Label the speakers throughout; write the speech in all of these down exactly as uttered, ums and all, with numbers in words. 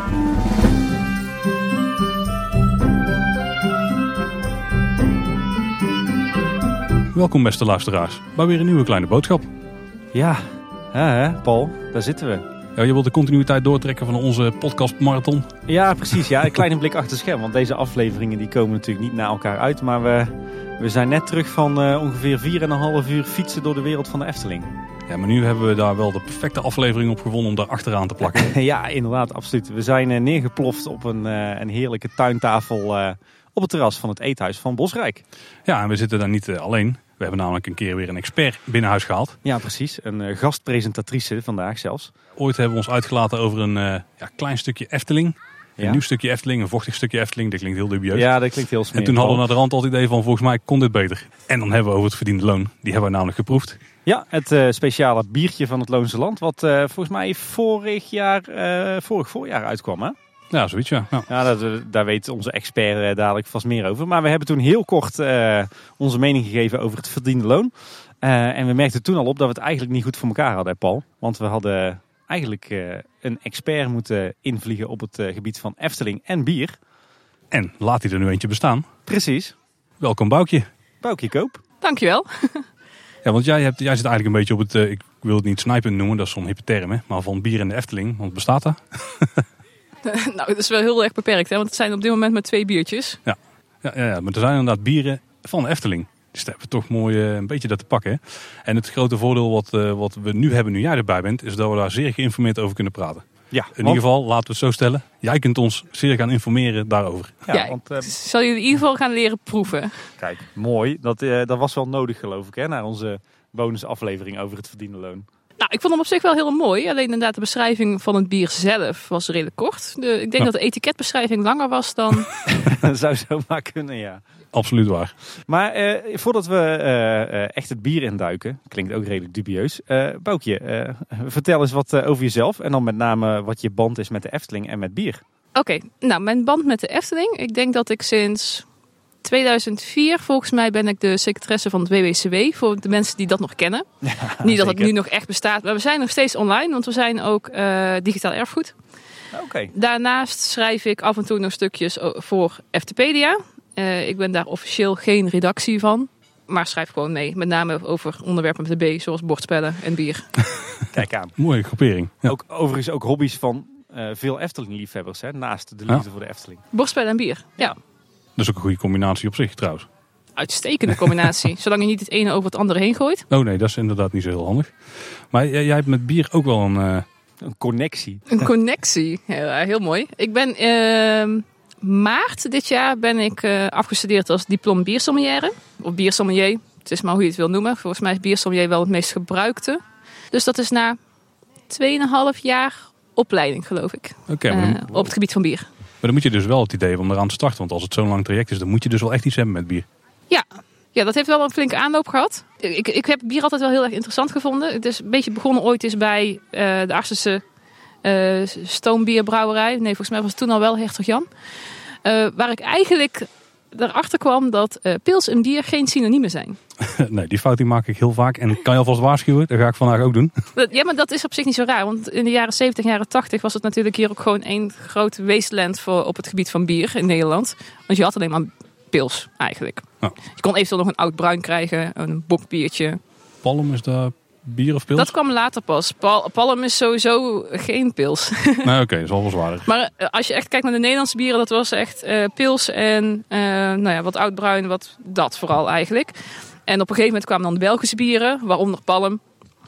Speaker 1: Welkom beste luisteraars, bij weer een nieuwe kleine boodschap.
Speaker 2: Ja, ja hè, Paul, daar zitten we.
Speaker 1: Ja, je wilt de continuïteit doortrekken van onze podcastmarathon?
Speaker 2: Ja, precies. Ja, een kleine blik achter het scherm. Want deze afleveringen die komen natuurlijk niet naar elkaar uit. Maar we, we zijn net terug van uh, ongeveer vier en een half uur fietsen door de wereld van de Efteling.
Speaker 1: Ja, maar nu hebben we daar wel de perfecte aflevering op gevonden om daar achteraan te plakken.
Speaker 2: Ja, inderdaad, absoluut. We zijn uh, neergeploft op een, uh, een heerlijke tuintafel uh, op het terras van het eethuis van Bosrijk. Ja,
Speaker 1: en we zitten daar niet uh, alleen. We hebben namelijk een keer weer een expert binnen huis gehaald.
Speaker 2: Ja, precies. Een uh, gastpresentatrice vandaag zelfs.
Speaker 1: Ooit hebben we ons uitgelaten over een uh, ja, klein stukje Efteling. Een ja. nieuw stukje Efteling, een vochtig stukje Efteling. Dat klinkt heel dubieus.
Speaker 2: Ja, dat klinkt heel smerig.
Speaker 1: En toen hadden we naar de rand al het idee van, volgens mij kon dit beter. En dan hebben we over het verdiende loon. Die hebben we namelijk geproefd.
Speaker 2: Ja, het uh, speciale biertje van het Loonse Land. Wat uh, volgens mij vorig jaar, uh, vorig voorjaar uitkwam, hè?
Speaker 1: Ja, zoiets, ja. Ja,
Speaker 2: ja dat, daar weet onze expert uh, dadelijk vast meer over. Maar we hebben toen heel kort uh, onze mening gegeven over het verdiende loon. Uh, en we merkten toen al op dat we het eigenlijk niet goed voor elkaar hadden, Paul. Want we hadden eigenlijk uh, een expert moeten invliegen op het uh, gebied van Efteling en bier.
Speaker 1: En laat hij er nu eentje bestaan.
Speaker 2: Precies.
Speaker 1: Welkom Boukje.
Speaker 2: Boukje Koop.
Speaker 3: Dankjewel.
Speaker 1: Ja, want jij, hebt, jij zit eigenlijk een beetje op het, uh, ik wil het niet snipen noemen, dat is zo'n hippe term, hè, maar van bier en de Efteling. Want bestaat dat?
Speaker 3: Nou, dat is wel heel erg beperkt, hè? Want het zijn op dit moment maar twee biertjes.
Speaker 1: Ja, ja, ja, ja maar er zijn inderdaad bieren van de Efteling. Dus daar hebben we toch mooi uh, een beetje dat te pakken. Hè? En het grote voordeel wat, uh, wat we nu hebben, nu jij erbij bent, is dat we daar zeer geïnformeerd over kunnen praten.
Speaker 2: Ja,
Speaker 1: in want... ieder geval, laten we het zo stellen. Jij kunt ons zeer gaan informeren daarover.
Speaker 3: Ja, ja want, uh... ik zal je in ieder geval gaan leren proeven.
Speaker 2: Kijk, mooi. Dat, uh, dat was wel nodig, geloof ik, hè? Naar onze bonusaflevering over het verdiende loon.
Speaker 3: Nou, ik vond hem op zich wel heel mooi. Alleen inderdaad, de beschrijving van het bier zelf was redelijk kort. De, ik denk ja. dat de etiketbeschrijving langer was dan...
Speaker 2: Dat zou zomaar kunnen, ja.
Speaker 1: Absoluut waar.
Speaker 2: Maar uh, voordat we uh, uh, echt het bier induiken, klinkt ook redelijk dubieus. Uh, Boukje, uh, vertel eens wat uh, over jezelf. En dan met name wat je band is met de Efteling en met bier.
Speaker 3: Oké, okay, nou mijn band met de Efteling. Ik denk dat ik sinds tweeduizend vier, volgens mij ben ik de secretaresse van het W W C W. Voor de mensen die dat nog kennen. Ja, niet dat het nu nog echt bestaat, maar we zijn nog steeds online. Want we zijn ook uh, digitaal erfgoed.
Speaker 2: Okay.
Speaker 3: Daarnaast schrijf ik af en toe nog stukjes voor Eftepedia. Uh, ik ben daar officieel geen redactie van. Maar schrijf gewoon mee. Met name over onderwerpen met de B, zoals bordspellen en bier.
Speaker 2: Kijk aan.
Speaker 1: Mooie groepering.
Speaker 2: Ja. Ook, overigens ook hobby's van uh, veel Efteling-liefhebbers. Hè, naast de liefde ja. voor de Efteling.
Speaker 3: Bordspellen en bier, ja.
Speaker 1: Dat is ook een goede combinatie op zich trouwens.
Speaker 3: Uitstekende combinatie. Zolang je niet het ene over het andere heen gooit.
Speaker 1: Oh nee, dat is inderdaad niet zo heel handig. Maar jij hebt met bier ook wel een... Uh...
Speaker 2: Een connectie.
Speaker 3: Een connectie. Heel, heel mooi. Ik ben... Uh, maart dit jaar ben ik uh, afgestudeerd als diploma biersommelière. Of biersommelier. Het is maar hoe je het wil noemen. Volgens mij is biersommelier wel het meest gebruikte. Dus dat is na tweeënhalf jaar opleiding, geloof ik.
Speaker 1: Okay,
Speaker 3: uh,
Speaker 1: dan...
Speaker 3: op het gebied van bier.
Speaker 1: Maar dan moet je dus wel het idee om eraan te starten. Want als het zo'n lang traject is, dan moet je dus wel echt iets hebben met bier.
Speaker 3: Ja, ja dat heeft wel een flinke aanloop gehad. Ik, ik heb bier altijd wel heel erg interessant gevonden. Het is een beetje begonnen ooit eens bij uh, de Arsense uh, stoombierbrouwerij. Nee, volgens mij was het toen al wel Hertog Jan. Uh, waar ik eigenlijk erachter kwam dat uh, pils en bier geen synoniemen zijn.
Speaker 1: Nee, die fout die maak ik heel vaak. En kan je alvast waarschuwen, dat ga ik vandaag ook doen.
Speaker 3: Ja, maar dat is op zich niet zo raar. Want in de jaren zeventig, jaren tachtig was het natuurlijk hier ook gewoon één groot wasteland voor, op het gebied van bier in Nederland. Want je had alleen maar pils eigenlijk. Oh. Je kon eventueel nog een oud bruin krijgen, een bokbiertje.
Speaker 1: Palm, is dat bier of pils?
Speaker 3: Dat kwam later pas. Pal- Palm is sowieso geen pils.
Speaker 1: Nee, oké, okay, dat is wel wel zwaarder.
Speaker 3: Maar uh, als je echt kijkt naar de Nederlandse bieren, dat was echt uh, pils en uh, nou ja, wat oud bruin, wat dat vooral eigenlijk. En op een gegeven moment kwamen dan de Belgische bieren, waaronder Palm.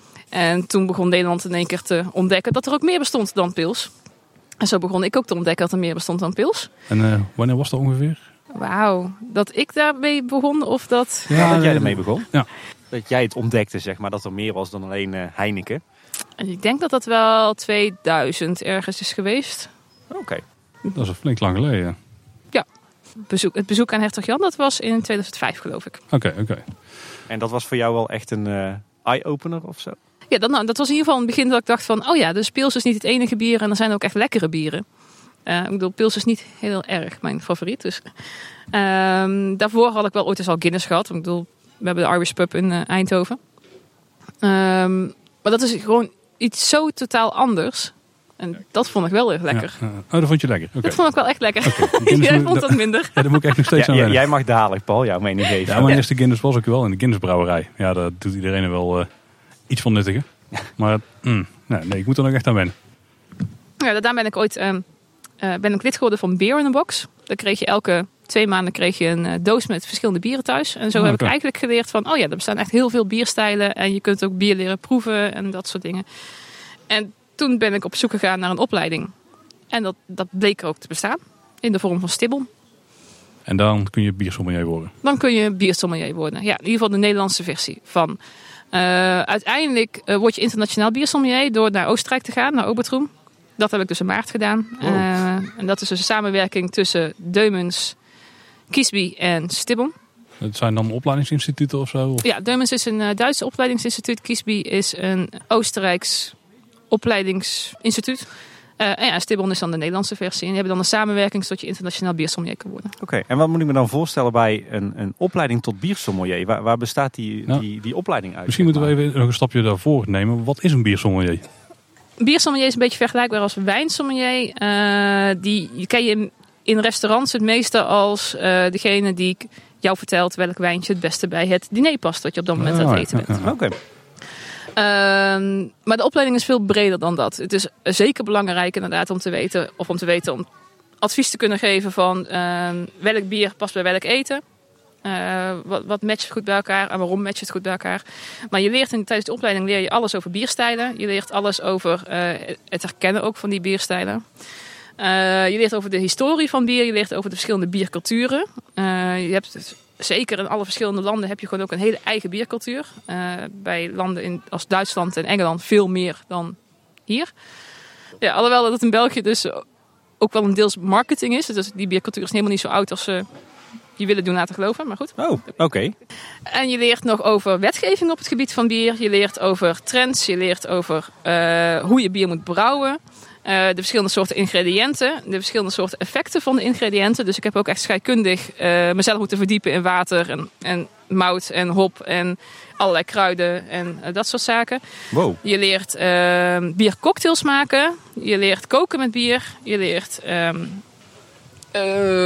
Speaker 3: En toen begon Nederland in één keer te ontdekken dat er ook meer bestond dan pils. En zo begon ik ook te ontdekken dat er meer bestond dan pils.
Speaker 1: En uh, wanneer was dat ongeveer?
Speaker 3: Wauw, dat ik daarmee begon of dat...
Speaker 2: Ja, ja dat jij ermee begon.
Speaker 1: Ja.
Speaker 2: Dat jij het ontdekte, zeg maar, dat er meer was dan alleen uh, Heineken.
Speaker 3: En ik denk dat dat wel tweeduizend ergens is geweest.
Speaker 2: Oké. Okay.
Speaker 1: Dat is flink lang geleden.
Speaker 3: Ja, bezoek, het bezoek aan Hertog Jan, dat was in tweeduizend vijf geloof ik.
Speaker 1: Oké, okay, oké. Okay.
Speaker 2: En dat was voor jou wel echt een uh, eye-opener of zo?
Speaker 3: Ja, dat, nou, dat was in ieder geval in het begin dat ik dacht van... oh ja, dus pils is niet het enige bier en er zijn ook echt lekkere bieren. Uh, ik bedoel, pils is niet heel erg mijn favoriet. Dus. Uh, daarvoor had ik wel ooit eens al Guinness gehad. Ik bedoel, we hebben de Irish Pub in uh, Eindhoven. Um, maar dat is gewoon iets zo totaal anders. En dat vond ik wel erg lekker.
Speaker 1: Ja, uh, oh, dat vond je lekker? Okay.
Speaker 3: Dat vond ik wel echt lekker.
Speaker 1: Okay.
Speaker 3: Jij vond dat minder.
Speaker 1: Ja, daar moet ik echt nog steeds
Speaker 2: ja,
Speaker 1: aan
Speaker 2: ja,
Speaker 1: wennen.
Speaker 2: Jij mag dadelijk, Paul, jouw mening geven.
Speaker 1: Ja, mijn eerste Guinness was ook wel in de Guinness brouwerij. Ja, daar doet iedereen er wel uh, iets van nuttigen. Maar mm, nee, nee, ik moet er nog echt aan wennen.
Speaker 3: Ja, daar ben ik ooit um, uh, ben ik lid geworden van Beer in a Box. Dan kreeg je elke twee maanden kreeg je een uh, doos met verschillende bieren thuis. En zo
Speaker 1: oh,
Speaker 3: heb
Speaker 1: okay.
Speaker 3: ik eigenlijk geleerd van, oh ja, er bestaan echt heel veel bierstijlen. En je kunt ook bier leren proeven en dat soort dingen. En toen ben ik op zoek gegaan naar een opleiding. En dat, dat bleek er ook te bestaan. In de vorm van Stibbel.
Speaker 1: En dan kun je biersommelier worden?
Speaker 3: Dan kun je biersommelier worden. Ja, in ieder geval de Nederlandse versie van. Uh, uiteindelijk uh, word je internationaal biersommelier door naar Oostenrijk te gaan, naar Obertrum. Dat heb ik dus in maart gedaan.
Speaker 1: Wow.
Speaker 3: Uh, en dat is dus een samenwerking tussen Deumens, Kiesby en Stibbel.
Speaker 1: Het zijn dan opleidingsinstituten of zo? Of?
Speaker 3: Ja, Deumens is een uh, Duitse opleidingsinstituut. Kiesby is een Oostenrijks opleidingsinstituut. Uh, en ja, Stibbel is dan de Nederlandse versie. En die hebben dan een samenwerking zodat je internationaal biersommelier kan worden.
Speaker 2: Oké, okay, en wat moet ik me dan voorstellen bij een, een opleiding tot biersommelier? Waar, waar bestaat die,
Speaker 1: ja.
Speaker 2: die, die opleiding uit?
Speaker 1: Misschien moeten we even nog een stapje daarvoor nemen. Wat is een biersommelier?
Speaker 3: Biersommelier is een beetje vergelijkbaar als wijnsommelier. Uh, die, die ken je in restaurants het meeste als uh, degene die jou vertelt welk wijntje het beste bij het diner past. Wat je op dat moment
Speaker 1: ah,
Speaker 3: aan het eten
Speaker 1: ja,
Speaker 3: bent.
Speaker 1: Ja, ja.
Speaker 2: Oké. Okay.
Speaker 3: Uh, maar de opleiding is veel breder dan dat. Het is zeker belangrijk inderdaad om te weten, of om te weten om advies te kunnen geven van uh, welk bier past bij welk eten. Uh, wat, wat matcht het goed bij elkaar en waarom matcht het goed bij elkaar. Maar je leert in, tijdens de opleiding leer je alles over bierstijlen. Je leert alles over uh, het herkennen ook van die bierstijlen. Uh, je leert over de historie van bier. Je leert over de verschillende bierculturen. Uh, je hebt het, zeker in alle verschillende landen heb je gewoon ook een hele eigen biercultuur. Uh, bij landen in, als Duitsland en Engeland veel meer dan hier. Ja, alhoewel dat het in België dus ook wel een deels marketing is. Dus die biercultuur is helemaal niet zo oud als ze je willen doen laten geloven, maar goed.
Speaker 2: Oh, oké. Okay.
Speaker 3: En je leert nog over wetgeving op het gebied van bier. Je leert over trends. Je leert over uh, hoe je bier moet brouwen. Uh, de verschillende soorten ingrediënten. De verschillende soorten effecten van de ingrediënten. Dus ik heb ook echt scheikundig uh, mezelf moeten verdiepen in water en, en mout en hop en allerlei kruiden en uh, dat soort zaken.
Speaker 2: Wow.
Speaker 3: Je leert uh, biercocktails maken. Je leert koken met bier. Je leert Um, Uh,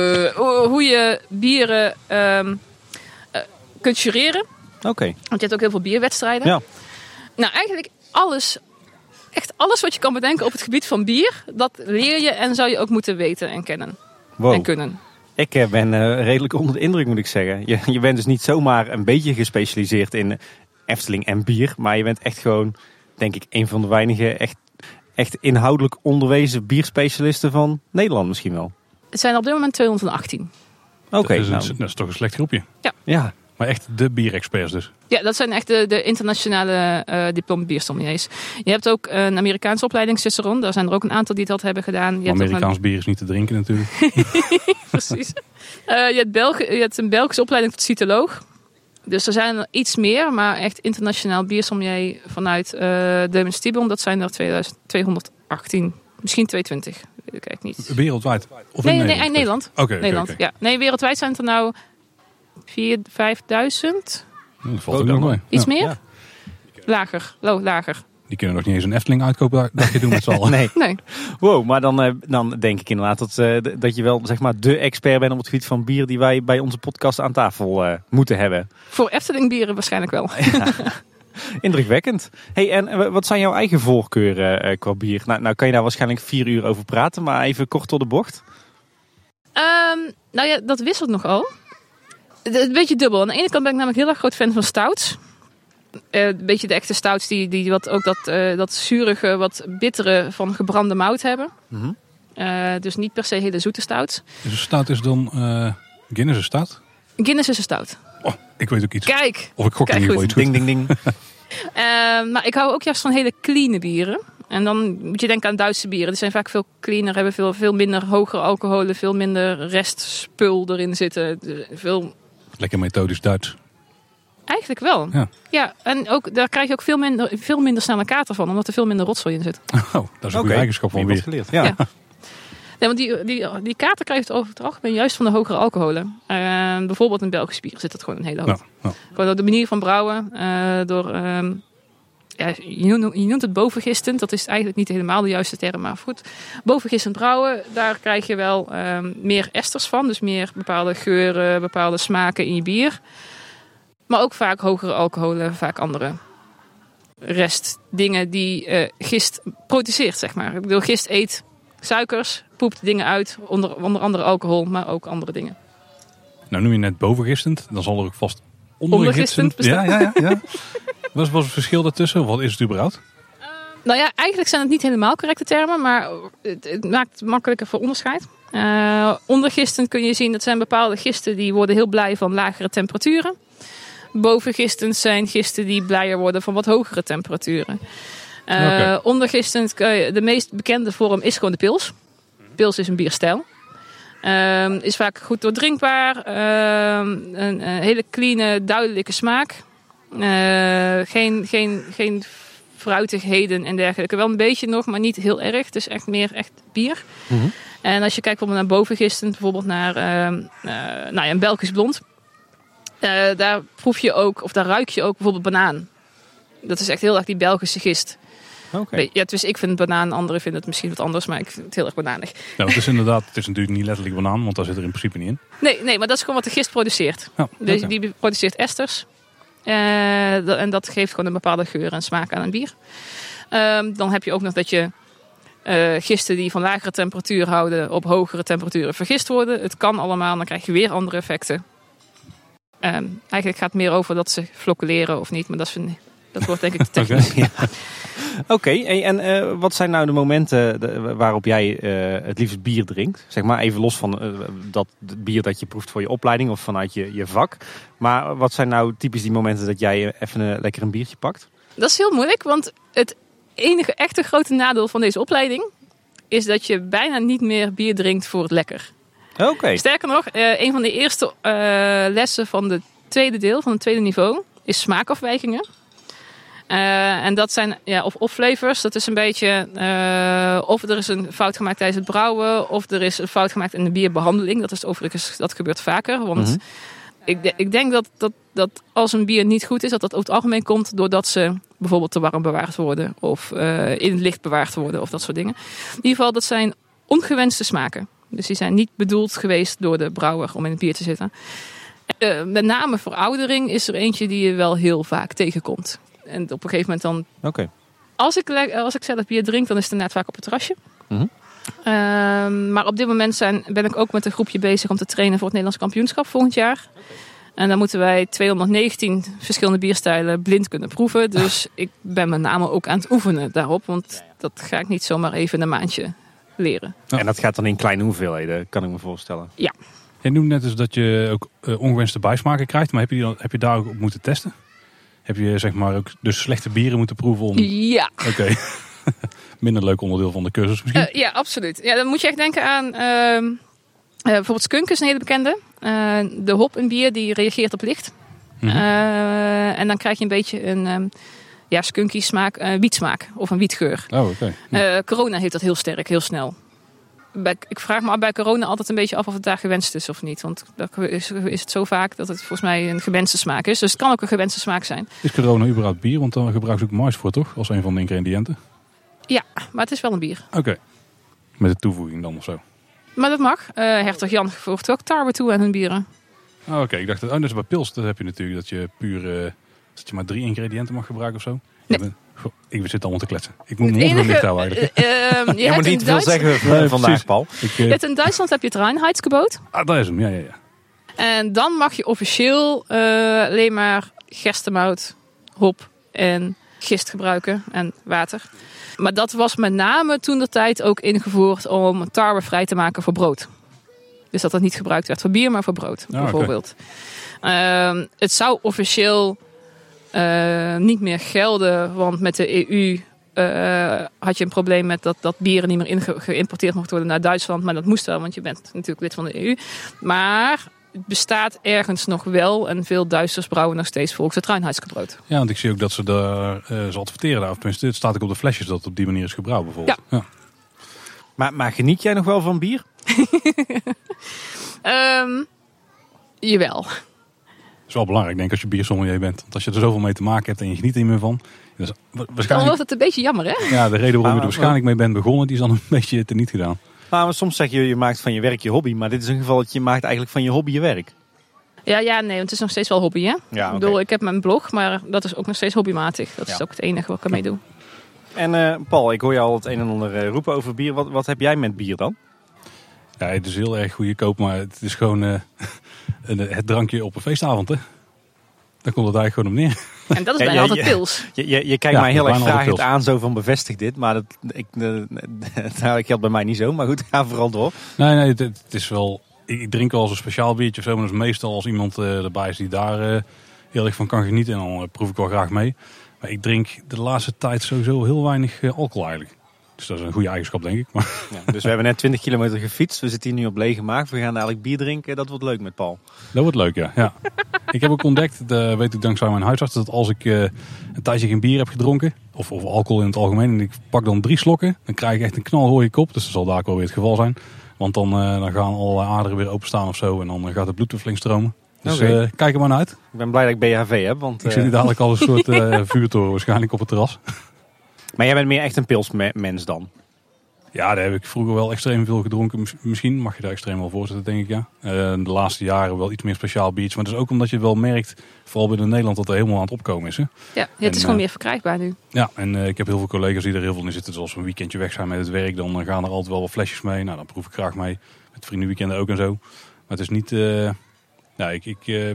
Speaker 3: hoe je bieren um, uh, kunt jureren.
Speaker 2: Oké. Okay.
Speaker 3: Want je hebt ook heel veel bierwedstrijden.
Speaker 2: Ja.
Speaker 3: Nou, eigenlijk alles, echt alles wat je kan bedenken op het gebied van bier, dat leer je en zou je ook moeten weten en kennen.
Speaker 2: Wow.
Speaker 3: En kunnen.
Speaker 2: Ik ben uh, redelijk onder de indruk, moet ik zeggen. Je, je bent dus niet zomaar een beetje gespecialiseerd in Efteling en bier, maar je bent echt gewoon, denk ik, een van de weinige echt, echt inhoudelijk onderwezen bierspecialisten van Nederland misschien wel.
Speaker 3: Het zijn er op dit moment tweehonderdachttien.
Speaker 2: Oké. Okay,
Speaker 1: dat,
Speaker 2: nou.
Speaker 1: dat is toch een slecht groepje.
Speaker 3: Ja.
Speaker 2: Ja.
Speaker 1: Maar echt de bierexperts dus.
Speaker 3: Ja, dat zijn echt de, de internationale uh, diploma biersommeliers. Je hebt ook een Amerikaanse opleiding, Cicerone. Daar zijn er ook een aantal die dat hebben gedaan. Je
Speaker 1: Amerikaans
Speaker 3: hebt een...
Speaker 1: bier is niet te drinken natuurlijk.
Speaker 3: Precies. Uh, je, hebt Belg... je hebt een Belgische opleiding tot cytoloog. Dus er zijn er iets meer, maar echt internationaal biersommelier vanuit uh, Deumens Stibbel. Dat zijn er tweehonderdachttien, misschien tweehonderdtwintig. Weet ik eigenlijk niet.
Speaker 1: Wereldwijd? Of
Speaker 3: nee,
Speaker 1: in
Speaker 3: nee,
Speaker 1: Nederland?
Speaker 3: nee, Nederland.
Speaker 1: Oké, okay,
Speaker 3: Nederland.
Speaker 1: okay, okay.
Speaker 3: Ja. Nee, wereldwijd zijn het er nou vier, vijfduizend.
Speaker 1: Dat valt ook nog mee.
Speaker 3: Iets
Speaker 1: ja.
Speaker 3: meer?
Speaker 2: Ja.
Speaker 3: Lager, lo, lager.
Speaker 1: Die kunnen nog niet eens een Efteling uitkoopdagje doen met z'n allen.
Speaker 2: Nee.
Speaker 3: Nee.
Speaker 2: Wow, maar dan, uh, dan denk ik inderdaad dat, uh, dat je wel zeg maar de expert bent op het gebied van bier die wij bij onze podcast aan tafel uh, moeten hebben.
Speaker 3: Voor Efteling bieren waarschijnlijk wel.
Speaker 2: Ja. Indrukwekkend. Hey, en wat zijn jouw eigen voorkeuren uh, qua bier? Nou, nou kan je daar waarschijnlijk vier uur over praten, maar even kort door de bocht.
Speaker 3: Um, nou ja, dat wisselt nogal. Een beetje dubbel. Aan de ene kant ben ik namelijk heel erg groot fan van stouts. Uh, een beetje de echte stouts die, die wat, ook dat, uh, dat zurige, wat bittere van gebrande mout hebben.
Speaker 2: Mm-hmm.
Speaker 3: Uh, dus niet per se hele zoete stouts.
Speaker 1: Dus een stout is dan uh, Guinness een stout?
Speaker 3: Guinness is een stout.
Speaker 1: Oh, ik weet ook iets.
Speaker 3: Kijk!
Speaker 1: Of ik gok in
Speaker 3: Kijk
Speaker 1: ieder geval iets goed.
Speaker 2: Ding, ding, ding.
Speaker 3: uh, maar ik hou ook juist van hele clean bieren. En dan moet je denken aan Duitse bieren. Die zijn vaak veel cleaner, hebben veel, veel minder hogere alcoholen, veel minder restspul erin zitten. Veel...
Speaker 1: Lekker methodisch Duits.
Speaker 3: Eigenlijk wel.
Speaker 1: Ja.
Speaker 3: Ja, en ook, daar krijg je ook veel minder, veel minder snel een kater van, omdat er veel minder rotzooi in zit.
Speaker 1: Oh, dat is een
Speaker 2: okay.
Speaker 1: goede eigenschap van bier.
Speaker 2: Geleerd. Ja.
Speaker 3: Ja. Nee, want die, die, die kater krijgt over het algemeen juist van de hogere alcoholen. Uh, bijvoorbeeld in Belgisch bier zit dat gewoon een hele hoop.
Speaker 1: Ja, ja.
Speaker 3: Gewoon door de manier van brouwen, uh, door um, Ja, je, noemt, je noemt het bovengistend. Dat is eigenlijk niet helemaal de juiste term. Maar goed, bovengistend brouwen, daar krijg je wel um, meer esters van. Dus meer bepaalde geuren, bepaalde smaken in je bier. Maar ook vaak hogere alcoholen, vaak andere restdingen die uh, gist produceert, zeg maar. Ik bedoel, gist eet suikers, poept dingen uit. Onder, onder andere alcohol, maar ook andere dingen.
Speaker 1: Nou noem je net bovengistend. Dan zal er ook vast
Speaker 3: ondergistend
Speaker 1: bestaan. Ja, ja, ja. ja. Wat was het verschil daartussen? Wat is het überhaupt?
Speaker 3: Uh, nou ja, eigenlijk zijn het niet helemaal correcte termen, maar het, het maakt het makkelijker voor onderscheid. Uh, ondergistend kun je zien, dat zijn bepaalde gisten die worden heel blij van lagere temperaturen. Bovengistend zijn gisten die blijer worden van wat hogere temperaturen. Uh, okay. Ondergistend, de meest bekende vorm is gewoon de pils. Pils is een bierstijl. Uh, is vaak goed doordrinkbaar. Uh, een, een hele clean, duidelijke smaak. Uh, geen, geen, geen fruitigheden en dergelijke. Wel een beetje nog, maar niet heel erg. Het is echt meer echt bier. Mm-hmm. En als je kijkt bijvoorbeeld naar bovengistend, bijvoorbeeld naar uh, uh, nou ja, een Belgisch blond. Uh, daar proef je ook, of daar ruik je ook bijvoorbeeld banaan. Dat is echt heel erg die Belgische gist.
Speaker 2: Okay.
Speaker 3: Ja, dus ik vind banaan, anderen vinden het misschien wat anders, maar ik vind het heel erg bananig.
Speaker 1: Nou, het is inderdaad, het is natuurlijk niet letterlijk banaan, want daar zit er in principe niet in.
Speaker 3: Nee, nee, maar dat is gewoon wat de gist produceert. Oh, okay. Dus die produceert esters. Uh, en dat geeft gewoon een bepaalde geur en smaak aan een bier. Uh, dan heb je ook nog dat je uh, gisten die van lagere temperatuur houden op hogere temperaturen vergist worden. Het kan allemaal, dan krijg je weer andere effecten. Uh, eigenlijk gaat het meer over dat ze flocculeren of niet, maar dat, is, dat wordt denk ik te technisch.
Speaker 2: Oké, ja. okay, hey, en uh, wat zijn nou de momenten de, waarop jij uh, het liefst bier drinkt? Zeg maar even los van uh, dat het bier dat je proeft voor je opleiding of vanuit je, je vak. Maar wat zijn nou typisch die momenten dat jij even uh, lekker een biertje pakt?
Speaker 3: Dat is heel moeilijk, want het enige echte grote nadeel van deze opleiding is dat je bijna niet meer bier drinkt voor het lekker.
Speaker 2: Okay.
Speaker 3: Sterker nog, uh, een van de eerste uh, lessen van het tweede deel, van het tweede niveau, is smaakafwijkingen. Uh, en dat zijn ja, of, of flavors, dat is een beetje uh, of er is een fout gemaakt tijdens het brouwen, of er is een fout gemaakt in de bierbehandeling. Dat is overigens, dat gebeurt vaker. Want mm-hmm. ik, ik denk dat, dat, dat als een bier niet goed is, dat dat over het algemeen komt doordat ze bijvoorbeeld te warm bewaard worden of uh, in het licht bewaard worden of dat soort dingen. In ieder geval, dat zijn ongewenste smaken. Dus die zijn niet bedoeld geweest door de brouwer om in het bier te zitten. Uh, met name veroudering is er eentje die je wel heel vaak tegenkomt. En op een gegeven moment dan...
Speaker 2: Okay.
Speaker 3: Als ik, als ik zelf bier drink, dan is het inderdaad vaak op het terrasje. Mm-hmm. Uh, maar op dit moment zijn, ben ik ook met een groepje bezig om te trainen voor het Nederlands kampioenschap volgend jaar. Okay. En dan moeten wij tweehonderdnegentien verschillende bierstijlen blind kunnen proeven. Dus ik ben met name ook aan het oefenen daarop. Want dat ga ik niet zomaar even een maandje leren.
Speaker 2: Ja. En dat gaat dan in kleine hoeveelheden, kan ik me voorstellen.
Speaker 3: Ja.
Speaker 1: Je noemt net dus dat je ook uh, ongewenste bijsmaken krijgt. Maar heb je, die, heb je daar ook op moeten testen? Heb je zeg maar ook dus slechte bieren moeten proeven? Om...
Speaker 3: Ja.
Speaker 1: Oké. Okay. Minder leuk onderdeel van de cursus misschien? Uh,
Speaker 3: ja, absoluut. Ja, dan moet je echt denken aan... Uh, uh, bijvoorbeeld skunk is een hele bekende. Uh, de hop in bier die reageert op licht. Mm-hmm. Uh, en dan krijg je een beetje een... Um, ja, skunky smaak, uh, wietsmaak of een wietgeur.
Speaker 1: Oh, oké. Okay.
Speaker 3: Uh, corona heeft dat heel sterk, heel snel. Bij, ik vraag me bij corona altijd een beetje af of het daar gewenst is of niet. Want dat is, is het zo vaak dat het volgens mij een gewenste smaak is. Dus het kan ook een gewenste smaak zijn.
Speaker 1: Is corona überhaupt bier? Want dan gebruiken ze ook mais voor, toch? Als een van de ingrediënten.
Speaker 3: Ja, maar het is wel een bier.
Speaker 1: Oké. Okay. Met de toevoeging dan of zo?
Speaker 3: Maar dat mag. Uh, Hertog Jan voegt ook tarwe toe aan hun bieren.
Speaker 1: Oh, oké. Okay. Ik dacht dat... Oh, dus bij pils dat heb je natuurlijk dat je puur... Uh, dat je maar drie ingrediënten mag gebruiken of zo.
Speaker 3: Nee.
Speaker 1: Ben, goh, ik zit allemaal te kletsen. Ik moet mijn mond niet houden eigenlijk.
Speaker 3: Uh, uh, je
Speaker 2: ja, moet niet veel zeggen nee, vandaag, Paul.
Speaker 1: Ik, uh,
Speaker 3: je hebt in Duitsland heb je het Reinheitsgebot.
Speaker 1: Ah, dat is hem. Ja, ja, ja.
Speaker 3: En dan mag je officieel uh, alleen maar gerstemout, hop en gist gebruiken en water. Maar dat was met name toen de tijd ook ingevoerd om tarwe vrij te maken voor brood. Dus dat dat niet gebruikt werd voor bier, maar voor brood, oh, bijvoorbeeld. Okay. Uh, het zou officieel uh, niet meer gelden, want met de E U uh, had je een probleem met dat, dat bieren niet meer inge- geïmporteerd mochten worden naar Duitsland. Maar dat moest wel, want je bent natuurlijk lid van de E U. Maar het bestaat ergens nog wel en veel Duitsers brouwen nog steeds volgens het Reinheitsgebot.
Speaker 1: Ja, want ik zie ook dat ze daar uh, ze adverteren daar. Of tenminste, het staat ook op de flesjes dat het op die manier is gebrouwen bijvoorbeeld.
Speaker 3: Ja.
Speaker 1: Ja.
Speaker 2: Maar, maar geniet jij nog wel van bier?
Speaker 3: um, jawel.
Speaker 1: is wel belangrijk, denk ik, als je biersommelier bent. Want als je er zoveel mee te maken hebt en je geniet er niet meer van. Dus
Speaker 3: Dan
Speaker 1: waarschijnlijk,
Speaker 3: wordt het een beetje jammer, hè?
Speaker 1: ja, de reden waarom je
Speaker 2: Maar-
Speaker 1: er waarschijnlijk mee bent begonnen, die is dan een beetje teniet gedaan.
Speaker 2: Nou, maar soms zeg je, je maakt van je werk je hobby. Maar dit is een geval dat je maakt eigenlijk van je hobby je werk.
Speaker 3: Ja, ja, nee, want het is nog steeds wel hobby, hè?
Speaker 2: Ja,
Speaker 3: Ik bedoel, ik heb mijn blog, maar dat is ook nog steeds hobbymatig. Dat
Speaker 2: Ja.
Speaker 3: is ook het enige wat ik ermee doe.
Speaker 2: En eh, Paul, ik hoor jou al het een en ander eh, roepen over bier. Wat, wat heb jij met bier dan?
Speaker 1: Ja, het is heel erg goede koop, maar het is gewoon uh, het drankje op een feestavond, hè. Daar komt het eigenlijk gewoon op neer.
Speaker 3: En dat is
Speaker 2: Ja,
Speaker 3: bijna
Speaker 2: ja,
Speaker 3: altijd
Speaker 2: ja.
Speaker 3: pils.
Speaker 2: Je, je, je kijkt
Speaker 1: Ja,
Speaker 2: mij heel erg
Speaker 1: bijna alle
Speaker 2: vragend
Speaker 1: pils.
Speaker 2: aan, zo van bevestig dit. Maar dat, ik, uh, dat geldt bij mij niet zo. Maar goed, ga vooral door.
Speaker 1: Nee, nee, het, het is wel... Ik, ik drink wel eens een speciaal biertje of zo, maar dat is meestal als iemand uh, erbij is die daar uh, heel erg van kan genieten. En dan uh, proef ik wel graag mee. Maar ik drink de laatste tijd sowieso heel weinig uh, alcohol eigenlijk. Dus dat is een goede eigenschap, denk ik. Maar
Speaker 2: Ja, dus we hebben net twintig kilometer gefietst. We zitten hier nu op leeg gemaakt. We gaan eigenlijk bier drinken. Dat wordt leuk met Paul.
Speaker 1: dat wordt leuk, ja. ja. Ik heb ook ontdekt, dat weet ik dankzij mijn huisarts, dat als ik uh, een tijdje geen bier heb gedronken, of, of alcohol in het algemeen, en ik pak dan drie slokken, dan krijg ik echt een knalrode kop. Dus dat zal daar ook wel weer het geval zijn. Want dan, uh, dan gaan alle aderen weer openstaan of zo en dan uh, gaat het bloed weer flink stromen. Dus
Speaker 2: Oké.
Speaker 1: uh, kijk er maar naar uit.
Speaker 2: Ik ben blij dat ik B H V heb. Want,
Speaker 1: Ik zie
Speaker 2: uh,
Speaker 1: nu dadelijk al een soort uh, vuurtoren waarschijnlijk op het terras.
Speaker 2: maar jij bent meer echt een pilsmens dan?
Speaker 1: Ja, daar heb ik vroeger wel extreem veel gedronken. Mis- Misschien mag je daar extreem wel voor zitten, denk ik, ja. Uh, de laatste jaren wel iets meer speciaal biertjes. Maar dat is ook omdat je wel merkt, vooral binnen Nederland, dat er helemaal aan het opkomen is. Hè?
Speaker 3: Ja, het
Speaker 1: En,
Speaker 3: is gewoon
Speaker 1: uh,
Speaker 3: meer verkrijgbaar nu.
Speaker 1: Ja, en uh, ik heb heel veel collega's die er heel veel in zitten. Dus als we een weekendje weg zijn met het werk, dan uh, gaan er altijd wel wat flesjes mee. Nou, dan proef ik graag mee. Met vriendenweekenden ook en zo. Maar het is niet... Uh, ja, ik... ik uh,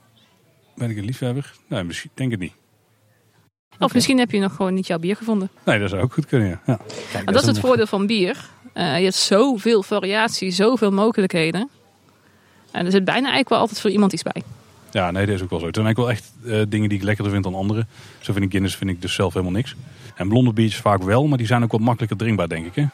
Speaker 1: ben ik een liefhebber? Nee, misschien denk ik niet.
Speaker 3: Of okay. Misschien heb je nog gewoon niet jouw bier gevonden.
Speaker 1: Nee, dat zou ook goed kunnen, ja. ja.
Speaker 2: Kijk,
Speaker 3: Maar dat is het voordeel van bier. Uh, je hebt zoveel variatie, zoveel mogelijkheden. En er zit bijna eigenlijk wel altijd voor iemand iets bij.
Speaker 1: Ja, nee, dat is ook wel zo. Het zijn eigenlijk wel echt uh, dingen die ik lekkerder vind dan anderen. Zo vind ik Guinness vind ik dus zelf helemaal niks. En blonde biertjes vaak wel, maar die zijn ook wat makkelijker drinkbaar, denk ik, hè?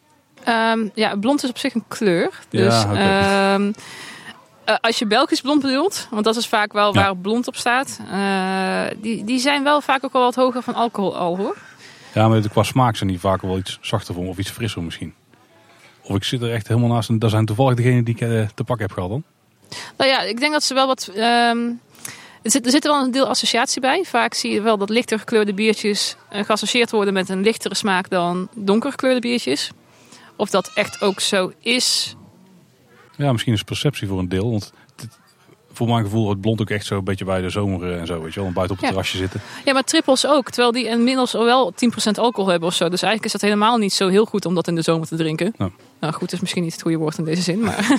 Speaker 3: Um, ja, blond is op zich een kleur. Dus
Speaker 1: Ja, okay.
Speaker 3: um, uh, als je Belgisch blond bedoelt, want dat is vaak wel waar
Speaker 1: ja.
Speaker 3: blond op staat. Uh, die, die zijn wel vaak ook wel wat hoger van alcohol al, hoor.
Speaker 1: Ja, maar qua smaak zijn die vaak wel iets zachter voor me, of iets frisser misschien. Of ik zit er echt helemaal naast en dat zijn toevallig degenen die ik uh, te pakken heb gehad dan.
Speaker 3: Nou ja, ik denk dat ze wel wat... Um, er, zit, er zit wel een deel associatie bij. Vaak zie je wel dat lichter gekleurde biertjes uh, geassocieerd worden met een lichtere smaak dan donker gekleurde biertjes. Of dat echt ook zo is.
Speaker 1: Ja, misschien is perceptie voor een deel. Want het, voor mijn gevoel wordt blond ook echt zo een beetje bij de zomer en zo. Weet je wel, buiten op het
Speaker 3: ja.
Speaker 1: terrasje zitten.
Speaker 3: Ja, maar trippels ook. Terwijl die inmiddels al wel tien procent alcohol hebben of zo. Dus eigenlijk is dat helemaal niet zo heel goed om dat in de zomer te drinken.
Speaker 1: Ja.
Speaker 3: Nou goed, is misschien niet het goede woord in deze zin. Maar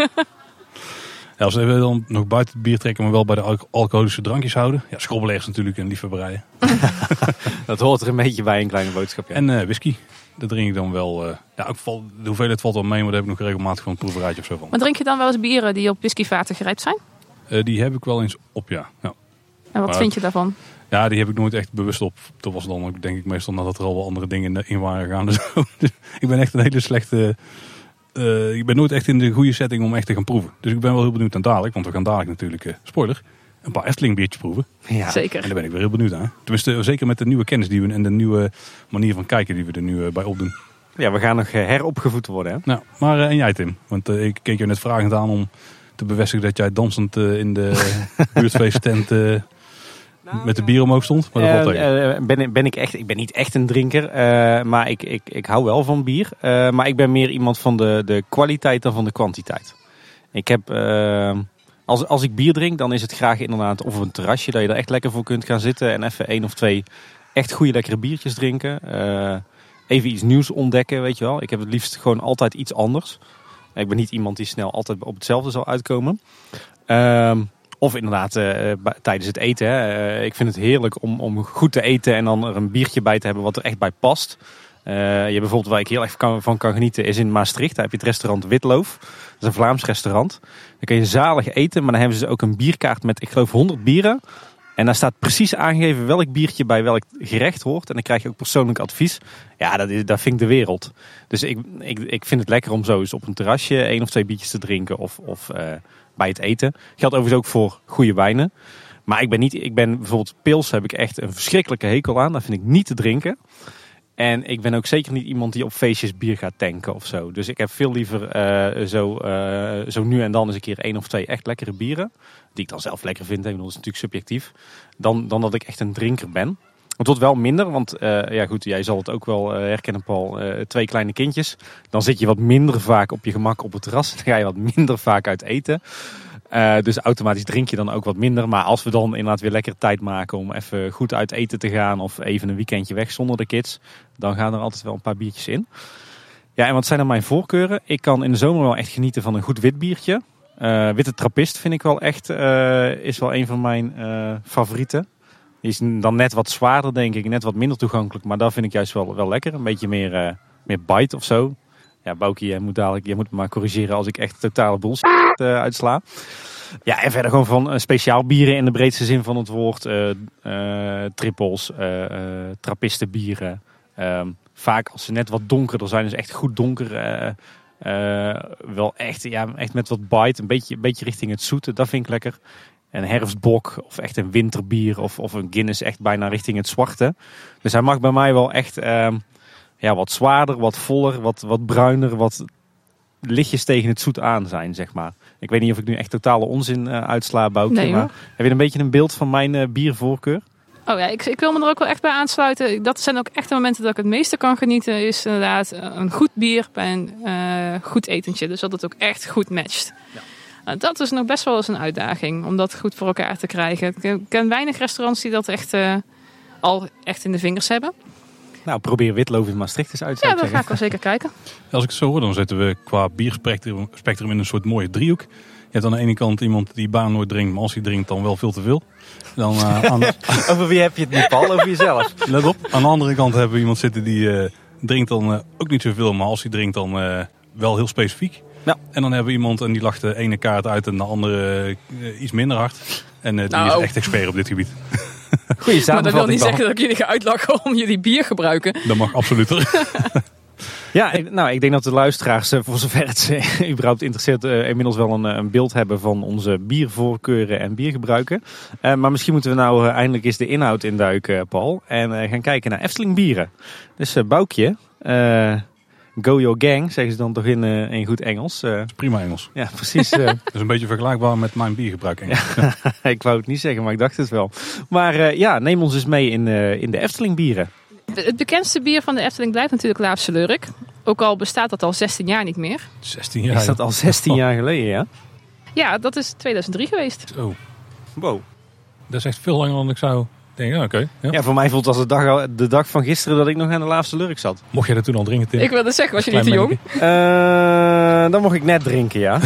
Speaker 1: Ja, als we dan nog buiten het bier trekken, maar wel bij de al- alcoholische drankjes houden. Ja, schrobbelegers natuurlijk en liefhebberijen.
Speaker 2: Dat hoort er een beetje bij, een kleine boodschap. Ja.
Speaker 1: En uh, whisky. Dat drink ik dan wel. Uh, ja, ook val, de hoeveelheid valt wel mee, maar daar heb ik nog regelmatig van een proeverijtje of zo van.
Speaker 3: maar drink je dan wel eens bieren die op whiskyvaten gerijpt zijn?
Speaker 1: Uh, die heb ik wel eens op, ja. ja.
Speaker 3: En wat
Speaker 1: maar,
Speaker 3: vind je daarvan?
Speaker 1: Ja, die heb ik nooit echt bewust op. Dat was dan ook, denk ik meestal nadat er al wel andere dingen in waren gegaan. Dus ik ben echt een hele slechte... Uh, ik ben nooit echt in de goede setting om echt te gaan proeven. Dus ik ben wel heel benieuwd aan dadelijk. Want we gaan dadelijk natuurlijk, uh, spoiler, een paar Efteling biertjes proeven.
Speaker 2: Ja.
Speaker 3: Zeker.
Speaker 1: En daar ben ik weer heel benieuwd aan. Tenminste, zeker met de nieuwe kennis die we en de nieuwe manier van kijken die we er nu uh, bij opdoen.
Speaker 2: Ja, we gaan nog heropgevoed worden, hè?
Speaker 1: Nou, maar uh, en jij Tim? Want uh, ik keek je net vragend aan om te bevestigen dat jij dansend uh, in de buurtfeesttent uh, nou, met de bier omhoog stond. Maar dat valt
Speaker 2: uh,
Speaker 1: tegen.
Speaker 2: Uh, ben, ben ik, echt, ik ben niet echt een drinker, uh, maar ik, ik, ik hou wel van bier. Uh, maar ik ben meer iemand van de, de kwaliteit dan van de kwantiteit. Ik heb... Uh, Als, als ik bier drink, dan is het graag inderdaad of op een terrasje dat je er echt lekker voor kunt gaan zitten en even één of twee echt goede lekkere biertjes drinken. Uh, even iets nieuws ontdekken, weet je wel. Ik heb het liefst gewoon altijd iets anders. Ik ben niet iemand die snel altijd op hetzelfde zal uitkomen. Uh, of inderdaad uh, tijdens het eten. Hè. Uh, ik vind het heerlijk om, om goed te eten en dan er een biertje bij te hebben wat er echt bij past. Uh, je bijvoorbeeld waar ik heel erg kan, van kan genieten is in Maastricht. Daar heb je het restaurant Witloof. Dat is een Vlaams restaurant. Dan kun je zalig eten, maar dan hebben ze ook een bierkaart met, ik geloof, honderd bieren. En daar staat precies aangegeven welk biertje bij welk gerecht hoort. En dan krijg je ook persoonlijk advies. Ja, dat, is, dat vind ik de wereld. Dus ik, ik, ik vind het lekker om zo eens op een terrasje één of twee biertjes te drinken of, of uh, bij het eten. Geldt overigens ook voor goede wijnen. Maar ik ben niet, ik ben bijvoorbeeld pils heb ik echt een verschrikkelijke hekel aan. Dat vind ik niet te drinken. En ik ben ook zeker niet iemand die op feestjes bier gaat tanken of zo. Dus ik heb veel liever uh, zo, uh, zo nu en dan eens een keer één of twee echt lekkere bieren. Die ik dan zelf lekker vind, dat is natuurlijk subjectief. Dan, dan dat ik echt een drinker ben. Het wordt wel minder, want uh, ja goed, jij zal het ook wel uh, herkennen Paul. Uh, twee kleine kindjes. Dan zit je wat minder vaak op je gemak op het terras. Dan ga je wat minder vaak uit eten. Uh, dus automatisch drink je dan ook wat minder. Maar als we dan inderdaad weer lekker tijd maken om even goed uit eten te gaan. Of even een weekendje weg zonder de kids. Dan gaan er altijd wel een paar biertjes in. Ja, en wat zijn dan mijn voorkeuren? Ik kan in de zomer wel echt genieten van een goed wit biertje. Uh, Witte Trappist vind ik wel echt, uh, is wel een van mijn uh, favorieten. Die is dan net wat zwaarder denk ik, net wat minder toegankelijk. Maar dat vind ik juist wel, wel lekker. Een beetje meer, uh, meer bite of zo. Ja, Bouke, jij moet, dadelijk, jij moet me maar corrigeren als ik echt totale bullshit uh, uitsla. Ja, en verder gewoon van uh, speciaal bieren in de breedste zin van het woord. Uh, uh, trippels, uh, uh, trappistenbieren. Um, vaak als ze net wat donkerder zijn, dus echt goed donker. Uh, uh, wel echt, ja, echt met wat bite, een beetje, een beetje richting het zoete. Dat vind ik lekker. Een herfstbok of echt een winterbier of, of een Guinness echt bijna richting het zwarte. Dus hij mag bij mij wel echt um, ja, wat zwaarder, wat voller, wat, wat bruiner, wat lichtjes tegen het zoet aan zijn, zeg maar. Ik weet niet of ik nu echt totale onzin uh, uitsla, Bouke.
Speaker 3: Nee,
Speaker 2: maar heb je een beetje een beeld van mijn uh, biervoorkeur?
Speaker 3: Oh ja, ik, ik wil me er ook wel echt bij aansluiten. Dat zijn ook echt de momenten dat ik het meeste kan genieten. Is inderdaad een goed bier bij een uh, goed etentje. Dus dat het ook echt goed matcht. Ja. Uh, dat is nog best wel eens een uitdaging. Om dat goed voor elkaar te krijgen. Ik ken weinig restaurants die dat echt uh, al echt in de vingers hebben.
Speaker 2: Nou, probeer Witloof in Maastricht eens uit te
Speaker 3: Ja,
Speaker 2: zeggen.
Speaker 3: dan ga ik wel zeker kijken.
Speaker 1: Als ik het zo hoor, dan zitten we qua bierspectrum spectrum in een soort mooie driehoek. Je hebt aan de ene kant iemand die baan nooit drinkt, maar als hij drinkt dan wel veel te veel. Dan, uh, aan de...
Speaker 2: Over wie heb je het nu, Paul? Over jezelf?
Speaker 1: Let op. Aan de andere kant hebben we iemand zitten die uh, drinkt dan uh, ook niet zoveel, maar als hij drinkt dan uh, wel heel specifiek.
Speaker 2: Ja.
Speaker 1: En dan hebben we iemand en die lacht de ene kaart uit en de andere uh, iets minder hard. En uh, die
Speaker 3: nou.
Speaker 1: is echt expert op dit gebied.
Speaker 2: Goeie samenvatting.
Speaker 3: Maar dat wil niet zeggen dat ik jullie ga uitlachen om jullie bier gebruiken.
Speaker 1: Dat mag absoluut.
Speaker 2: Ja, nou, ik denk dat de luisteraars, voor zover het ze überhaupt interesseert, uh, inmiddels wel een, een beeld hebben van onze biervoorkeuren en biergebruiken. Uh, maar misschien moeten we nou uh, eindelijk eens de inhoud induiken, Paul. En uh, gaan kijken naar Efteling bieren. Dus uh, Boukje, uh, go your gang, zeggen ze dan toch in, uh, in goed Engels. Uh,
Speaker 1: Prima Engels.
Speaker 2: Ja, precies. Uh,
Speaker 1: dat is een beetje vergelijkbaar met mijn biergebruik Engels.
Speaker 2: Ja, ik wou het niet zeggen, maar ik dacht het wel. Maar uh, ja, neem ons eens mee in, uh, in de Efteling bieren.
Speaker 3: Het bekendste bier van de Efteling blijft natuurlijk Laafse Lurk. Ook al bestaat dat al zestien jaar niet meer.
Speaker 1: zestien jaar.
Speaker 2: Is dat al zestien jaar geleden, ja?
Speaker 3: Ja, dat is tweeduizend drie geweest.
Speaker 1: Oh.
Speaker 2: Wow.
Speaker 1: Dat is echt veel langer dan ik zou denken. Ja, oké. Okay, ja.
Speaker 2: Ja, voor mij voelt het als de dag, de dag van gisteren dat ik nog aan de Laafse Lurk zat.
Speaker 1: Mocht jij dat toen al drinken, Tim?
Speaker 3: Ik wilde zeggen, was je niet te jong?
Speaker 2: Uh, dan mocht ik net drinken, ja.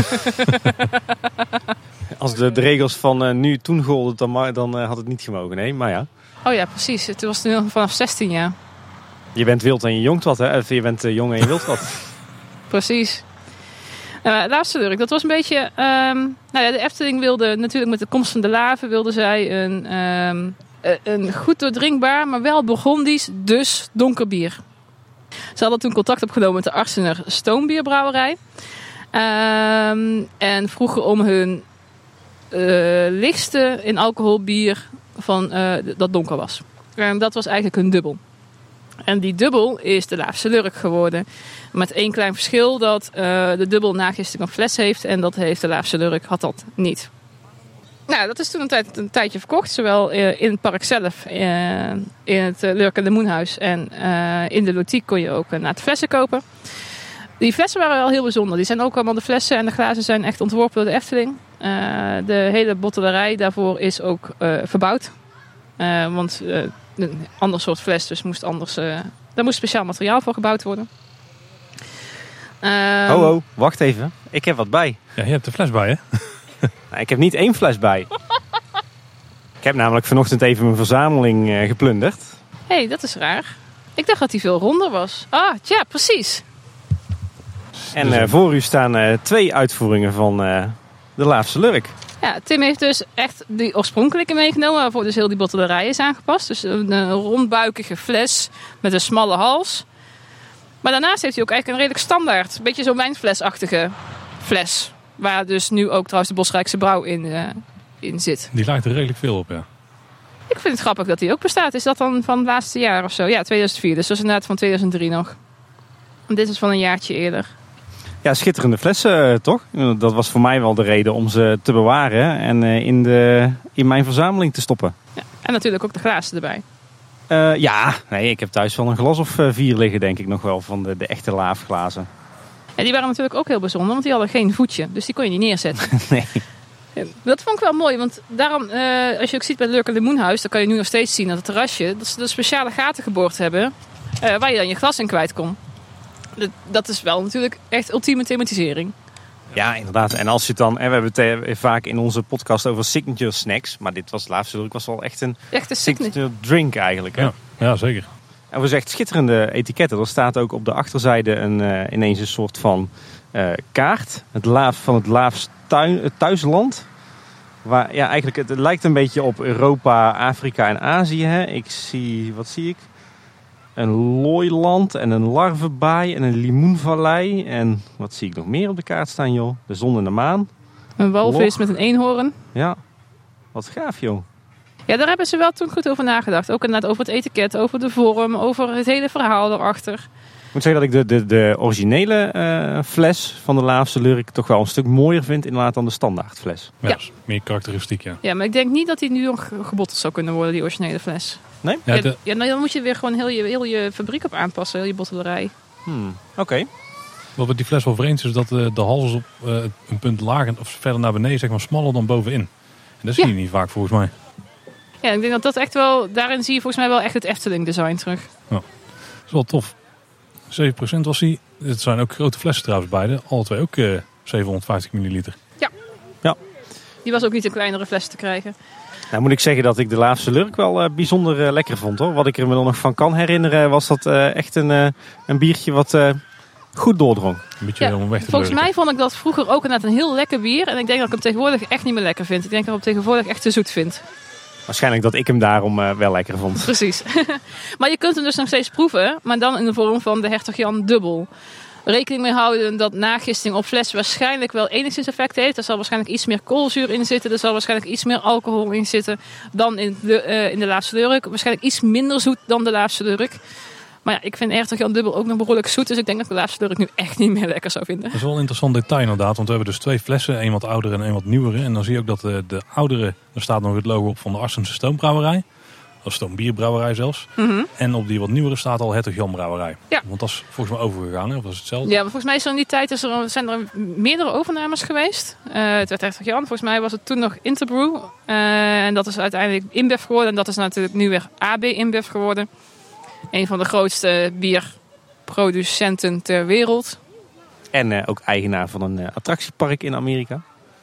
Speaker 2: Als de, de regels van uh, nu toen golden, dan, dan uh, had het niet gemogen, nee. Maar ja.
Speaker 3: Oh ja, precies. Het was nu vanaf zestien jaar.
Speaker 2: Je bent wild en je jongt wat, hè? Of je bent uh, jong en je wilt wat.
Speaker 3: Precies. Uh, Laafse Lurk, dat was een beetje... Um, nou ja, de Efteling wilde natuurlijk met de komst van de laven... wilde zij een, um, een goed doordrinkbaar, maar wel Bourgondisch, dus donker bier. Ze hadden toen contact opgenomen met de Arsener Stoombierbrouwerij. Um, en vroegen om hun uh, lichtste in alcohol bier van, uh, dat donker was. Um, dat was eigenlijk hun dubbel. En die dubbel is de Laafse Lurk geworden. Met één klein verschil dat uh, de dubbel nagisting op fles heeft. En dat heeft de Laafse Lurk, had dat niet. Nou, dat is toen een, tijd, een tijdje verkocht. Zowel uh, in het park zelf, uh, in het uh, Lurk en de Moenhuis. En uh, in de Lotiek kon je ook uh, naar de flessen kopen. Die flessen waren wel heel bijzonder. Die zijn ook allemaal, de flessen en de glazen zijn echt ontworpen door de Efteling. Uh, de hele bottelerij daarvoor is ook uh, verbouwd. Uh, want uh, een ander soort fles, dus moest anders, uh, daar moest speciaal materiaal voor gebouwd worden.
Speaker 2: Um, oh, oh, wacht even. Ik heb wat bij.
Speaker 1: Ja, je hebt de fles bij, hè?
Speaker 2: Nou, ik heb niet één fles bij. Ik heb namelijk vanochtend even mijn verzameling uh, geplunderd.
Speaker 3: Hé, hey, dat is raar. Ik dacht dat die veel ronder was. Ah, ja, precies.
Speaker 2: En uh, voor u staan uh, twee uitvoeringen van uh, de Laafse Lurk.
Speaker 3: Ja, Tim heeft dus echt die oorspronkelijke meegenomen, waarvoor dus heel die bottelerij is aangepast. Dus een, een rondbuikige fles met een smalle hals. Maar daarnaast heeft hij ook eigenlijk een redelijk standaard, een beetje zo'n wijnflesachtige fles. Waar dus nu ook trouwens de Bosrijkse Brouw in, uh, in zit.
Speaker 1: Die lijkt er redelijk veel op, ja.
Speaker 3: Ik vind het grappig dat die ook bestaat. Is dat dan van het laatste jaar of zo? Ja, tweeduizend vier. Dus dat is inderdaad van tweeduizend drie nog. En dit is van een jaartje eerder.
Speaker 2: Ja, schitterende flessen, uh, toch? Dat was voor mij wel de reden om ze te bewaren en uh, in, de, in mijn verzameling te stoppen.
Speaker 3: Ja, en natuurlijk ook de glazen erbij.
Speaker 2: Uh, ja, nee, ik heb thuis wel een glas of uh, vier liggen, denk ik nog wel, van de, de echte laafglazen.
Speaker 3: En die waren natuurlijk ook heel bijzonder, want die hadden geen voetje. Dus die kon je niet neerzetten.
Speaker 2: Nee.
Speaker 3: Dat vond ik wel mooi, want daarom, uh, als je ook ziet bij het Lurken Limoenhuis, dan kan je nu nog steeds zien dat het terrasje, dat ze er speciale gaten geboord hebben, uh, waar je dan je glas in kwijt kon. Dat, dat is wel natuurlijk echt ultieme thematisering.
Speaker 2: Ja, inderdaad. En als je het dan, en we hebben het vaak in onze podcast over signature snacks, maar dit was het laatste, ik was wel echt een
Speaker 3: Echte
Speaker 2: signature drink eigenlijk. Hè?
Speaker 1: Ja, ja, zeker.
Speaker 2: En we zeggen schitterende etiketten. Er staat ook op de achterzijde een, uh, ineens een soort van uh, kaart. Het laaf van het Laafs tuin, het thuisland. Waar, ja, eigenlijk, het lijkt een beetje op Europa, Afrika en Azië. Hè. Ik zie, wat zie ik? Een looiland en een larvenbaai en een limoenvallei. En wat zie ik nog meer op de kaart staan, joh? De zon en de maan.
Speaker 3: Een walvis
Speaker 2: Log.
Speaker 3: met een eenhoorn.
Speaker 2: Ja, wat gaaf, joh.
Speaker 3: Ja, daar hebben ze wel toen goed over nagedacht. Ook inderdaad over het etiket, over de vorm, over het hele verhaal erachter.
Speaker 2: Ik moet zeggen dat ik de, de, de originele uh, fles van de Laafse Lurk toch wel een stuk mooier vind inderdaad dan de standaard fles.
Speaker 1: Ja,
Speaker 3: Ja.
Speaker 1: dat is meer karakteristiek, ja.
Speaker 3: Ja, maar ik denk niet dat die nu nog gebotteld zou kunnen worden, die originele fles.
Speaker 2: Nee?
Speaker 1: Ja,
Speaker 3: Ja,
Speaker 1: de-
Speaker 3: ja, nou, dan moet je weer gewoon heel je, heel je fabriek op aanpassen, heel je bottelerij.
Speaker 2: Hmm, Oké. Okay.
Speaker 1: Wat met die fles wel vreemd is, is dat de, de hals is op uh, een punt lager of verder naar beneden, zeg maar, smaller dan bovenin. En dat zie je
Speaker 3: Ja.
Speaker 1: niet vaak volgens mij.
Speaker 3: Ja, ik denk dat dat echt wel, daarin zie je volgens mij wel echt het Efteling design terug.
Speaker 1: Dat is wel tof. zeven procent was die. Het zijn ook grote flessen trouwens beide. Alle twee ook uh, zevenhonderdvijftig milliliter.
Speaker 3: Die was ook niet in kleinere fles te krijgen.
Speaker 2: Nou moet ik zeggen dat ik de Laafse Lurk wel uh, bijzonder uh, lekker vond, hoor. Wat ik er me dan nog van kan herinneren was dat uh, echt een, uh, een biertje wat uh, goed doordrong.
Speaker 1: Een beetje
Speaker 3: Ja,
Speaker 1: om weg te
Speaker 3: volgens
Speaker 1: lurken.
Speaker 3: mij vond ik dat vroeger ook inderdaad een heel lekker bier. En ik denk dat ik hem tegenwoordig echt niet meer lekker vind. Ik denk dat ik hem tegenwoordig echt te zoet vind.
Speaker 2: Waarschijnlijk dat ik hem daarom uh, wel lekker vond.
Speaker 3: Precies. Maar je kunt hem dus nog steeds proeven, maar dan in de vorm van de Hertog Jan Dubbel. Rekening mee houden dat nagisting op fles waarschijnlijk wel enigszins effect heeft. Er zal waarschijnlijk iets meer koolzuur in zitten. Er zal waarschijnlijk iets meer alcohol in zitten dan in de, uh, in de Laafse Lurk. Waarschijnlijk iets minder zoet dan de Laafse Lurk. Maar ja, ik vind Hertog Jan Dubbel ook nog behoorlijk zoet. Dus ik denk dat ik de Laafse Lurk nu echt niet meer lekker zou vinden.
Speaker 1: Dat is wel een interessant detail inderdaad. Want we hebben dus twee flessen. Een wat oudere en een wat nieuwere. En dan zie je ook dat de, de oudere, er staat nog het logo op van de Arsense Stoombrouwerij. Of Stoombierbrouwerij zelfs.
Speaker 3: Mm-hmm.
Speaker 1: En op die wat nieuwere staat al Hertog Jan Brouwerij.
Speaker 3: Ja.
Speaker 1: Want dat is volgens mij overgegaan, hè? Of was het hetzelfde?
Speaker 3: Ja, maar volgens mij is er in die tijd is er, zijn er meerdere overnames geweest. Uh, het werd Hertog Jan. Volgens mij was het toen nog Interbrew. Uh, en dat is uiteindelijk InBev geworden. En dat is natuurlijk nu weer A B InBev geworden. Een van de grootste bierproducenten ter wereld.
Speaker 2: En uh, ook eigenaar van een uh, attractiepark in Amerika.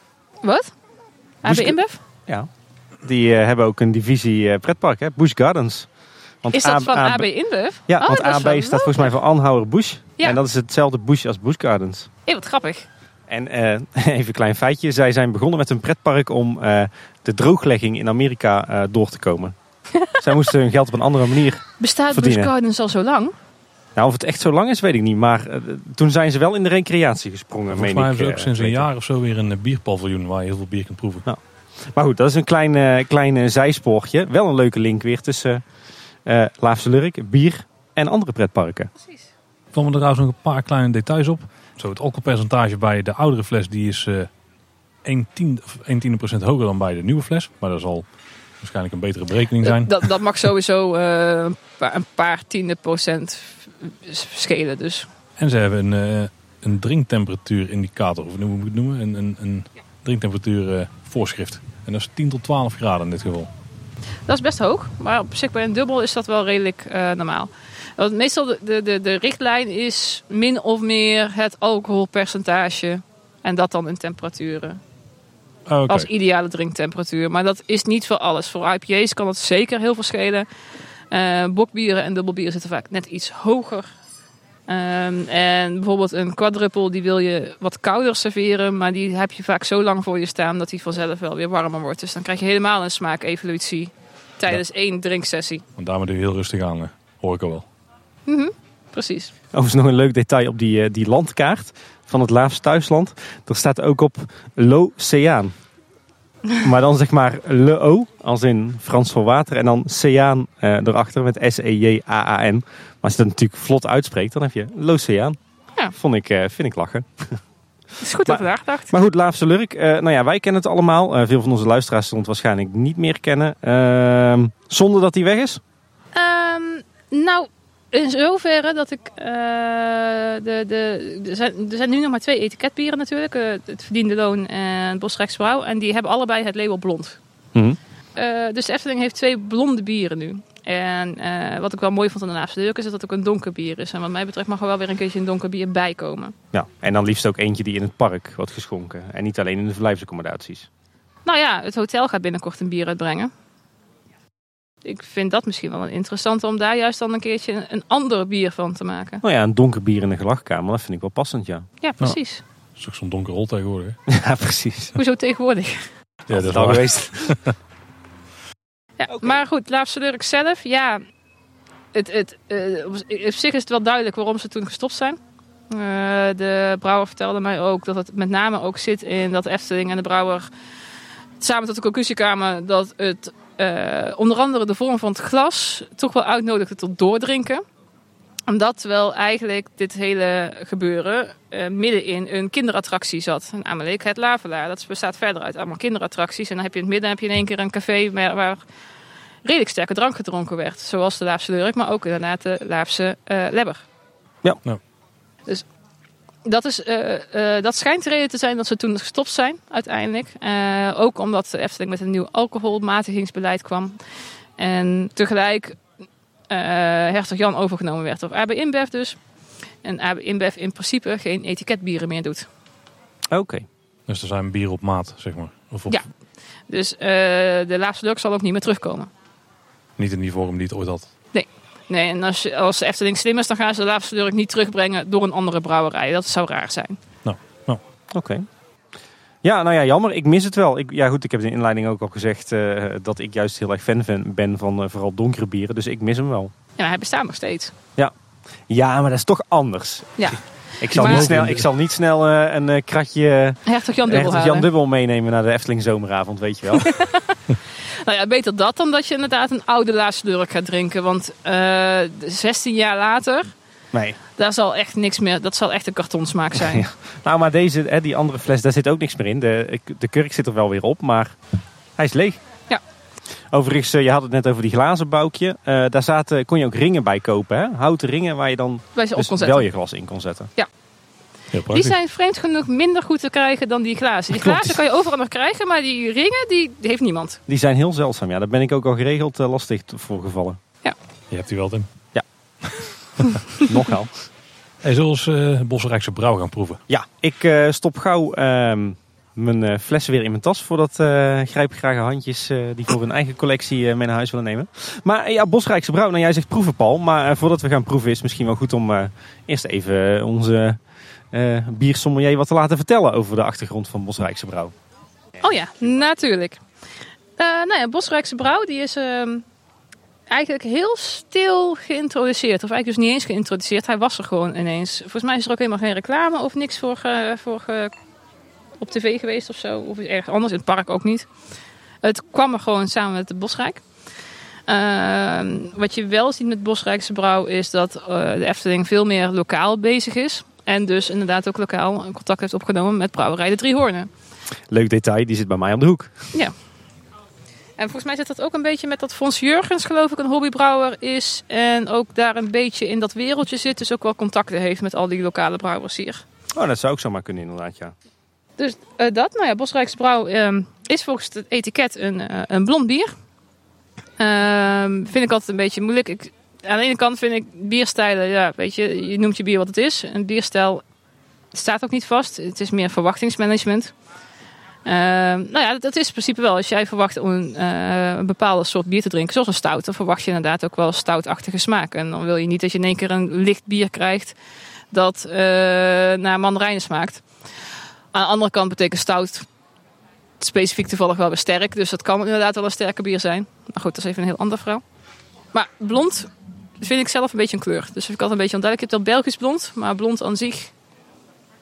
Speaker 3: Wat? A B
Speaker 2: Busch-
Speaker 3: InBev?
Speaker 2: Ja. Die uh, hebben ook een divisie uh, pretpark, hè? Busch Gardens. Want
Speaker 3: Is dat
Speaker 2: A-
Speaker 3: van
Speaker 2: A-
Speaker 3: A B InBev?
Speaker 2: Ja,
Speaker 3: Oh,
Speaker 2: want
Speaker 3: dat is
Speaker 2: A B
Speaker 3: wel
Speaker 2: staat volgens mij voor Anheuser Busch.
Speaker 3: Ja.
Speaker 2: En dat is hetzelfde Busch als Busch Gardens.
Speaker 3: Hé, wat grappig.
Speaker 2: En uh, even een klein feitje. Zij zijn begonnen met een pretpark om uh, de drooglegging in Amerika uh, door te komen. Zij moesten hun geld op een andere manier.
Speaker 3: Bestaat
Speaker 2: Verdienen.
Speaker 3: Busch Gardens al zo lang?
Speaker 2: Nou, of het echt zo lang is, weet ik niet. Maar uh, toen zijn ze wel in de recreatie gesprongen,
Speaker 1: Volgens
Speaker 2: meen
Speaker 1: mij
Speaker 2: ik.
Speaker 1: hebben ze ook
Speaker 2: uh,
Speaker 1: sinds een
Speaker 2: weten.
Speaker 1: jaar of zo weer een eh, bierpaviljoen waar je heel veel bier kunt proeven.
Speaker 2: Maar goed, dat is een klein, uh, klein uh, zijspoortje. Wel een leuke link weer tussen uh, Laafse Lurk, bier en andere pretparken.
Speaker 3: Precies.
Speaker 1: Er kwamen er trouwens nog een paar kleine details op. Zo, het alcoholpercentage bij de oudere fles die is uh, een tiende, of een tiende procent hoger dan bij de nieuwe fles. Maar dat zal waarschijnlijk een betere berekening zijn.
Speaker 3: Dat, dat mag sowieso uh, een, paar, een paar tiende procent schelen. Dus.
Speaker 1: En ze hebben een, uh, een drinktemperatuurindicator, of hoe moet ik het noemen? Een, een, een drinktemperatuur uh, voorschrift. En dat is tien tot twaalf graden in dit geval.
Speaker 3: Dat is best hoog, maar op zich bij een dubbel is dat wel redelijk uh, normaal. Want meestal de, de, de, de richtlijn is min of meer het alcoholpercentage. En dat dan in temperaturen.
Speaker 1: Oh, okay.
Speaker 3: Als ideale drinktemperatuur. Maar dat is niet voor alles. Voor I P A's kan het zeker heel veel schelen. Uh, bokbieren en dubbelbieren zitten vaak net iets hoger. Um, en bijvoorbeeld een quadruppel, die wil je wat kouder serveren. Maar die heb je vaak zo lang voor je staan dat die vanzelf wel weer warmer wordt. Dus dan krijg je helemaal een smaakevolutie tijdens ja. één drinksessie.
Speaker 1: Want daarmee doe je heel rustig aan, hoor ik al wel.
Speaker 3: Mm-hmm. Precies.
Speaker 2: Overigens nog een leuk detail op die, uh, die landkaart van het Laafs thuisland. Er staat ook op L'Océaan. Maar dan zeg maar Le O, als in Frans voor water. En dan Ceaan uh, erachter met S E J A A N. Maar als je dat natuurlijk vlot uitspreekt, dan heb je L'Oceaan.
Speaker 3: Ja.
Speaker 2: Vond ik, uh, vind ik lachen.
Speaker 3: Het is goed
Speaker 2: Maar-
Speaker 3: over nagedacht.
Speaker 2: Maar goed, Laafse Lurk. Uh, nou ja, wij kennen het allemaal. Uh, veel van onze luisteraars zullen het waarschijnlijk niet meer kennen. Uh, zonder dat hij weg is.
Speaker 3: Ehm, nou, in zoverre dat ik... eh, de, de, er, zijn, er zijn nu nog maar twee etiketbieren natuurlijk. Uh, het Verdiende Loon en Bosrijkse Brouw. En die hebben allebei het label blond.
Speaker 2: Mm-hmm.
Speaker 3: Uh, dus de Efteling heeft twee blonde bieren nu. En uh, wat ik wel mooi vond aan de Laafse Lurk is dat het ook een donker bier is. En wat mij betreft mag er wel weer een keertje een donker bier bij komen.
Speaker 2: Ja, en dan liefst ook eentje die in het park wordt geschonken. En niet alleen in de verblijfsaccommodaties.
Speaker 3: Nou ja, het hotel gaat binnenkort een bier uitbrengen. Ik vind dat misschien wel een interessante om daar juist dan een keertje een ander bier van te maken.
Speaker 2: Nou ja, een donker bier in de gelachkamer, dat vind ik wel passend, ja.
Speaker 3: Ja, precies.
Speaker 1: Dat is ook zo'n donker rol tegenwoordig. hè?
Speaker 2: Ja, precies.
Speaker 3: Hoezo tegenwoordig?
Speaker 1: Ja, dat is
Speaker 2: al
Speaker 1: waar.
Speaker 2: geweest.
Speaker 3: Ja,
Speaker 2: Oké.
Speaker 3: Maar goed, Laafse Lurk zelf, ja. Het, het, uh, op zich is het wel duidelijk waarom ze toen gestopt zijn. Uh, de brouwer vertelde mij ook dat het met name ook zit in dat Efteling en de brouwer samen tot de conclusie kwamen dat het uh, onder andere de vorm van het glas toch wel uitnodigde tot doordrinken. Omdat terwijl eigenlijk dit hele gebeuren uh, midden in een kinderattractie zat. Namelijk het Lavelaar. Dat bestaat verder uit allemaal kinderattracties. En dan heb je in het midden heb je in één keer een café waar, waar redelijk sterke drank gedronken werd. Zoals de Laafse Lurk, maar ook inderdaad de Laafse uh, Lebber.
Speaker 2: Ja.
Speaker 1: Ja.
Speaker 3: Dus dat, is, uh, uh, dat schijnt de reden te zijn dat ze toen gestopt zijn uiteindelijk. Uh, ook omdat de Efteling met een nieuw alcoholmatigingsbeleid kwam. En tegelijk Uh, Hertog Jan overgenomen werd door A B InBev dus. En A B InBev in principe geen etiketbieren meer doet.
Speaker 2: Oké. Okay.
Speaker 1: Dus er zijn bieren op maat, zeg maar. Of op,
Speaker 3: Ja. Dus uh, de Laafse Lurk zal ook niet meer terugkomen.
Speaker 1: Niet in die vorm die het ooit had.
Speaker 3: Nee, en als, als de Efteling slim is, dan gaan ze de Laafse Lurk niet terugbrengen door een andere brouwerij. Dat zou raar zijn.
Speaker 2: Oké. Okay. Ja, nou ja, jammer. Ik mis het wel. Ik, ja goed, ik heb in de inleiding ook al gezegd uh, dat ik juist heel erg fan ben van uh, vooral donkere bieren. Dus ik mis hem wel.
Speaker 3: Ja, maar hij bestaat nog steeds.
Speaker 2: Ja, maar dat is toch anders.
Speaker 3: Ja.
Speaker 2: Ik zal,
Speaker 3: Maar-
Speaker 2: niet, snel, ik zal niet snel uh, een uh, kratje
Speaker 3: Hertog Jan
Speaker 2: uh,
Speaker 3: dubbel
Speaker 2: Jan
Speaker 3: halen.
Speaker 2: Dubbel meenemen naar de Efteling zomeravond, weet je wel.
Speaker 3: Nou ja, beter dat dan dat je inderdaad een oude Laafse Lurk gaat drinken. Want uh, zestien jaar later,
Speaker 2: Nee.
Speaker 3: daar zal echt niks meer. Dat zal echt een kartonsmaak zijn.
Speaker 2: Ja. Nou, maar deze, hè, die andere fles, daar zit ook niks meer in. De, de kurk zit er wel weer op, maar hij is leeg.
Speaker 3: Ja.
Speaker 2: Overigens, uh, je had het net over die glazen boukje. Uh, daar zaten, kon je ook ringen bij kopen, hè? Houten ringen waar je dan
Speaker 3: Waar je op
Speaker 2: dus
Speaker 3: kon zetten.
Speaker 2: wel je glas in kon zetten.
Speaker 1: Heel
Speaker 3: Die
Speaker 1: praktisch.
Speaker 3: zijn vreemd genoeg minder goed te krijgen dan die glazen. Die
Speaker 2: Klopt.
Speaker 3: glazen kan je overal nog krijgen, maar die ringen, die heeft niemand.
Speaker 2: Die zijn heel zeldzaam, ja. Daar ben ik ook al geregeld uh, lastig voor gevallen.
Speaker 1: Je hebt die wel, Tim.
Speaker 2: Nogal.
Speaker 1: Hey, zullen we eens uh, Bosrijkse Brouw gaan proeven?
Speaker 2: Ja, ik uh, stop gauw uh, mijn uh, flessen weer in mijn tas. Voordat uh, grijpgrage handjes uh, die voor hun eigen collectie uh, mee naar huis willen nemen. Maar uh, ja, Bosrijkse Brouw. Nou, jij zegt proeven, Paul. Maar uh, voordat we gaan proeven is het misschien wel goed om uh, eerst even uh, onze uh, biersommelier wat te laten vertellen over de achtergrond van Bosrijkse Brouw.
Speaker 3: Oh ja, natuurlijk. Uh, nou ja, Bosrijkse Brouw, die is uh, eigenlijk heel stil geïntroduceerd. Of eigenlijk dus niet eens geïntroduceerd. Hij was er gewoon ineens. Volgens mij is er ook helemaal geen reclame of niks voor, uh, voor uh, op tv geweest of zo. Of ergens anders, in het park ook niet. Het kwam er gewoon samen met de Bosrijk. Uh, wat je wel ziet met Bosrijkse Brouw is dat uh, de Efteling veel meer lokaal bezig is. En dus inderdaad ook lokaal contact heeft opgenomen met brouwerij De Driehoornen.
Speaker 2: Leuk detail, die zit bij mij om de hoek.
Speaker 3: Ja. En volgens mij zit dat ook een beetje met dat Fons Jurgens, geloof ik, een hobbybrouwer is. En ook daar een beetje in dat wereldje zit. Dus ook wel contacten heeft met al die lokale brouwers hier.
Speaker 2: Oh, dat zou ook zomaar kunnen inderdaad, ja.
Speaker 3: Dus uh, dat, nou ja, Bosrijkse Brouw um, is volgens het etiket een, uh, een blond bier. Um, vind ik altijd een beetje moeilijk. Ik, aan de ene kant vind ik bierstijlen, ja, weet je, je noemt je bier wat het is. Een bierstijl staat ook niet vast. Het is meer verwachtingsmanagement. Uh, nou ja, dat, dat is in principe wel. Als jij verwacht om een, uh, een bepaalde soort bier te drinken, zoals een stout, dan verwacht je inderdaad ook wel stoutachtige smaak. En dan wil je niet dat je in één keer een licht bier krijgt dat uh, naar mandarijnen smaakt. Aan de andere kant betekent stout specifiek toevallig wel weer sterk. Dus dat kan inderdaad wel een sterke bier zijn. Maar goed, dat is even een heel ander verhaal. Maar blond vind ik zelf een beetje een kleur. Dus vind ik altijd een beetje onduidelijk. Je hebt wel Belgisch blond, maar blond aan zich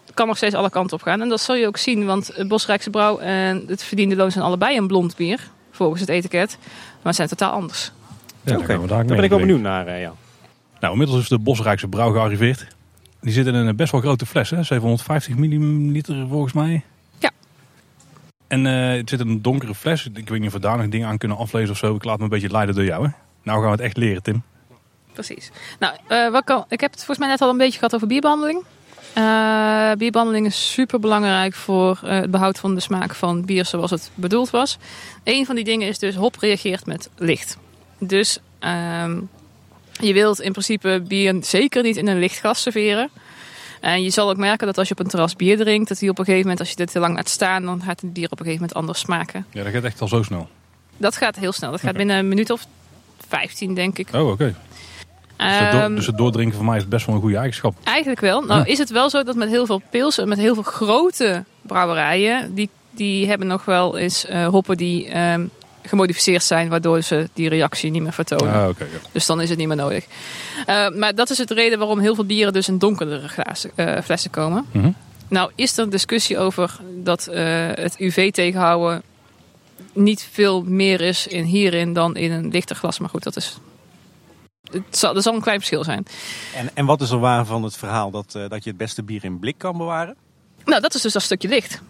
Speaker 3: kan nog steeds alle kanten op gaan. En dat zul je ook zien, want het Bosrijkse Brouw en het Verdiende Loon zijn allebei een blond bier, volgens het etiket. Maar het zijn totaal anders.
Speaker 1: Ja,
Speaker 2: Oké,
Speaker 1: daar,
Speaker 2: daar ben ik wel benieuwd naar. Uh, ja.
Speaker 1: Nou, inmiddels is de Bosrijkse Brouw gearriveerd. Die zit in een best wel grote fles, hè? zevenhonderdvijftig milliliter volgens mij.
Speaker 3: Ja.
Speaker 1: En uh, het zit in een donkere fles. Ik weet niet of we daar nog dingen aan kunnen aflezen of zo. Ik laat me een beetje leiden door jou, hè? Nou gaan we het echt leren, Tim.
Speaker 3: Precies. Nou, uh, wat kan, ik heb het volgens mij net al een beetje gehad over bierbehandeling. Uh, bierbehandeling is super belangrijk voor uh, het behoud van de smaak van bier zoals het bedoeld was. Een van die dingen is dus hop reageert met licht. Dus uh, je wilt in principe bier zeker niet in een licht glas serveren. En je zal ook merken dat als je op een terras bier drinkt, dat die op een gegeven moment, als je dit te lang laat staan, dan gaat het bier op een gegeven moment anders smaken.
Speaker 1: Ja, dat gaat echt al zo snel.
Speaker 3: Dat gaat heel snel. Dat gaat
Speaker 1: Okay.
Speaker 3: binnen een minuut of vijftien, denk ik.
Speaker 1: Oh, oké. Okay. Dus, het
Speaker 3: Um,
Speaker 1: door, dus het doordrinken van mij is best wel een goede eigenschap.
Speaker 3: Eigenlijk wel. Nou
Speaker 1: Ja.
Speaker 3: is het wel zo dat met heel veel pils en met heel veel grote brouwerijen, die, die hebben nog wel eens uh, hoppen die um, gemodificeerd zijn, waardoor ze die reactie niet meer vertonen.
Speaker 1: Ah, okay, ja.
Speaker 3: Dus dan is het niet meer nodig. Uh, maar dat is het reden waarom heel veel bieren dus in donkerdere glazen, uh, flessen komen.
Speaker 1: Mm-hmm.
Speaker 3: Nou is er discussie over dat uh, het U V tegenhouden niet veel meer is in hierin dan in een lichter glas. Maar goed, dat is... Het zal, er zal een klein verschil zijn.
Speaker 2: En, en wat is er waar van het verhaal dat, uh, dat je het beste bier in blik kan bewaren?
Speaker 3: Nou, dat is dus dat stukje licht.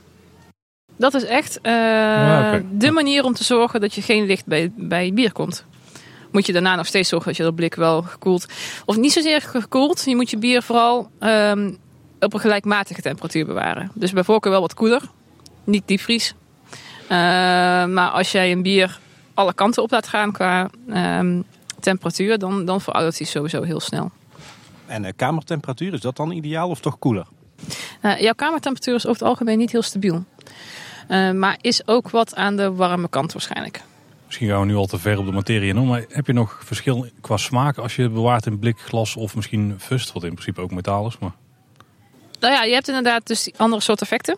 Speaker 3: Dat is echt uh,
Speaker 1: ja, okay.
Speaker 3: de manier om te zorgen dat je geen licht bij, bij bier komt. Moet je daarna nog steeds zorgen dat je dat blik wel gekoeld... Of niet zozeer gekoeld. Je moet je bier vooral um, op een gelijkmatige temperatuur bewaren. Dus bij voorkeur wel wat koeler. Niet diepvries. Uh, maar als jij een bier alle kanten op laat gaan qua um, temperatuur, dan, dan veroudert hij sowieso heel snel.
Speaker 2: En uh, kamertemperatuur, is dat dan ideaal of toch koeler?
Speaker 3: Uh, jouw kamertemperatuur is over het algemeen niet heel stabiel. Uh, maar is ook wat aan de warme kant waarschijnlijk.
Speaker 1: Misschien gaan we nu al te ver op de materie in. Maar heb je nog verschil qua smaak als je het bewaart in blik, glas of misschien fust, wat in principe ook metaal is? Maar...
Speaker 3: Nou ja, je hebt inderdaad dus die andere soort effecten.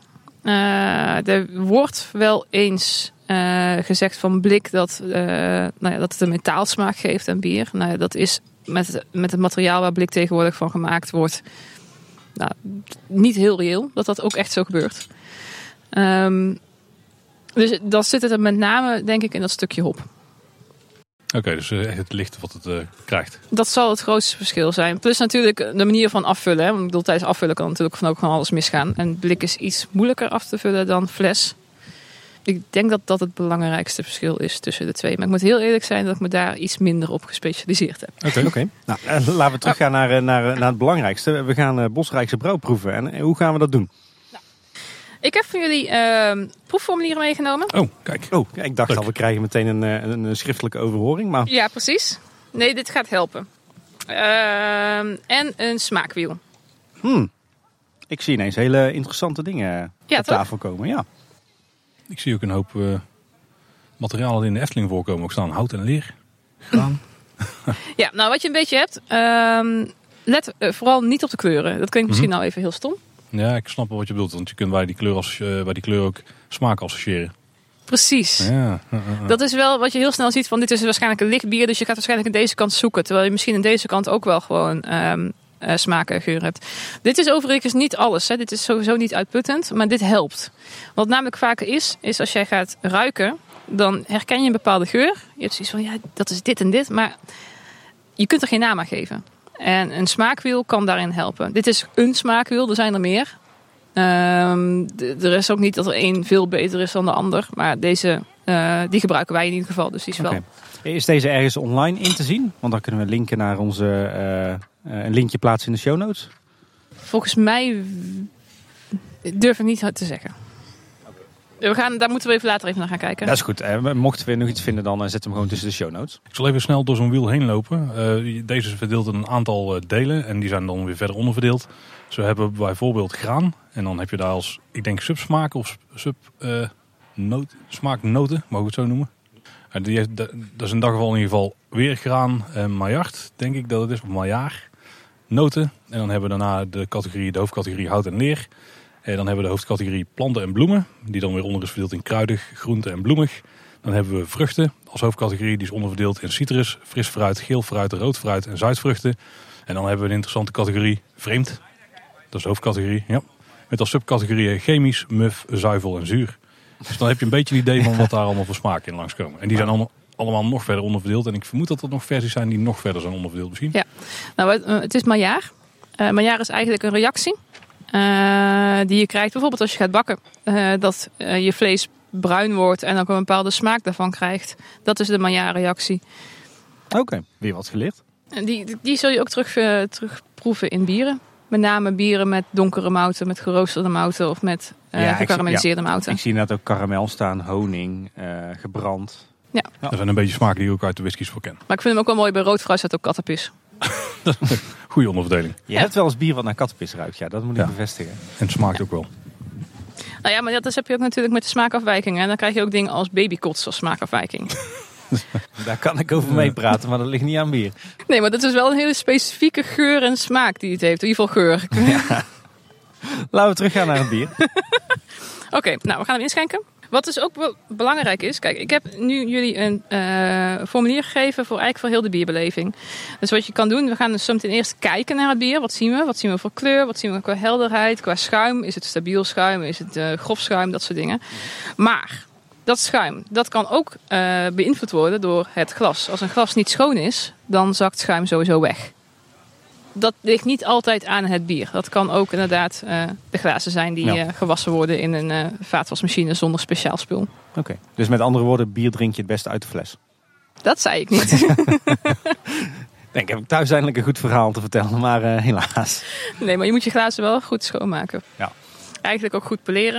Speaker 3: Uh, er wordt wel eens uh, gezegd van blik dat, uh, nou ja, dat het een metaalsmaak geeft aan bier. Nou ja, dat is met, met het materiaal waar blik tegenwoordig van gemaakt wordt, nou, niet heel reëel dat dat ook echt zo gebeurt. Um, dus dan zit het er met name, denk ik, in dat stukje hop.
Speaker 1: Oké, okay, dus echt het licht wat het uh, krijgt.
Speaker 3: Dat zal het grootste verschil zijn. Plus natuurlijk de manier van afvullen. Hè. Want ik bedoel, tijdens afvullen kan natuurlijk van ook gewoon alles misgaan. En blik is iets moeilijker af te vullen dan fles. Ik denk dat dat het belangrijkste verschil is tussen de twee. Maar ik moet heel eerlijk zijn dat ik me daar iets minder op gespecialiseerd heb.
Speaker 2: Oké, okay, okay. Nou, uh, laten we teruggaan naar, uh, naar, naar het belangrijkste. We gaan uh, Bosrijkse Brouw proeven. En uh, hoe gaan we dat doen?
Speaker 3: Ik heb voor jullie uh, proefformulieren meegenomen.
Speaker 1: Oh, kijk.
Speaker 2: Oh, ik dacht
Speaker 1: Leuk.
Speaker 2: al, we krijgen meteen een, een, een schriftelijke overhoring. Maar...
Speaker 3: Ja, precies. Nee, dit gaat helpen. Uh, en een smaakwiel.
Speaker 2: Hmm. Ik zie ineens hele interessante dingen
Speaker 3: ja,
Speaker 2: op
Speaker 3: toch?
Speaker 2: tafel komen. Ja.
Speaker 1: Ik zie ook een hoop uh, materialen die in de Efteling voorkomen. Ook staan hout en leer. Graan.
Speaker 3: Ja, nou wat je een beetje hebt. Uh, let uh, vooral niet op de kleuren. Dat klinkt misschien
Speaker 1: Mm-hmm.
Speaker 3: nou even heel stom.
Speaker 1: Ja, ik snap wel wat je bedoelt. Want je kunt bij die kleur, als, uh, bij die kleur ook smaak associëren.
Speaker 3: Precies.
Speaker 1: Ja, uh, uh, uh.
Speaker 3: Dat is wel wat je heel snel ziet van dit is waarschijnlijk een licht bier. Dus je gaat waarschijnlijk aan deze kant zoeken. Terwijl je misschien aan deze kant ook wel gewoon um, uh, smaak en geur hebt. Dit is overigens niet alles. Hè. Dit is sowieso niet uitputtend. Maar dit helpt. Wat namelijk vaker is, is als jij gaat ruiken. Dan herken je een bepaalde geur. Je hebt zoiets van ja, dat is dit en dit. Maar je kunt er geen naam aan geven. En een smaakwiel kan daarin helpen. Dit is een smaakwiel, er zijn er meer. Um, d- er is ook niet dat er één veel beter is dan de ander. Maar deze, uh, die gebruiken wij in ieder geval. Dus die is
Speaker 2: Okay.
Speaker 3: wel...
Speaker 2: Is deze ergens online in te zien? Want dan kunnen we linken naar onze, uh, uh, een linkje plaatsen in de show notes.
Speaker 3: Volgens mij durf ik niet te zeggen. We gaan, daar moeten we even later even naar gaan kijken.
Speaker 2: Dat is goed. Uh, mochten we nog iets vinden, dan uh, zet hem gewoon tussen de show notes.
Speaker 1: Ik zal even snel door zo'n wiel heen lopen. Uh, deze is verdeeld in een aantal uh, delen. En die zijn dan weer verder onderverdeeld. Zo hebben we bijvoorbeeld graan. En dan heb je daar als, ik denk, subsmaak of sub, uh, noot, smaaknoten. Mogen we het zo noemen. Uh, die heeft, dat is in dat geval in ieder geval weer graan en maillard, denk ik dat het is. Of maillard. Noten. En dan hebben we daarna de categorie, de hoofdcategorie hout en leer. En dan hebben we de hoofdcategorie planten en bloemen. Die dan weer onder is verdeeld in kruidig, groente en bloemig. Dan hebben we vruchten als hoofdcategorie. Die is onderverdeeld in citrus, fris fruit, geel fruit, rood fruit en zuidvruchten. En dan hebben we een interessante categorie vreemd. Dat is de hoofdcategorie, ja. Met als subcategorieën chemisch, muf, zuivel en zuur. Dus dan heb je een beetje een idee van wat daar allemaal voor smaken in langskomen. En die zijn allemaal, allemaal nog verder onderverdeeld. En ik vermoed dat er nog versies zijn die nog verder zijn onderverdeeld misschien.
Speaker 3: Ja, nou, het, het is Maillard. Uh, Maillard is eigenlijk een reactie uh, die je krijgt bijvoorbeeld als je gaat bakken. Uh, dat uh, je vlees bruin wordt en ook een bepaalde smaak daarvan krijgt. Dat is de Maillard-reactie.
Speaker 2: Oké, okay, weer wat geleerd.
Speaker 3: En die, die, die zul je ook terug, uh, terugproeven in bieren. Met name bieren met donkere mouten, met geroosterde mouten of met uh, ja, gekarameliseerde
Speaker 2: ja,
Speaker 3: mouten.
Speaker 2: Ik zie net ook karamel staan, honing, uh, gebrand.
Speaker 3: Ja.
Speaker 1: Dat zijn een beetje smaken die je ook uit de whiskies voor kent.
Speaker 3: Maar ik vind hem ook wel mooi, bij rood fruit staat ook kattenpis.
Speaker 1: Goeie onderverdeling.
Speaker 2: Je
Speaker 3: ja.
Speaker 2: hebt wel eens bier wat naar kattenpis ruikt, ja, dat moet ik
Speaker 1: ja.
Speaker 2: bevestigen.
Speaker 1: En het smaakt ja. ook wel.
Speaker 3: Nou ja, maar dat heb je ook natuurlijk met de smaakafwijkingen. En dan krijg je ook dingen als babykots als smaakafwijking.
Speaker 2: Daar kan ik over meepraten, maar dat ligt niet aan bier.
Speaker 3: Nee, maar dat is wel een hele specifieke geur en smaak die het heeft. In ieder geval geur.
Speaker 2: Ja. Laten we teruggaan naar het bier.
Speaker 3: Oké, okay, nou we gaan hem inschenken. Wat dus ook be- belangrijk is, kijk, ik heb nu jullie een uh, formulier gegeven voor eigenlijk voor heel de bierbeleving. Dus wat je kan doen, we gaan dus zometeen eerst kijken naar het bier. Wat zien we? Wat zien we voor kleur? Wat zien we qua helderheid? Qua schuim? Is het stabiel schuim? Is het uh, grof schuim? Dat soort dingen. Maar dat schuim, dat kan ook uh, beïnvloed worden door het glas. Als een glas niet schoon is, dan zakt schuim sowieso weg. Dat ligt niet altijd aan het bier. Dat kan ook inderdaad uh, de glazen zijn die ja. uh, gewassen worden in een uh, vaatwasmachine zonder speciaal spul.
Speaker 2: Oké, okay. Dus met andere woorden, bier drink je het beste uit de fles.
Speaker 3: Dat zei ik niet.
Speaker 2: Ik denk, heb ik thuis eindelijk een goed verhaal te vertellen, maar uh, helaas.
Speaker 3: Nee, maar je moet je glazen wel goed schoonmaken.
Speaker 2: Ja.
Speaker 3: Eigenlijk ook goed poleren.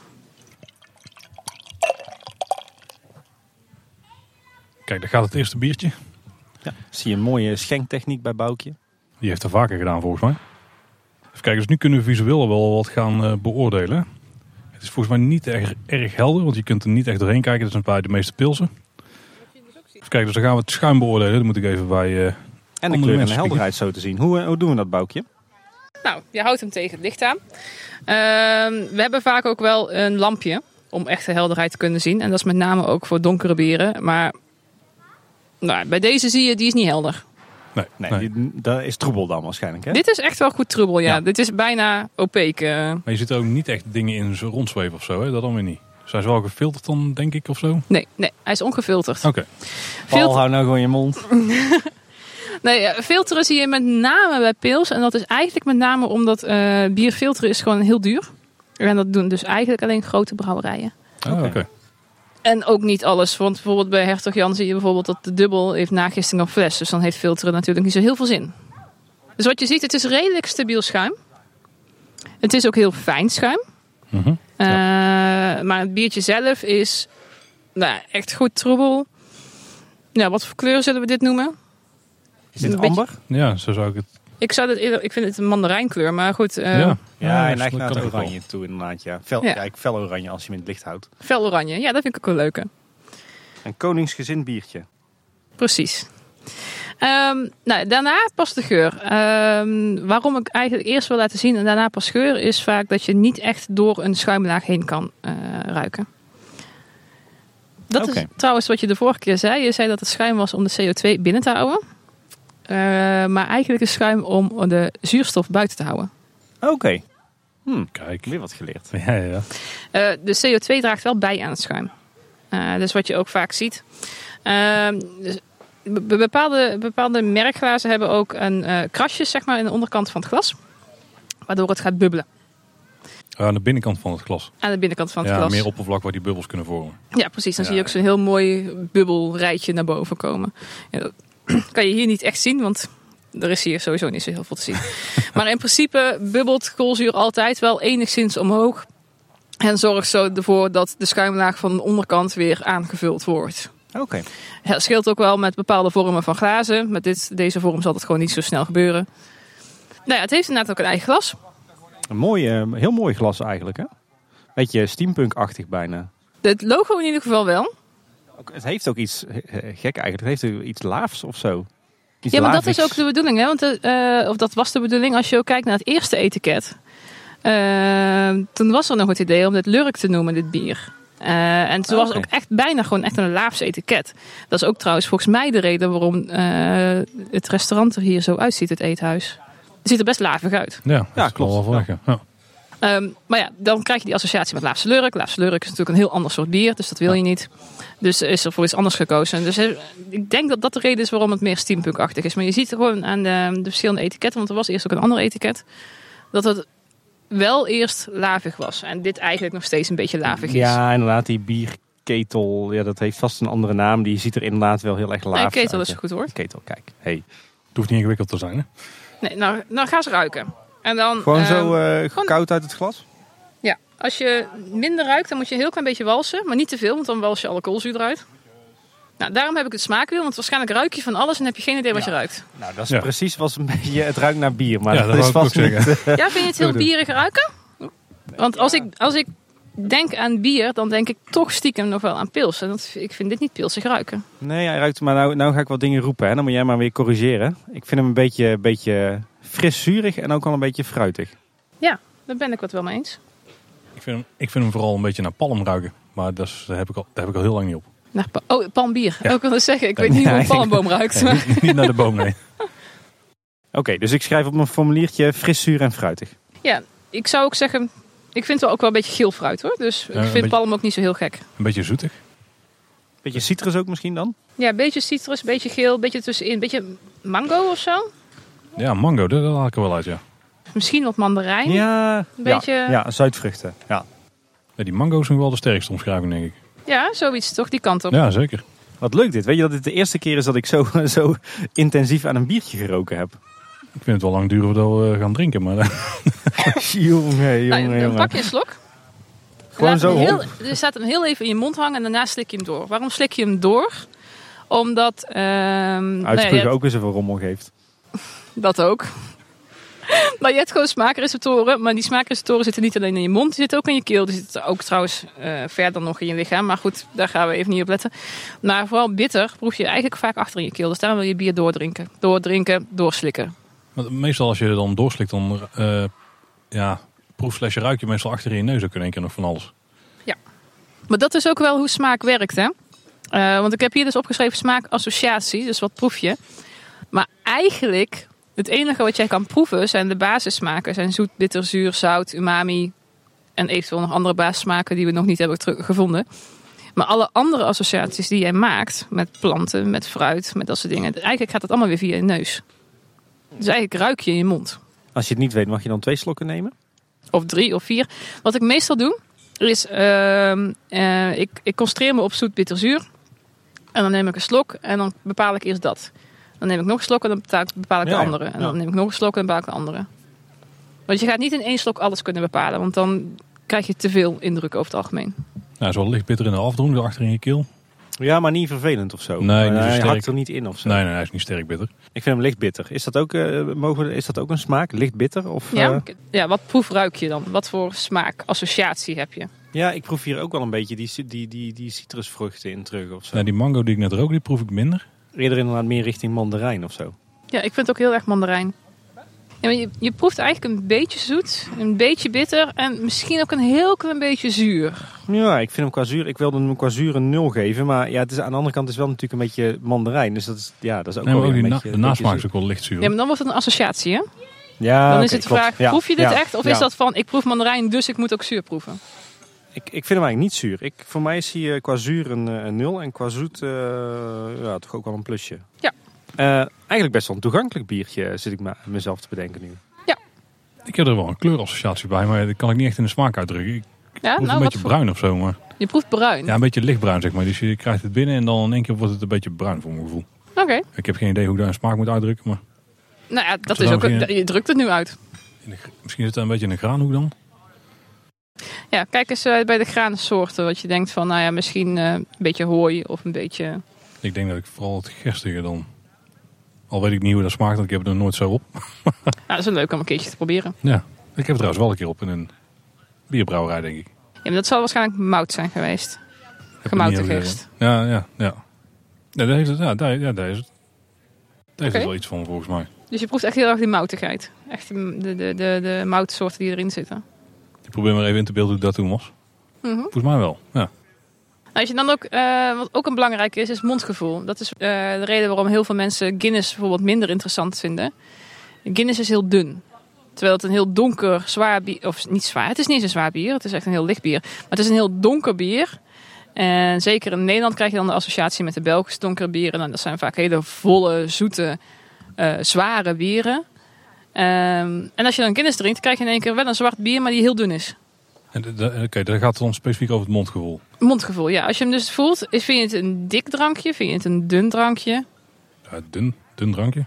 Speaker 1: Kijk, daar gaat het eerste biertje.
Speaker 2: Ja. Zie je een mooie schenktechniek bij Boukje.
Speaker 1: Die heeft er vaker gedaan volgens mij. Even kijken, dus nu kunnen we visueel wel wat gaan uh, beoordelen. Het is volgens mij niet erg, erg helder, want je kunt er niet echt doorheen kijken. Dat is bij de meeste pilsen. Even kijken, dus dan gaan we het schuim beoordelen. Dan moet ik even bij uh,
Speaker 2: en de kleur en de helderheid zo te zien. Hoe, hoe doen we dat, Boukje?
Speaker 3: Nou, je houdt hem tegen het licht aan. Uh, we hebben vaak ook wel een lampje om echte helderheid te kunnen zien. En dat is met name ook voor donkere bieren. Maar nou, bij deze zie je, die is niet helder.
Speaker 1: Nee,
Speaker 2: nee,
Speaker 1: nee.
Speaker 2: Die, dat is troebel dan waarschijnlijk, hè?
Speaker 3: Dit is echt wel goed troebel, ja.
Speaker 2: ja.
Speaker 3: Dit is bijna opaque. Uh.
Speaker 1: Maar je ziet er ook niet echt dingen in rondzweven of zo, hè? Dat dan weer niet. Zijn ze wel gefilterd dan, denk ik, of zo?
Speaker 3: Nee, nee, hij is ongefilterd.
Speaker 1: Oké. Okay.
Speaker 2: Paul, Filter... hou nou gewoon je mond.
Speaker 3: Nee, filteren zie je met name bij pils. En dat is eigenlijk met name omdat uh, bier filteren is gewoon heel duur. En dat doen dus eigenlijk alleen grote brouwerijen.
Speaker 1: Oh, oké. Okay.
Speaker 3: En ook niet alles. Want bijvoorbeeld bij Hertog Jan zie je bijvoorbeeld dat de dubbel heeft nagisting op fles. Dus dan heeft filteren natuurlijk niet zo heel veel zin. Dus wat je ziet, het is redelijk stabiel schuim. Het is ook heel fijn schuim.
Speaker 1: Mm-hmm.
Speaker 3: Uh,
Speaker 1: ja.
Speaker 3: Maar het biertje zelf is nou, echt goed troebel. Ja, wat voor kleur zullen we dit noemen?
Speaker 2: Is dit amber?
Speaker 1: Beetje... Ja, zo zou ik het...
Speaker 3: Ik, zou dat eerder, ik vind het een mandarijnkleur, maar goed. Uh...
Speaker 2: Ja, ja, hij
Speaker 1: ja,
Speaker 2: neigt naar het oranje toe inderdaad. Ja. Fel, ja. Ja, fel oranje als je hem in het licht houdt.
Speaker 3: Fel oranje, ja, dat vind ik ook wel leuk.
Speaker 2: Een koningsgezind biertje.
Speaker 3: Precies. Um, nou, daarna pas de geur. Um, waarom ik eigenlijk eerst wil laten zien en daarna pas geur, is vaak dat je niet echt door een schuimlaag heen kan uh, ruiken. Dat okay. is trouwens wat je de vorige keer zei. Je zei dat het schuim was om de C O twee binnen te houden. Uh, maar eigenlijk is schuim om de zuurstof buiten te houden.
Speaker 2: Oké. Okay.
Speaker 1: Hm, kijk.
Speaker 2: Weer wat geleerd.
Speaker 1: Ja, ja.
Speaker 3: Uh, de C O twee draagt wel bij aan het schuim. Uh, dat is wat je ook vaak ziet. Uh, dus bepaalde, bepaalde merkglazen hebben ook een uh, krasjes zeg maar, in de onderkant van het glas. Waardoor het gaat bubbelen.
Speaker 1: Aan de binnenkant van het glas.
Speaker 3: Aan de binnenkant van het
Speaker 1: ja,
Speaker 3: glas.
Speaker 1: Meer oppervlak waar die bubbels kunnen vormen.
Speaker 3: Ja, precies. Dan
Speaker 1: ja,
Speaker 3: zie je ook zo'n heel mooi bubbelrijtje naar boven komen. Ja, dat kan je hier niet echt zien, want er is hier sowieso niet zo heel veel te zien. Maar in principe bubbelt koolzuur altijd wel enigszins omhoog. En zorgt zo ervoor dat de schuimlaag van de onderkant weer aangevuld wordt.
Speaker 2: Oké. Okay.
Speaker 3: Ja, dat scheelt ook wel met bepaalde vormen van glazen. Met dit, deze vorm zal het gewoon niet zo snel gebeuren. Nou ja, het heeft inderdaad ook een eigen glas.
Speaker 2: Een mooi, uh, heel mooi glas eigenlijk, hè? Beetje steampunk-achtig bijna.
Speaker 3: Het logo in ieder geval wel.
Speaker 2: Het heeft ook iets uh, gek eigenlijk. Het heeft iets laafs of zo. Iets
Speaker 3: ja, maar
Speaker 2: lavigs.
Speaker 3: dat is ook de bedoeling, hè? Want uh, of dat was de bedoeling als je ook kijkt naar het eerste etiket. Uh, toen was er nog het idee om dit lurk te noemen, dit bier. Uh, en toen
Speaker 2: oh,
Speaker 3: was
Speaker 2: okay.
Speaker 3: het ook echt bijna gewoon echt een laafs etiket. Dat is ook trouwens volgens mij de reden waarom uh, het restaurant er hier zo uitziet, het eethuis. Het ziet er best lavig uit.
Speaker 1: Ja, dat
Speaker 2: ja
Speaker 1: klopt. Wel
Speaker 2: ja.
Speaker 1: ja.
Speaker 3: Um, maar ja, dan krijg je die associatie met Laafse Lurk. Laafse Lurk is natuurlijk een heel ander soort bier, dus dat wil je niet. Dus is er voor iets anders gekozen. Dus uh, ik denk dat dat de reden is waarom het meer steampunkachtig is. Maar je ziet gewoon aan de, de verschillende etiketten, want er was eerst ook een ander etiket, dat het wel eerst lavig was. En dit eigenlijk nog steeds een beetje lavig is.
Speaker 2: Ja, inderdaad, die bierketel, ja, dat heeft vast een andere naam. Die ziet er inderdaad wel heel erg laag uit.
Speaker 3: Nee, ketel is een goed woord.
Speaker 2: Ketel, kijk. Hey.
Speaker 1: Het hoeft niet ingewikkeld te zijn, hè?
Speaker 3: Nee, nou, nou ga eens ruiken. En dan,
Speaker 2: Gewoon
Speaker 3: um,
Speaker 2: zo uh,
Speaker 3: gewoon,
Speaker 2: koud uit het glas?
Speaker 3: Ja, als je minder ruikt, dan moet je een heel klein beetje walsen. Maar niet te veel, want dan wals je alle koolzuur eruit. Nou, daarom heb ik het smaakwiel, want waarschijnlijk ruik je van alles en heb je geen idee wat ja. je ruikt.
Speaker 2: Nou, dat is
Speaker 1: ja.
Speaker 2: precies wat een beetje, het ruikt naar bier. Maar
Speaker 1: ja,
Speaker 2: dat,
Speaker 1: dat
Speaker 2: is vast niet.
Speaker 3: Ja, vind je het heel bierig ruiken? Want als ik, als ik denk aan bier, dan denk ik toch stiekem nog wel aan pils. En dat, ik vind dit niet pilsig ruiken.
Speaker 2: Nee, hij ruikt, maar nou, nou ga ik wat dingen roepen. Hè. Dan moet jij maar weer corrigeren. Ik vind hem een beetje, beetje fris zuurig en ook al een beetje fruitig.
Speaker 3: Ja, daar ben ik wat wel mee eens.
Speaker 1: Ik vind hem, ik vind hem vooral een beetje naar palm ruiken. Maar dat is, daar, heb ik al, daar heb ik al heel lang niet op.
Speaker 3: Naar pa- oh, palmbier.
Speaker 1: Ja.
Speaker 3: Ook wel eens zeggen. Ik weet niet
Speaker 2: ja,
Speaker 3: hoe een palmboom ruikt.
Speaker 1: Nee, niet, niet naar de boom, nee.
Speaker 2: Oké, okay, dus ik schrijf op mijn formuliertje fris, zuur en fruitig.
Speaker 3: Ja, ik zou ook zeggen, ik vind wel ook wel een beetje geel fruit hoor. Dus ik
Speaker 1: Ja,
Speaker 3: vind
Speaker 1: beetje,
Speaker 3: palm ook niet zo heel gek.
Speaker 1: Een beetje zoetig.
Speaker 2: Beetje citrus ook misschien dan?
Speaker 3: Ja, een beetje citrus, een beetje geel, een beetje tussenin. Een beetje mango of zo.
Speaker 1: Ja, mango, dat haal ik er wel uit, ja.
Speaker 3: Misschien wat mandarijn.
Speaker 2: Ja,
Speaker 3: Een beetje...
Speaker 2: ja, ja, zuidvruchten. Ja.
Speaker 1: Ja, die mango is nog wel de sterkste omschrijving, denk ik.
Speaker 3: Ja, zoiets toch, die kant op.
Speaker 1: Ja, zeker.
Speaker 2: Wat leuk dit. Weet je dat dit de eerste keer is dat ik zo, zo intensief aan een biertje geroken heb?
Speaker 1: Ik vind het wel lang duren voordat we gaan drinken, maar...
Speaker 2: jongen, jongen,
Speaker 3: Nou, dan
Speaker 2: jongen.
Speaker 3: pak je een slok.
Speaker 2: Gewoon
Speaker 3: Laat
Speaker 2: zo
Speaker 3: hem heel,
Speaker 2: op.
Speaker 3: Je staat hem heel even in je mond hangen en daarna slik je hem door. Waarom slik je hem door? Omdat... ehm nou
Speaker 2: Uitspugen
Speaker 3: ja,
Speaker 2: ook weer zoveel rommel geeft.
Speaker 3: dat ook. Maar je hebt gewoon smaakreceptoren. Maar die smaakreceptoren zitten niet alleen in je mond. Die zitten ook in je keel. Die zitten ook trouwens uh, verder nog in je lichaam. Maar goed, daar gaan we even niet op letten. Maar vooral bitter proef je eigenlijk vaak achter in je keel. Dus daarom wil je bier doordrinken. Doordrinken, doorslikken.
Speaker 1: Want meestal als je dan doorslikt, dan... Uh, ja, proef slash ruik je meestal achter in je neus ook in één keer nog van alles.
Speaker 3: Ja. Maar dat is ook wel hoe smaak werkt, hè? Uh, want ik heb hier dus opgeschreven smaakassociatie. Dus wat proef je? Maar eigenlijk... Het enige wat jij kan proeven zijn de basissmaken. Zijn zoet, bitter, zuur, zout, umami. En eventueel nog andere basissmaken die we nog niet hebben gevonden. Maar alle andere associaties die jij maakt. Met planten, met fruit, met dat soort dingen. Eigenlijk gaat het allemaal weer via je neus. Dus eigenlijk ruik je in je mond.
Speaker 2: Als je het niet weet, mag je dan twee slokken nemen?
Speaker 3: Of drie of vier. Wat ik meestal doe, is... Uh, uh, ik, ik concentreer me op zoet, bitter, zuur. En dan neem ik een slok en dan bepaal ik eerst dat. Dan neem ik nog een slok en dan bepaal ik de
Speaker 2: ja,
Speaker 3: andere. En dan
Speaker 2: ja.
Speaker 3: neem ik nog een slok en dan bepaal ik de andere. Want je gaat niet in één slok alles kunnen bepalen. Want dan krijg je te veel indruk over het algemeen.
Speaker 1: Nou, zo licht bitter in de afdronk, zo achter in je keel.
Speaker 2: Ja, maar niet vervelend of zo.
Speaker 1: Nee, niet zo
Speaker 2: hij
Speaker 1: sterk.
Speaker 2: hakt er niet in of zo.
Speaker 1: Nee, nee, hij is niet sterk bitter.
Speaker 2: Ik vind hem licht bitter. Is dat ook, uh, mogen we, is dat ook een smaak? Licht bitter? Of, uh...
Speaker 3: Ja? ja, wat proef ruik je dan? Wat voor smaak, associatie heb je?
Speaker 2: Ja, ik proef hier ook wel een beetje die, die, die, die citrusvruchten in terug of zo.
Speaker 1: Nou, die mango die ik net rook, die proef ik minder.
Speaker 2: Eerder inderdaad meer richting mandarijn of zo.
Speaker 3: Ja, ik vind het ook heel erg mandarijn. Ja, maar je, je proeft eigenlijk een beetje zoet, een beetje bitter en misschien ook een heel klein beetje zuur.
Speaker 2: Ja, ik vind hem qua zuur. Ik wilde hem qua zuur een nul geven, maar ja, het is aan de andere kant is wel natuurlijk een beetje mandarijn, dus dat is ja, dat is ook
Speaker 1: Nee, maar
Speaker 2: wel
Speaker 1: ook
Speaker 2: weer
Speaker 1: die
Speaker 2: een
Speaker 1: na,
Speaker 2: beetje,
Speaker 1: de
Speaker 2: een
Speaker 1: nasmaak is
Speaker 2: beetje
Speaker 1: ook wel licht zuur.
Speaker 3: Ja, maar dan wordt het een associatie, hè?
Speaker 2: Ja,
Speaker 3: dan
Speaker 2: oké,
Speaker 3: is het de
Speaker 2: klopt.
Speaker 3: vraag,
Speaker 2: Ja,
Speaker 3: proef je dit
Speaker 2: ja,
Speaker 3: echt? Of
Speaker 2: ja.
Speaker 3: is dat van, ik proef mandarijn, dus ik moet ook zuur proeven?
Speaker 2: Ik, ik vind hem eigenlijk niet zuur. Ik, voor mij is hij uh, qua zuur een, uh, een nul en qua zoet uh, ja, toch ook wel een plusje.
Speaker 3: Ja.
Speaker 2: Uh, eigenlijk best wel een toegankelijk biertje, zit ik me, mezelf te bedenken nu.
Speaker 1: Ik heb er wel een kleurassociatie bij, maar dat kan ik niet echt in de smaak uitdrukken. Ik
Speaker 3: Ja,
Speaker 1: proef
Speaker 3: nou,
Speaker 1: een
Speaker 3: wat
Speaker 1: beetje
Speaker 3: voor...
Speaker 1: bruin of zo, maar...
Speaker 3: Je proeft bruin?
Speaker 1: Ja, een beetje lichtbruin, zeg maar. Dus je krijgt het binnen en dan in één keer wordt het een beetje bruin voor mijn gevoel.
Speaker 3: Oké. Okay.
Speaker 1: Ik heb geen idee hoe ik daar een smaak moet uitdrukken, maar...
Speaker 3: Nou ja, dat
Speaker 1: Zo
Speaker 3: is ook...
Speaker 1: dan
Speaker 3: Een,
Speaker 1: geen-
Speaker 3: je drukt het nu uit.
Speaker 1: In de, misschien zit het een beetje in de graanhoek dan.
Speaker 3: Ja, kijk eens uh, bij de granensoorten. Wat je denkt van, nou ja, misschien uh, een beetje hooi of een beetje...
Speaker 1: Ik denk dat ik vooral het gerstige dan... Al weet ik niet hoe dat smaakt, want ik heb het er nooit zo op.
Speaker 3: Nou, dat is een leuk om een keertje te proberen.
Speaker 1: Ja, ik heb het trouwens wel een keer op in een bierbrouwerij, denk ik.
Speaker 3: Ja, maar dat zal waarschijnlijk mout zijn geweest.
Speaker 1: Heb ik
Speaker 3: Gemouten
Speaker 1: niet over
Speaker 3: gerst.
Speaker 1: gezegd. Ja, ja, ja. Ja, daar heeft het, ja, daar, ja, daar is het. Daar heeft
Speaker 3: Oké.
Speaker 1: het wel iets van, volgens mij.
Speaker 3: Dus je proeft echt heel erg die moutigheid. Echt de, de, de, de, de moutsoorten die erin zitten.
Speaker 1: Ik probeer maar even in te beelden hoe dat toen was.
Speaker 3: Mhm.
Speaker 1: Volgens mij wel, ja.
Speaker 3: Als je dan ook, uh, wat ook een belangrijk is, is mondgevoel. Dat is uh, de reden waarom heel veel mensen Guinness bijvoorbeeld minder interessant vinden. Guinness is heel dun. Terwijl het een heel donker, zwaar bier... Of niet zwaar, het is niet eens een zwaar bier. Het is echt een heel licht bier. Maar het is een heel donker bier. En zeker in Nederland krijg je dan de associatie met de Belgische donkere bieren. En dat zijn vaak hele volle, zoete, uh, zware bieren. Um, en als je dan Guinness drinkt, krijg je in één keer wel een zwart bier, maar die heel dun is.
Speaker 1: Oké, okay, dan gaat het dan specifiek over het mondgevoel.
Speaker 3: Mondgevoel, ja. Als je hem dus voelt, vind je het een dik drankje? Vind je het een dun drankje?
Speaker 1: Ja, dun, dun drankje.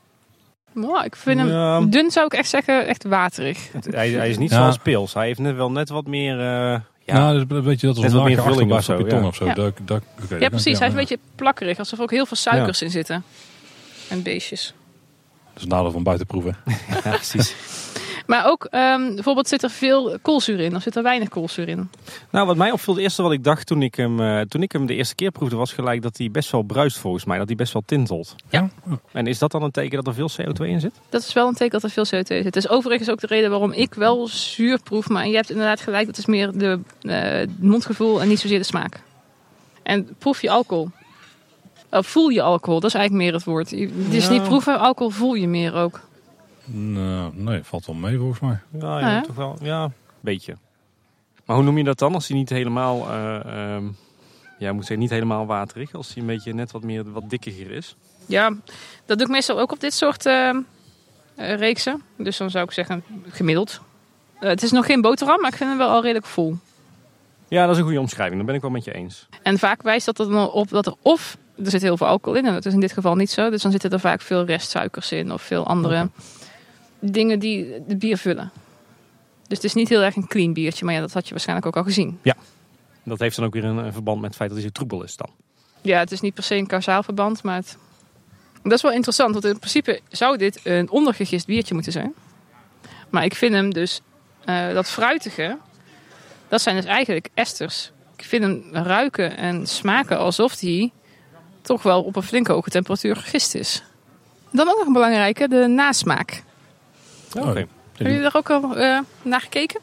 Speaker 3: Wow, ik vind hem
Speaker 2: Ja.
Speaker 3: dun, zou ik echt zeggen, echt waterig.
Speaker 2: Het, hij, hij is niet
Speaker 1: Ja.
Speaker 2: zoals pils. Hij heeft net wel net wat meer... Uh, ja,
Speaker 1: Ja, dus een beetje dat als
Speaker 2: net
Speaker 1: een
Speaker 2: wat meer
Speaker 1: laagje
Speaker 2: vulling
Speaker 1: achterblijft
Speaker 2: of
Speaker 1: op je
Speaker 2: zo,
Speaker 1: tong
Speaker 2: ja.
Speaker 1: of zo.
Speaker 3: Ja.
Speaker 1: Dat, dat, okay,
Speaker 3: Ja, precies.
Speaker 1: Ja,
Speaker 3: Hij is een
Speaker 1: ja.
Speaker 3: beetje plakkerig, alsof er ook heel veel suikers in zitten. En beestjes.
Speaker 1: Dat is een nadeel van buiten proeven.
Speaker 2: ja, precies.
Speaker 3: Maar ook, um, bijvoorbeeld zit er veel koolzuur in of zit er weinig koolzuur in?
Speaker 2: Nou, wat mij opviel, het eerste wat ik dacht toen ik hem, uh, toen ik hem de eerste keer proefde, was gelijk dat hij best wel bruist volgens mij. Dat hij best wel tintelt.
Speaker 3: Ja.
Speaker 2: En is dat dan een teken dat er veel C O twee in zit?
Speaker 3: Dat is wel een teken dat er veel C O twee in zit. Het is overigens ook de reden waarom ik wel zuur proef. Maar je hebt inderdaad gelijk, dat is meer de uh, mondgevoel en niet zozeer de smaak. En proef je alcohol. Uh, voel je alcohol, dat is eigenlijk meer het woord. Het is
Speaker 2: Ja.
Speaker 3: niet proeven, alcohol voel je meer ook.
Speaker 1: Nou, nee, valt wel mee volgens mij.
Speaker 2: Ja, ja,
Speaker 3: Ja.
Speaker 2: toch wel. Ja, een beetje. Maar hoe noem je dat dan als hij niet helemaal, uh, um, ja, ik moet zeggen, niet helemaal waterig, als hij een beetje net wat meer, wat dikker is?
Speaker 3: Ja, dat doe ik meestal ook op dit soort uh, uh, reeksen. Dus dan zou ik zeggen gemiddeld. Uh, het is nog geen boterham, maar ik vind hem wel al redelijk vol.
Speaker 2: Ja, dat is een goede omschrijving. Dan ben ik wel met je eens.
Speaker 3: En vaak wijst dat er dan op dat er of er zit heel veel alcohol in. En dat is in dit geval niet zo. Dus dan zitten er vaak veel restsuikers in of veel andere
Speaker 2: Okay.
Speaker 3: dingen die het bier vullen. Dus het is niet heel erg een clean biertje. Maar ja, dat had je waarschijnlijk ook al gezien.
Speaker 2: Dat heeft dan ook weer een, een verband met het feit dat hij zo troebel is dan.
Speaker 3: Ja, het is niet per se een kausaal verband. Maar het... dat is wel interessant. Want in principe zou dit een ondergegist biertje moeten zijn. Maar ik vind hem dus, uh, dat fruitige, dat zijn dus eigenlijk esters. Ik vind hem ruiken en smaken alsof die toch wel op een flinke hoge temperatuur gegist is. Dan ook nog een belangrijke, de nasmaak.
Speaker 2: Oké. Okay.
Speaker 3: Hebben jullie daar ook al uh, naar gekeken?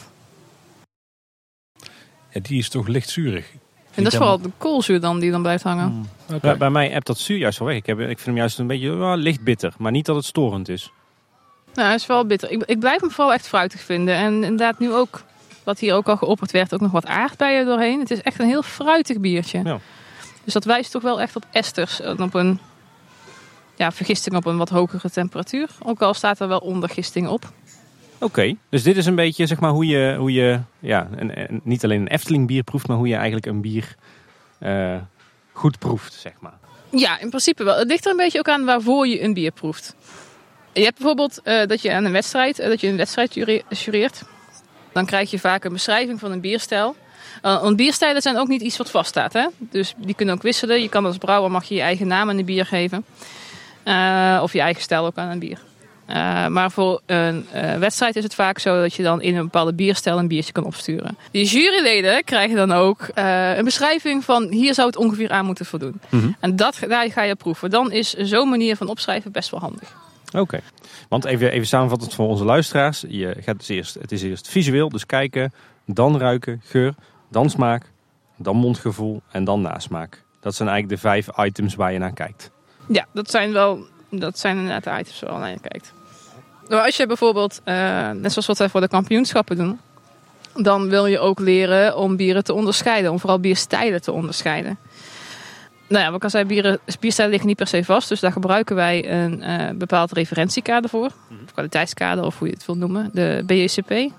Speaker 1: Ja, die is toch licht zuurig.
Speaker 3: En dat is vooral de koolzuur dan die dan blijft hangen.
Speaker 2: Hmm.
Speaker 1: Okay.
Speaker 2: Bij, bij mij hebt dat zuur juist wel weg. Ik, heb, ik vind hem juist een beetje well, licht bitter. Maar niet dat het storend is.
Speaker 3: Nou, hij is wel bitter. Ik, ik blijf hem vooral echt fruitig vinden. En inderdaad nu ook, wat hier ook al geopperd werd, ook nog wat aardbeien doorheen. Het is echt een heel fruitig biertje.
Speaker 2: Ja.
Speaker 3: Dus dat wijst toch wel echt op esters. En op een ja, vergisting op een wat hogere temperatuur. Ook al staat er wel ondergisting op.
Speaker 2: Oké, okay. Dus dit is een beetje zeg maar hoe je, hoe je ja, en, en niet alleen een Efteling bier proeft, maar hoe je eigenlijk een bier uh, goed proeft, zeg maar.
Speaker 3: Ja, in principe wel. Het ligt er een beetje ook aan waarvoor je een bier proeft. Je hebt bijvoorbeeld uh, dat je aan een wedstrijd, uh, dat je een wedstrijd jureert. Dan krijg je vaak een beschrijving van een bierstijl. Uh, want bierstijlen zijn ook niet iets wat vaststaat, hè? Dus die kunnen ook wisselen. Je kan als brouwer mag je je eigen naam aan een bier geven. Uh, of je eigen stijl ook aan een bier. Uh, maar voor een uh, wedstrijd is het vaak zo dat je dan in een bepaalde bierstijl een biertje kan opsturen. Die juryleden krijgen dan ook uh, een beschrijving van hier zou het ongeveer aan moeten voldoen.
Speaker 2: Mm-hmm. En
Speaker 3: dat, daar ga je proeven. Dan is zo'n manier van opschrijven best wel handig.
Speaker 2: Oké, okay. Want even, even samenvattend voor onze luisteraars. Je gaat dus eerst, het is eerst visueel, dus kijken, dan ruiken, geur, dan smaak, dan mondgevoel en dan nasmaak. Dat zijn eigenlijk de vijf items waar je naar kijkt.
Speaker 3: Ja, dat zijn wel, dat zijn inderdaad de items waar je naar je kijkt. Maar als je bijvoorbeeld, uh, net zoals wat wij voor de kampioenschappen doen, dan wil je ook leren om bieren te onderscheiden, om vooral bierstijlen te onderscheiden. Nou ja, wat ik al zei, bieren, bierstijlen liggen niet per se vast. Dus daar gebruiken wij een uh, bepaald referentiekader voor. Of kwaliteitskader, of hoe je het wilt noemen. De B J C P. Um,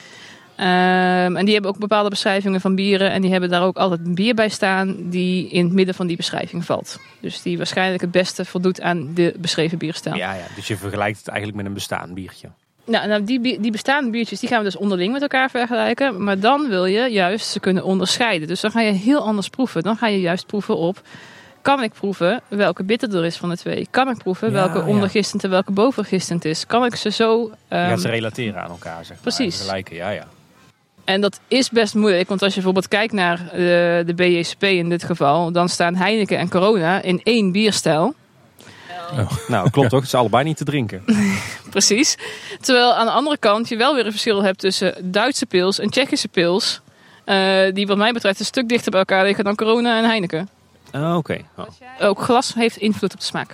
Speaker 3: en die hebben ook bepaalde beschrijvingen van bieren. En die hebben daar ook altijd een bier bij staan die in het midden van die beschrijving valt. Dus die waarschijnlijk het beste voldoet aan de beschreven bierstijl.
Speaker 2: Ja, ja, dus je vergelijkt het eigenlijk met een bestaand biertje.
Speaker 3: Nou, nou die, die bestaande biertjes die gaan we dus onderling met elkaar vergelijken. Maar dan wil je juist ze kunnen onderscheiden. Dus dan ga je heel anders proeven. Dan ga je juist proeven op, kan ik proeven welke bitter er is van de twee? Kan ik proeven
Speaker 2: Ja,
Speaker 3: welke
Speaker 2: ja.
Speaker 3: ondergistend en welke bovengistend is? Kan ik ze zo... Um,
Speaker 2: Je gaat ze relateren aan elkaar, zeg maar.
Speaker 3: Precies.
Speaker 2: Vergelijken, ja, ja.
Speaker 3: En dat is best moeilijk. Want als je bijvoorbeeld kijkt naar de, de B J C P in dit geval, dan staan Heineken en Corona in één bierstijl.
Speaker 2: Oh. Nou, klopt toch? Het is allebei niet te drinken.
Speaker 3: Precies. Terwijl aan de andere kant je wel weer een verschil hebt tussen Duitse pils en Tsjechische pils. Uh, die wat mij betreft een stuk dichter bij elkaar liggen dan Corona en Heineken.
Speaker 2: Oh, oké. Okay. Oh.
Speaker 3: Ook glas heeft invloed op de smaak.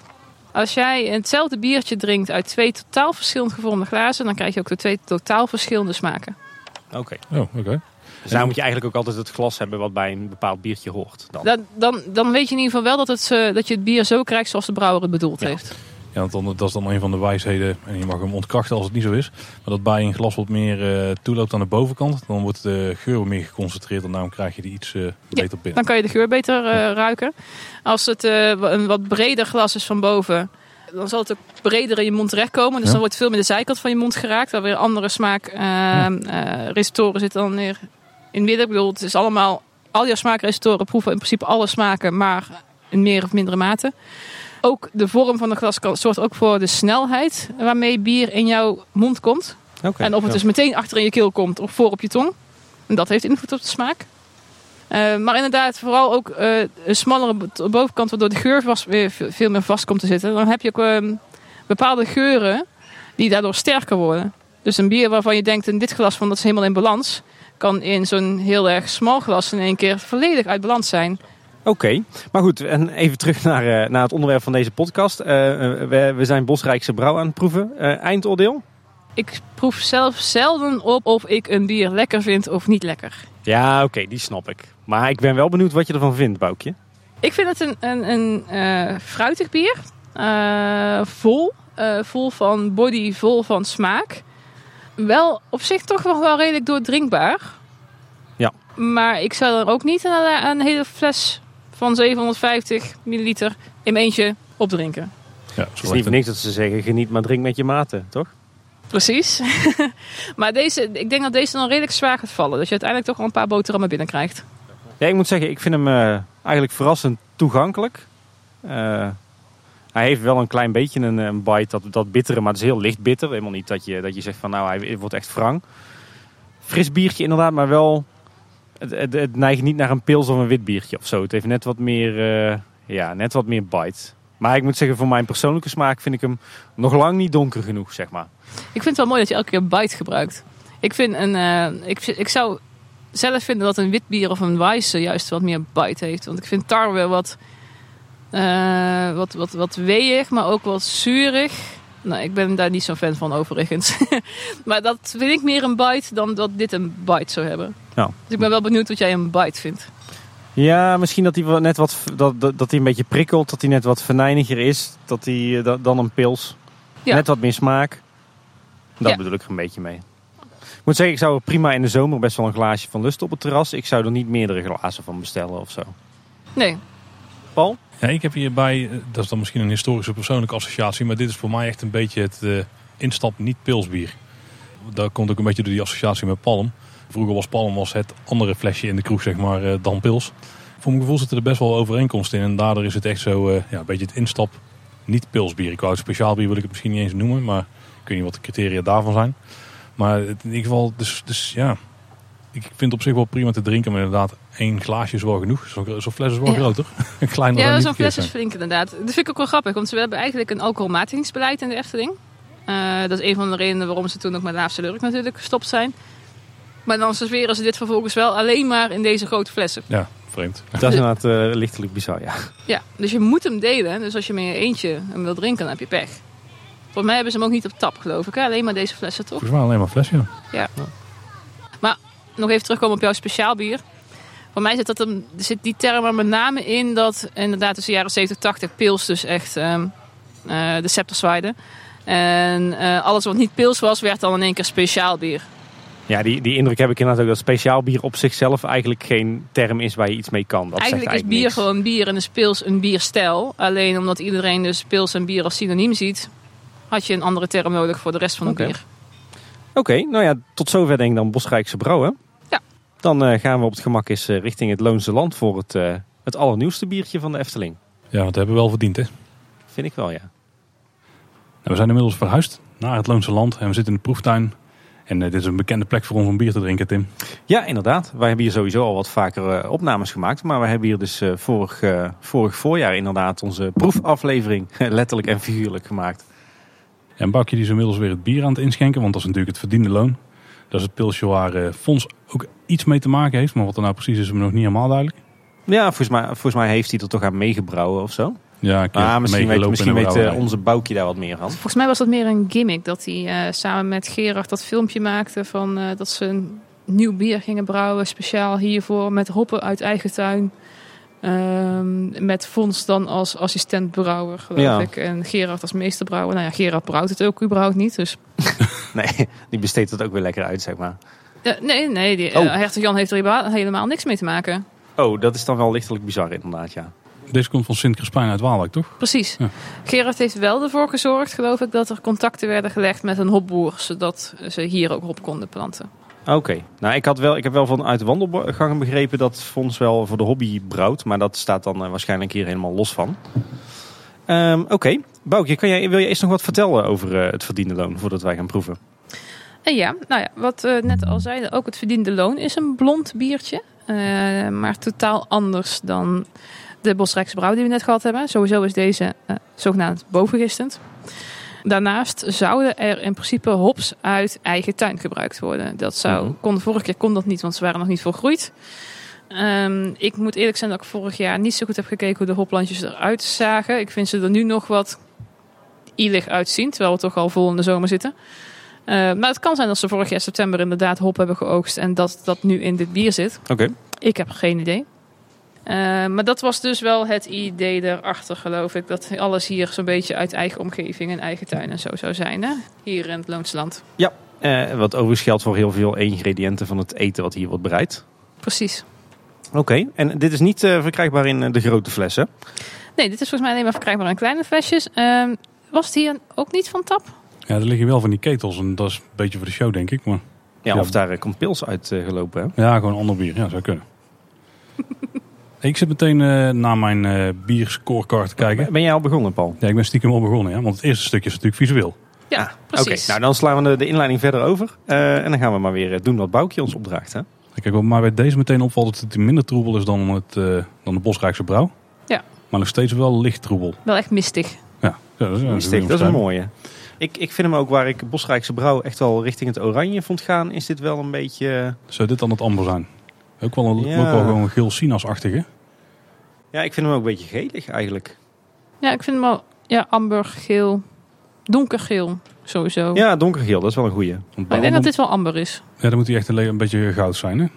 Speaker 3: Als jij hetzelfde biertje drinkt uit twee totaal verschillend gevormde glazen, dan krijg je ook de twee totaal verschillende smaken.
Speaker 2: Oké. Okay.
Speaker 1: Oh, oké. Okay.
Speaker 2: Dus daar moet je eigenlijk ook altijd het glas hebben wat bij een bepaald biertje hoort. Dan,
Speaker 3: dan, dan, dan weet je in ieder geval wel dat, het, uh, dat je het bier zo krijgt zoals de brouwer het bedoeld
Speaker 2: ja.
Speaker 3: heeft.
Speaker 1: Ja, want dan, dat is dan een van de wijsheden, en je mag hem ontkrachten als het niet zo is, maar dat bij een glas wat meer uh, toeloopt aan de bovenkant, dan wordt de geur wat meer geconcentreerd en daarom krijg je die iets uh, beter
Speaker 3: ja,
Speaker 1: binnen.
Speaker 3: Dan kan je de geur beter uh, ja. ruiken. Als het uh, een wat breder glas is van boven, dan zal het ook breder in je mond terechtkomen. Dus ja. dan wordt het veel meer de zijkant van je mond geraakt, waar weer andere smaakreceptoren uh, uh, zitten dan weer in het midden. Ik bedoel, het is allemaal, al jouw smaakreceptoren proeven in principe alle smaken, maar in meer of mindere mate. Ook de vorm van de glas zorgt ook voor de snelheid waarmee bier in jouw mond komt. Okay, en of het ja. dus meteen achter in je keel komt of voor op je tong. En dat heeft invloed op de smaak. Uh, maar inderdaad, vooral ook uh, een smallere bovenkant, waardoor de geur vast, weer veel meer vast komt te zitten. Dan heb je ook uh, bepaalde geuren die daardoor sterker worden. Dus een bier waarvan je denkt in dit glas van dat is helemaal in balans, kan in zo'n heel erg smal glas in één keer volledig uit balans zijn.
Speaker 2: Oké, okay. Maar goed, en even terug naar, uh, naar het onderwerp van deze podcast. Uh, we, we zijn Bosrijkse Brouw aan het proeven. Uh, eindoordeel?
Speaker 3: Ik proef zelf zelden op of ik een bier lekker vind of niet lekker.
Speaker 2: Ja, oké, okay, die snap ik. Maar ik ben wel benieuwd wat je ervan vindt, Boukje.
Speaker 3: Ik vind het een, een, een uh, fruitig bier. Uh, vol. Uh, vol van body, vol van smaak. Wel op zich toch nog wel redelijk doordrinkbaar.
Speaker 2: Ja.
Speaker 3: Maar ik zou er ook niet een, een hele fles van zevenhonderdvijftig milliliter in mijn eentje opdrinken.
Speaker 2: Ja, het is niet voor niks dat ze zeggen, geniet maar drink met je maten, toch?
Speaker 3: Precies. Maar deze, ik denk dat deze dan redelijk zwaar gaat vallen. Dat je uiteindelijk toch wel een paar boterhammen binnenkrijgt.
Speaker 2: Ja, ik moet zeggen, ik vind hem uh, eigenlijk verrassend toegankelijk. Uh, hij heeft wel een klein beetje een, een bite, dat, dat bittere, maar het is heel licht bitter. Helemaal niet dat je, dat je zegt van nou, hij wordt echt wrang. Fris biertje inderdaad, maar wel... Het, het, het neigt niet naar een pils of een wit biertje of zo. Het heeft net wat meer, uh, ja, net wat meer bite. Maar ik moet zeggen, voor mijn persoonlijke smaak vind ik hem nog lang niet donker genoeg, zeg maar.
Speaker 3: Ik vind het wel mooi dat je elke keer bite gebruikt. Ik, vind een, uh, ik, ik zou zelf vinden dat een wit bier of een Weisse juist wat meer bite heeft. Want ik vind tarwe wat, uh, wat, wat, wat weeig, maar ook wat zuurig. Nou, ik ben daar niet zo'n fan van overigens. Maar dat vind ik meer een bite dan dat dit een bite zou hebben. Ja. Dus ik ben wel benieuwd wat jij een bite vindt.
Speaker 2: Ja, misschien dat hij net wat dat, dat, dat hij een beetje prikkelt, dat hij net wat venijniger is, dat hij dat, dan een pils. Ja. Net wat meer smaak. Dat ja. bedoel ik er een beetje mee. Ik moet zeggen, ik zou er prima in de zomer best wel een glaasje van lusten op het terras. Ik zou er niet meerdere glazen van bestellen of zo.
Speaker 3: Nee.
Speaker 2: Paul?
Speaker 1: Ja, ik heb hierbij, dat is dan misschien een historische persoonlijke associatie, maar dit is voor mij echt een beetje het uh, instap niet pilsbier. Dat komt ook een beetje door die associatie met Palm. Vroeger was Palm was het andere flesje in de kroeg, zeg maar, uh, dan pils. Voor mijn gevoel zitten er best wel overeenkomsten in. En daardoor is het echt zo, uh, ja, een beetje het instap niet pilsbier. Ik wou het speciaal bier wil ik het misschien niet eens noemen, maar ik weet niet wat de criteria daarvan zijn. Maar in ieder geval, dus, dus ja, ik vind het op zich wel prima te drinken, maar inderdaad, één glaasje is wel genoeg. Zo'n zo fles is wel ja. groter. Een kleiner.
Speaker 3: Ja, zo'n fles is flink inderdaad. Dat vind ik ook wel grappig, want we hebben eigenlijk een alcoholmatigingsbeleid in de Efteling. Uh, dat is een van de redenen waarom ze toen ook met Laafse Lurk natuurlijk gestopt zijn. Maar dan serveren ze dit vervolgens wel alleen maar in deze grote flessen.
Speaker 1: Ja, vreemd.
Speaker 2: Dat is inderdaad uh, lichtelijk bizar, ja.
Speaker 3: Ja, dus je moet hem delen. Dus als je met je eentje hem wil drinken, dan heb je pech. Volgens mij hebben ze hem ook niet op tap, geloof ik. Hè? Alleen maar deze flessen, toch?
Speaker 1: Volgens mij alleen maar flessen, ja.
Speaker 3: Ja. ja. Maar nog even terugkomen op jouw speciaal bier. Voor mij zit, dat hem, zit die term er met name in dat inderdaad tussen de jaren zeventig, tachtig pils dus echt um, uh, de scepter zwaaide. En uh, alles wat niet pils was, werd dan in één keer speciaal bier.
Speaker 2: Ja, die, die indruk heb ik inderdaad ook dat speciaal bier op zichzelf eigenlijk geen term is waar je iets mee kan. Dat
Speaker 3: eigenlijk,
Speaker 2: zegt eigenlijk
Speaker 3: is bier
Speaker 2: niks.
Speaker 3: gewoon bier en is pils een bierstijl. Alleen omdat iedereen dus pils en bier als synoniem ziet, had je een andere term nodig voor de rest van het
Speaker 2: okay.
Speaker 3: bier.
Speaker 2: Oké, okay, nou ja, tot zover denk ik dan Bosrijkse Brouw, hè?
Speaker 3: Ja.
Speaker 2: Dan uh, gaan we op het gemak eens uh, richting het Loonse Land voor het, uh, het allernieuwste biertje van de Efteling.
Speaker 1: Ja, dat hebben we wel verdiend, hè?
Speaker 2: Vind ik wel, ja.
Speaker 1: Nou, we zijn inmiddels verhuisd naar het Loonse Land en we zitten in de proeftuin. En uh, dit is een bekende plek voor ons om bier te drinken, Tim.
Speaker 2: Ja, inderdaad. Wij hebben hier sowieso al wat vaker uh, opnames gemaakt. Maar we hebben hier dus uh, vorig, uh, vorig voorjaar inderdaad onze proefaflevering letterlijk en figuurlijk gemaakt.
Speaker 1: Ja, en Boukje die is inmiddels weer het bier aan het inschenken, want dat is natuurlijk het verdiende loon. Dat is het pilsje waar uh, Fons ook iets mee te maken heeft. Maar wat er nou precies is, is me nog niet helemaal duidelijk.
Speaker 2: Ja, volgens mij, volgens mij heeft hij er toch aan meegebrouwen of zo.
Speaker 1: Ja, ik heb
Speaker 2: Ah, misschien weet,
Speaker 1: meegelopen
Speaker 2: misschien
Speaker 1: in de
Speaker 2: weet uh,
Speaker 1: brouwerij.
Speaker 2: onze Boukje daar wat meer van.
Speaker 3: Volgens mij was dat meer een gimmick. Dat hij uh, samen met Gerard dat filmpje maakte van uh, dat ze een nieuw bier gingen brouwen. Speciaal hiervoor met hoppen uit eigen tuin. Um, met Fons dan als assistent-brouwer, geloof
Speaker 2: Ja.
Speaker 3: ik. En Gerard als meesterbrouwer. Nou ja, Gerard brouwt het ook überhaupt niet. Dus.
Speaker 2: Nee, die besteedt het ook weer lekker uit, zeg maar.
Speaker 3: Uh, nee, nee die,
Speaker 2: Oh.
Speaker 3: uh, hertog Jan heeft er heba- helemaal niks mee te maken.
Speaker 2: Oh, dat is dan wel lichtelijk bizar inderdaad, ja.
Speaker 1: Deze komt van Sint-Crispijn uit Waalwijk, toch?
Speaker 3: Precies.
Speaker 1: Ja.
Speaker 3: Gerard heeft wel ervoor gezorgd, geloof ik, dat er contacten werden gelegd met een hopboer. Zodat ze hier ook hop konden planten.
Speaker 2: Oké, okay. nou ik, had wel, ik heb wel vanuit de wandelgangen begrepen dat Fons wel voor de hobby brouwt. Maar dat staat dan uh, waarschijnlijk hier helemaal los van. Um, Oké, okay. Boukje, kan jij, wil je eerst nog wat vertellen over uh, het verdiende loon voordat wij gaan proeven?
Speaker 3: En ja, nou ja, wat we net al zeiden, ook het verdiende loon is een blond biertje. Uh, maar totaal anders dan de Bosrijkse brouw die we net gehad hebben. Sowieso is deze uh, zogenaamd bovengistend. Daarnaast zouden er in principe hops uit eigen tuin gebruikt worden. Dat zou, mm-hmm. kon, vorige keer kon dat niet, want ze waren nog niet volgroeid. Um, ik moet eerlijk zijn dat ik vorig jaar niet zo goed heb gekeken hoe de hoplandjes eruit zagen. Ik vind ze er nu nog wat ielig uitzien, terwijl we toch al vol in de zomer zitten. Uh, maar het kan zijn dat ze vorig jaar september inderdaad hop hebben geoogst en dat dat nu in dit bier zit.
Speaker 2: Oké. Okay.
Speaker 3: Ik heb geen idee. Uh, maar dat was dus wel het idee erachter, geloof ik. Dat alles hier zo'n beetje uit eigen omgeving en eigen tuin en zo zou zijn. Hè? Hier in het Loonse Land.
Speaker 2: Ja, uh, wat overigens geldt voor heel veel ingrediënten van het eten wat hier wordt bereid.
Speaker 3: Precies.
Speaker 2: Oké, okay. En dit is niet uh, verkrijgbaar in uh, de grote flessen?
Speaker 3: Nee, dit is volgens mij alleen maar verkrijgbaar in kleine flesjes. Uh, was het hier ook niet van tap?
Speaker 1: Ja, er liggen wel van die ketels en dat is een beetje voor de show, denk ik. Maar
Speaker 2: ja, of ja. daar uh, komt pils uit uh, gelopen, hè?
Speaker 1: Ja, gewoon ander bier. Ja, zou kunnen. Ik zit meteen uh, naar mijn uh, bierscorecard te kijken.
Speaker 2: Ben jij al begonnen, Paul?
Speaker 1: Ja, ik ben stiekem al begonnen. Ja, want het eerste stukje is natuurlijk visueel.
Speaker 3: Ja, ah, precies.
Speaker 2: Oké, okay, nou dan slaan we de, de inleiding verder over. Uh, en dan gaan we maar weer doen wat Boukje ons opdraagt, hè?
Speaker 1: Kijk, wat mij bij deze meteen opvalt, dat het minder troebel is dan, het, uh, dan de Bosrijkse brouw.
Speaker 3: Ja.
Speaker 1: Maar nog steeds wel licht troebel.
Speaker 3: Wel echt mistig.
Speaker 1: Ja, ja dat is,
Speaker 2: mistig, dat is een mooie. Ik, ik vind hem ook, waar ik Bosrijkse brouw echt wel richting het oranje vond gaan, is dit wel een beetje...
Speaker 1: Zou dit dan het amber zijn? Ook wel, een, ja. ook wel gewoon geel sinasachtige.
Speaker 2: Ja, ik vind hem ook een beetje gelig eigenlijk.
Speaker 3: Ja, ik vind hem wel ja, amber, geel, donkergeel sowieso.
Speaker 2: Ja, donkergeel, dat is wel een goeie.
Speaker 3: Maar ik denk amber... dat dit wel amber is.
Speaker 1: Ja, dan moet hij echt een, een beetje goud zijn, hè?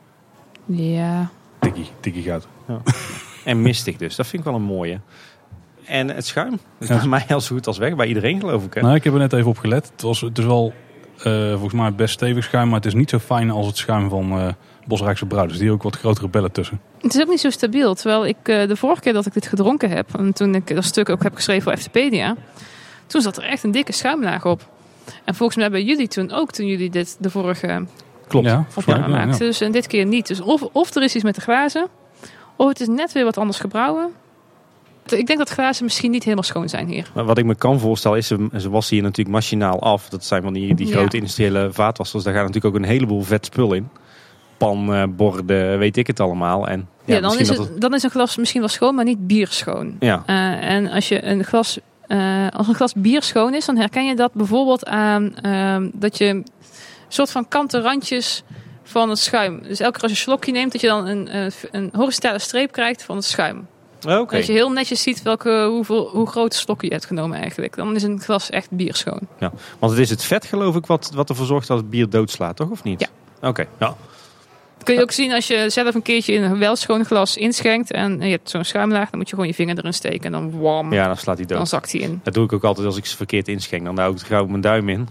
Speaker 3: Ja.
Speaker 1: Tikkie, tikkie goud.
Speaker 2: Ja. En mistig dus, dat vind ik wel een mooie. En het schuim, dat is ja. bij mij al zo goed als weg, bij iedereen geloof ik. Hè?
Speaker 1: Nou, ik heb er net even op gelet. Het, was, het is wel uh, volgens mij best stevig schuim, maar het is niet zo fijn als het schuim van uh, Bosrijkse brouw. Dus die ook wat grotere bellen tussen.
Speaker 3: Het is ook niet zo stabiel. Terwijl ik uh, de vorige keer dat ik dit gedronken heb, en toen ik dat stuk ook heb geschreven voor Eftepedia, toen zat er echt een dikke schuimlaag op. En volgens mij hebben jullie toen ook, toen jullie dit de vorige
Speaker 1: Klopt. Ja,
Speaker 3: opname maakten. Ja, ja. Dus en dit keer niet. Dus of, of er is iets met de glazen, of het is net weer wat anders gebrouwen. Ik denk dat glazen misschien niet helemaal schoon zijn hier.
Speaker 2: Maar wat ik me kan voorstellen is, ze, ze wassen hier natuurlijk machinaal af. Dat zijn van die, die grote ja. industriële vaatwassers. Daar gaat natuurlijk ook een heleboel vet spul in. Pan, uh, borden, weet ik het allemaal. En, ja,
Speaker 3: ja dan, is het,
Speaker 2: het...
Speaker 3: dan is een glas misschien wel schoon, maar niet bierschoon.
Speaker 2: Ja.
Speaker 3: Uh, en als je een glas, uh, als een glas bier schoon is, dan herken je dat bijvoorbeeld aan uh, dat je een soort van kanten randjes van het schuim. Dus elke keer als je een slokje neemt, dat je dan een, uh, een horizontale streep krijgt van het schuim.
Speaker 2: Okay.
Speaker 3: Dat je heel netjes ziet welke, hoeveel, hoe groot slokken je hebt genomen eigenlijk. Dan is een glas echt bierschoon.
Speaker 2: Ja, want het is het vet geloof ik wat, wat ervoor zorgt dat het bier doodslaat, toch? Of niet?
Speaker 3: Ja.
Speaker 2: Oké, okay. ja.
Speaker 3: Dat kun je ook zien als je zelf een keertje in een wel schoon glas inschenkt. En je hebt zo'n schuimlaag, dan moet je gewoon je vinger erin steken. En dan wam,
Speaker 2: ja, dan slaat hij dood.
Speaker 3: Dan zakt hij in.
Speaker 2: Dat doe ik ook altijd als ik ze verkeerd inschenk. Dan hou ik gauw mijn duim in.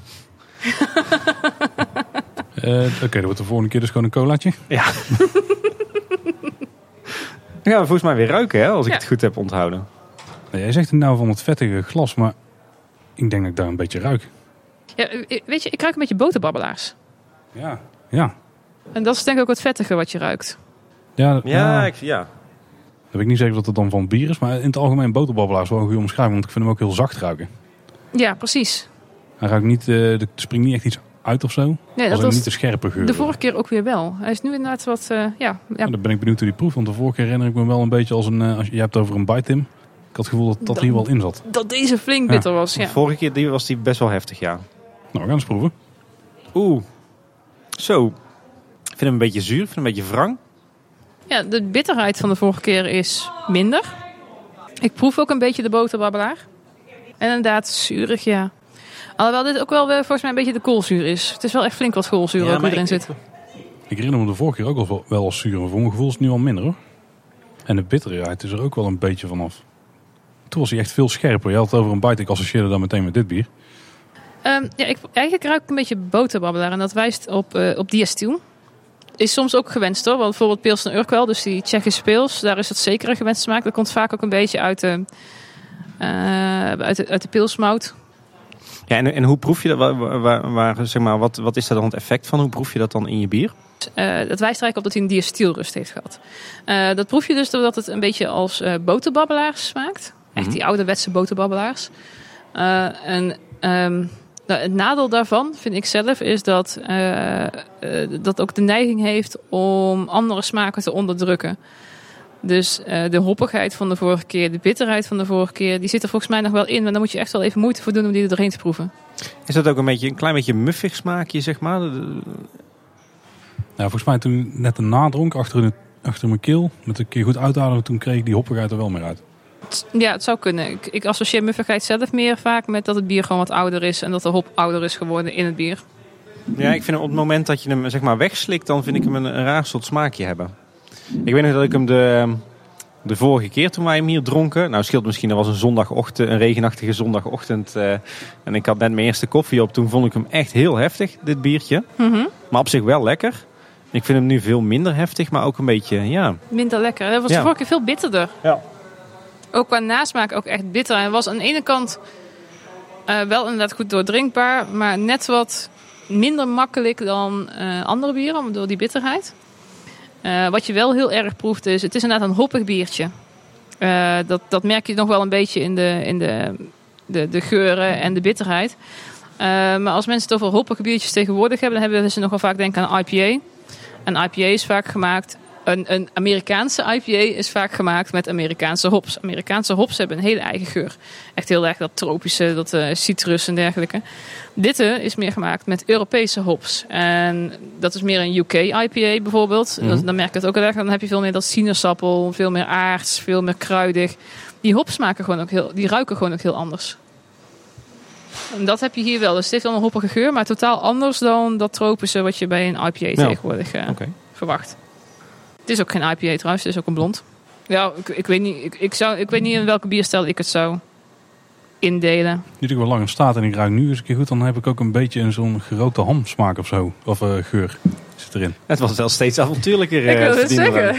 Speaker 1: uh, Oké, okay, dan wordt de volgende keer dus gewoon een colaatje.
Speaker 2: Ja. Dan gaan we volgens mij weer ruiken, hè, als ik
Speaker 3: ja.
Speaker 2: het goed heb onthouden.
Speaker 1: Ja, jij zegt het nou van het vettige glas, maar ik denk dat ik daar een beetje ruik.
Speaker 3: Ja, weet je, ik ruik een beetje boterbabbelaars.
Speaker 1: Ja, ja.
Speaker 3: En dat is denk ik ook het vettige wat je ruikt.
Speaker 1: Ja,
Speaker 2: ja,
Speaker 1: ja.
Speaker 2: Ik, ja.
Speaker 1: Dat wil ik niet zeggen dat het dan van bier is, maar in het algemeen boterbabbelaars is wel een goede omschrijving, want ik vind hem ook heel zacht ruiken.
Speaker 3: Ja, precies.
Speaker 1: Hij ruikt niet, uh, er springt niet echt iets uit of zo.
Speaker 3: Nee, dat
Speaker 1: was
Speaker 3: was
Speaker 1: niet te scherpe geur.
Speaker 3: De vorige keer ook weer wel. Hij is nu inderdaad wat, uh, ja. ja.
Speaker 1: Nou, dan ben ik benieuwd hoe die proeft, want de vorige keer herinner ik me wel een beetje als een, uh, als je, je hebt het over een bite, Tim. Ik had het gevoel dat dat, dat hier wel in zat.
Speaker 3: Dat deze flink bitter ja. was, ja.
Speaker 2: De vorige keer die was die best wel heftig, ja.
Speaker 1: Nou, we gaan eens proeven.
Speaker 2: Oeh. Zo. Ik vind hem een beetje zuur, ik vind hem een beetje wrang.
Speaker 3: Ja, de bitterheid van de vorige keer is minder. Ik proef ook een beetje de boterbabbelaar. En inderdaad, zuurig, ja. Alhoewel dit ook wel weer, volgens mij een beetje de koolzuur is. Het is wel echt flink wat koolzuur
Speaker 2: Ja,
Speaker 3: ook weer
Speaker 2: maar
Speaker 3: erin
Speaker 2: ik-
Speaker 3: zit.
Speaker 1: Ik herinner me de vorige keer ook al wel- wel als zuur. Maar voor mijn gevoel is het nu al minder hoor. En de bitterheid is er ook wel een beetje vanaf. Toen was hij echt veel scherper. Je had het over een bite. Ik associeerde dat meteen met dit bier.
Speaker 3: Um, ja, ik, eigenlijk ruik ik een beetje boterbabbelaar. En dat wijst op, uh, op diastiel. Is soms ook gewenst hoor. Want bijvoorbeeld Pilsner Urquell, dus die Tsjechische pils. Daar is dat zeker een gewenste smaak. Dat komt vaak ook een beetje uit de, uh, uit de, uit de pilsmout.
Speaker 2: Ja, en, en hoe proef je dat? Waar, waar, waar, zeg maar, wat, wat is daar dan het effect van? Hoe proef je dat dan in je bier?
Speaker 3: Uh, dat wijst er eigenlijk op dat hij een diastielrust heeft gehad. Uh, dat proef je dus doordat het een beetje als uh, boterbabbelaars smaakt. Echt die ouderwetse boterbabbelaars. Uh, en um, nou, het nadeel daarvan, vind ik zelf, is dat uh, uh, dat ook de neiging heeft om andere smaken te onderdrukken. Dus uh, de hoppigheid van de vorige keer, de bitterheid van de vorige keer, die zit er volgens mij nog wel in. Maar dan moet je echt wel even moeite voor doen om die er doorheen te proeven.
Speaker 2: Is dat ook een beetje een klein beetje muffig smaakje, zeg maar?
Speaker 1: Nou, volgens mij toen ik net een nadronk achter, de, achter mijn keel. Met een keer goed uitademen. Toen kreeg ik die hoppigheid er wel meer uit.
Speaker 3: Ja, het zou kunnen. Ik, ik associeer muffigheid zelf meer vaak met dat het bier gewoon wat ouder is. En dat de hop ouder is geworden in het bier.
Speaker 2: Ja, ik vind hem op het moment dat je hem zeg maar wegslikt, dan vind ik hem een, een raar soort smaakje hebben. Ik weet nog dat ik hem de, de vorige keer toen wij hem hier dronken. Nou, scheelt misschien, dat was een zondagochtend, een regenachtige zondagochtend. Uh, en ik had net mijn eerste koffie op. Toen vond ik hem echt heel heftig, dit biertje.
Speaker 3: Mm-hmm.
Speaker 2: Maar op zich wel lekker. Ik vind hem nu veel minder heftig, maar ook een beetje, ja.
Speaker 3: Minder lekker. Dat was
Speaker 2: Ja.
Speaker 3: de vorige keer veel bitterder.
Speaker 2: Ja.
Speaker 3: Ook qua nasmaak ook echt bitter. Hij was aan de ene kant uh, wel inderdaad goed doordrinkbaar. Maar net wat minder makkelijk dan uh, andere bieren door die bitterheid. Uh, wat je wel heel erg proeft is, het is inderdaad een hoppig biertje. Uh, dat, dat merk je nog wel een beetje in de, in de, de, de geuren en de bitterheid. Uh, maar als mensen het over hoppige biertjes tegenwoordig hebben, dan hebben ze nogal vaak denken aan I P A. Een I P A is vaak gemaakt, een, een Amerikaanse I P A is vaak gemaakt met Amerikaanse hops. Amerikaanse hops hebben een hele eigen geur. Echt heel erg dat tropische, dat uh, citrus en dergelijke. Dit is meer gemaakt met Europese hops. En dat is meer een U K I P A bijvoorbeeld. Mm-hmm. Dan merk je het ook heel erg. Dan heb je veel meer dat sinaasappel, veel meer aards, veel meer kruidig. Die hops smaken gewoon ook heel, die ruiken gewoon ook heel anders. En dat heb je hier wel. Dus het heeft wel een hoppige geur, maar totaal anders dan dat tropische wat je bij een I P A ja. tegenwoordig uh, okay. verwacht. Het is ook geen I P A trouwens, het is ook een blond. Ja, ik, ik, weet, niet, ik, ik, zou, ik weet niet in welke bierstijl ik het zou indelen.
Speaker 1: Nu natuurlijk wel langer staat en ik ruik nu eens een keer goed, dan heb ik ook een beetje een zo'n gerookte hamsmaak of zo. Of uh, geur zit erin.
Speaker 2: Het was wel steeds avontuurlijker.
Speaker 3: Ik wil het zeggen.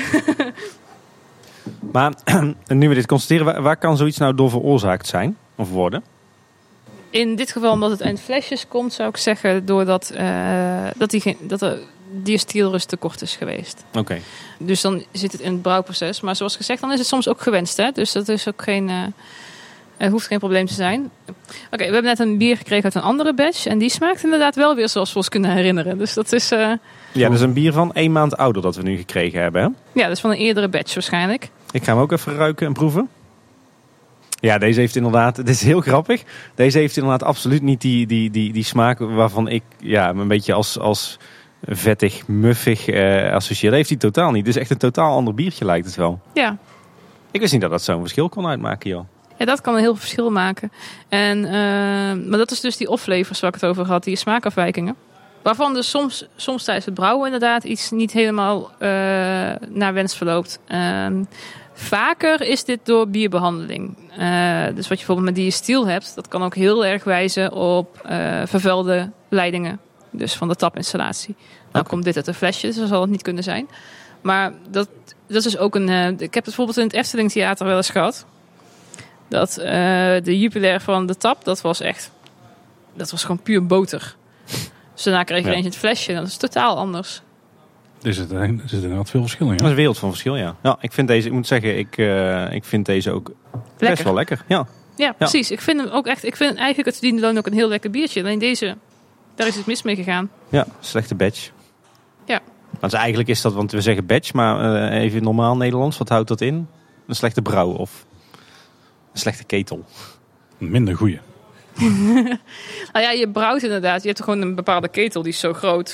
Speaker 2: Maar nu we dit constateren, waar, waar kan zoiets nou door veroorzaakt zijn of worden?
Speaker 3: In dit geval omdat het uit flesjes komt, zou ik zeggen, doordat uh, dat die geen, dat er diastielrust tekort is geweest.
Speaker 2: Oké. Okay.
Speaker 3: Dus dan zit het in het brouwproces. Maar zoals gezegd, dan is het soms ook gewenst. Hè? Dus dat is ook geen, uh, uh, hoeft geen probleem te zijn. Oké, okay, we hebben net een bier gekregen uit een andere batch. En die smaakt inderdaad wel weer zoals we ons kunnen herinneren. Dus dat is... Uh,
Speaker 2: ja, dat is een bier van één maand ouder dat we nu gekregen hebben. Hè?
Speaker 3: Ja, dat is van een eerdere batch waarschijnlijk.
Speaker 2: Ik ga hem ook even ruiken en proeven. Ja, deze heeft inderdaad, dit is heel grappig. Deze heeft inderdaad absoluut niet die, die, die, die smaak waarvan ik ja, een beetje als, als vettig, muffig uh, associeer. Dat heeft hij totaal niet. Het is echt een totaal ander biertje lijkt het wel.
Speaker 3: Ja.
Speaker 2: Ik wist niet dat dat zo'n verschil kon uitmaken, joh.
Speaker 3: Ja, dat kan een heel veel verschil maken. En, uh, maar dat is dus die off-flavors waar ik het over had, die smaakafwijkingen. Waarvan dus soms, soms tijdens het brouwen inderdaad iets niet helemaal uh, naar wens verloopt. Uh, Vaker is dit door bierbehandeling. Uh, dus wat je bijvoorbeeld met diastiel hebt, dat kan ook heel erg wijzen op uh, vervuilde leidingen. Dus van de tapinstallatie. Dan okay. komt dit uit een flesje, dus dat zal het niet kunnen zijn. Maar dat, dat is ook een... Uh, ik heb het bijvoorbeeld in het Efteling Theater wel eens gehad. Dat uh, de Jupiler van de tap, dat was echt... Dat was gewoon puur boter. Dus daarna kreeg je ja. eens het flesje. Dat is totaal anders.
Speaker 1: Er zit, er zit inderdaad veel verschil in. Ja?
Speaker 2: Dat is een wereld van verschil, ja. Ja, ik vind deze, ik moet zeggen, ik, uh, ik vind deze ook lekker. Best wel lekker. Ja.
Speaker 3: Ja, precies. Ja. Ik vind hem ook echt, ik vind eigenlijk het verdiende loon ook een heel lekker biertje. Alleen deze, daar is het mis mee gegaan.
Speaker 2: Ja, slechte batch.
Speaker 3: Ja.
Speaker 2: Want eigenlijk is dat, want we zeggen batch, maar uh, even normaal Nederlands, wat houdt dat in? Een slechte brouw of een slechte ketel?
Speaker 1: Minder goeie.
Speaker 3: Nou ja, je brouwt inderdaad. Je hebt gewoon een bepaalde ketel, die is zo groot.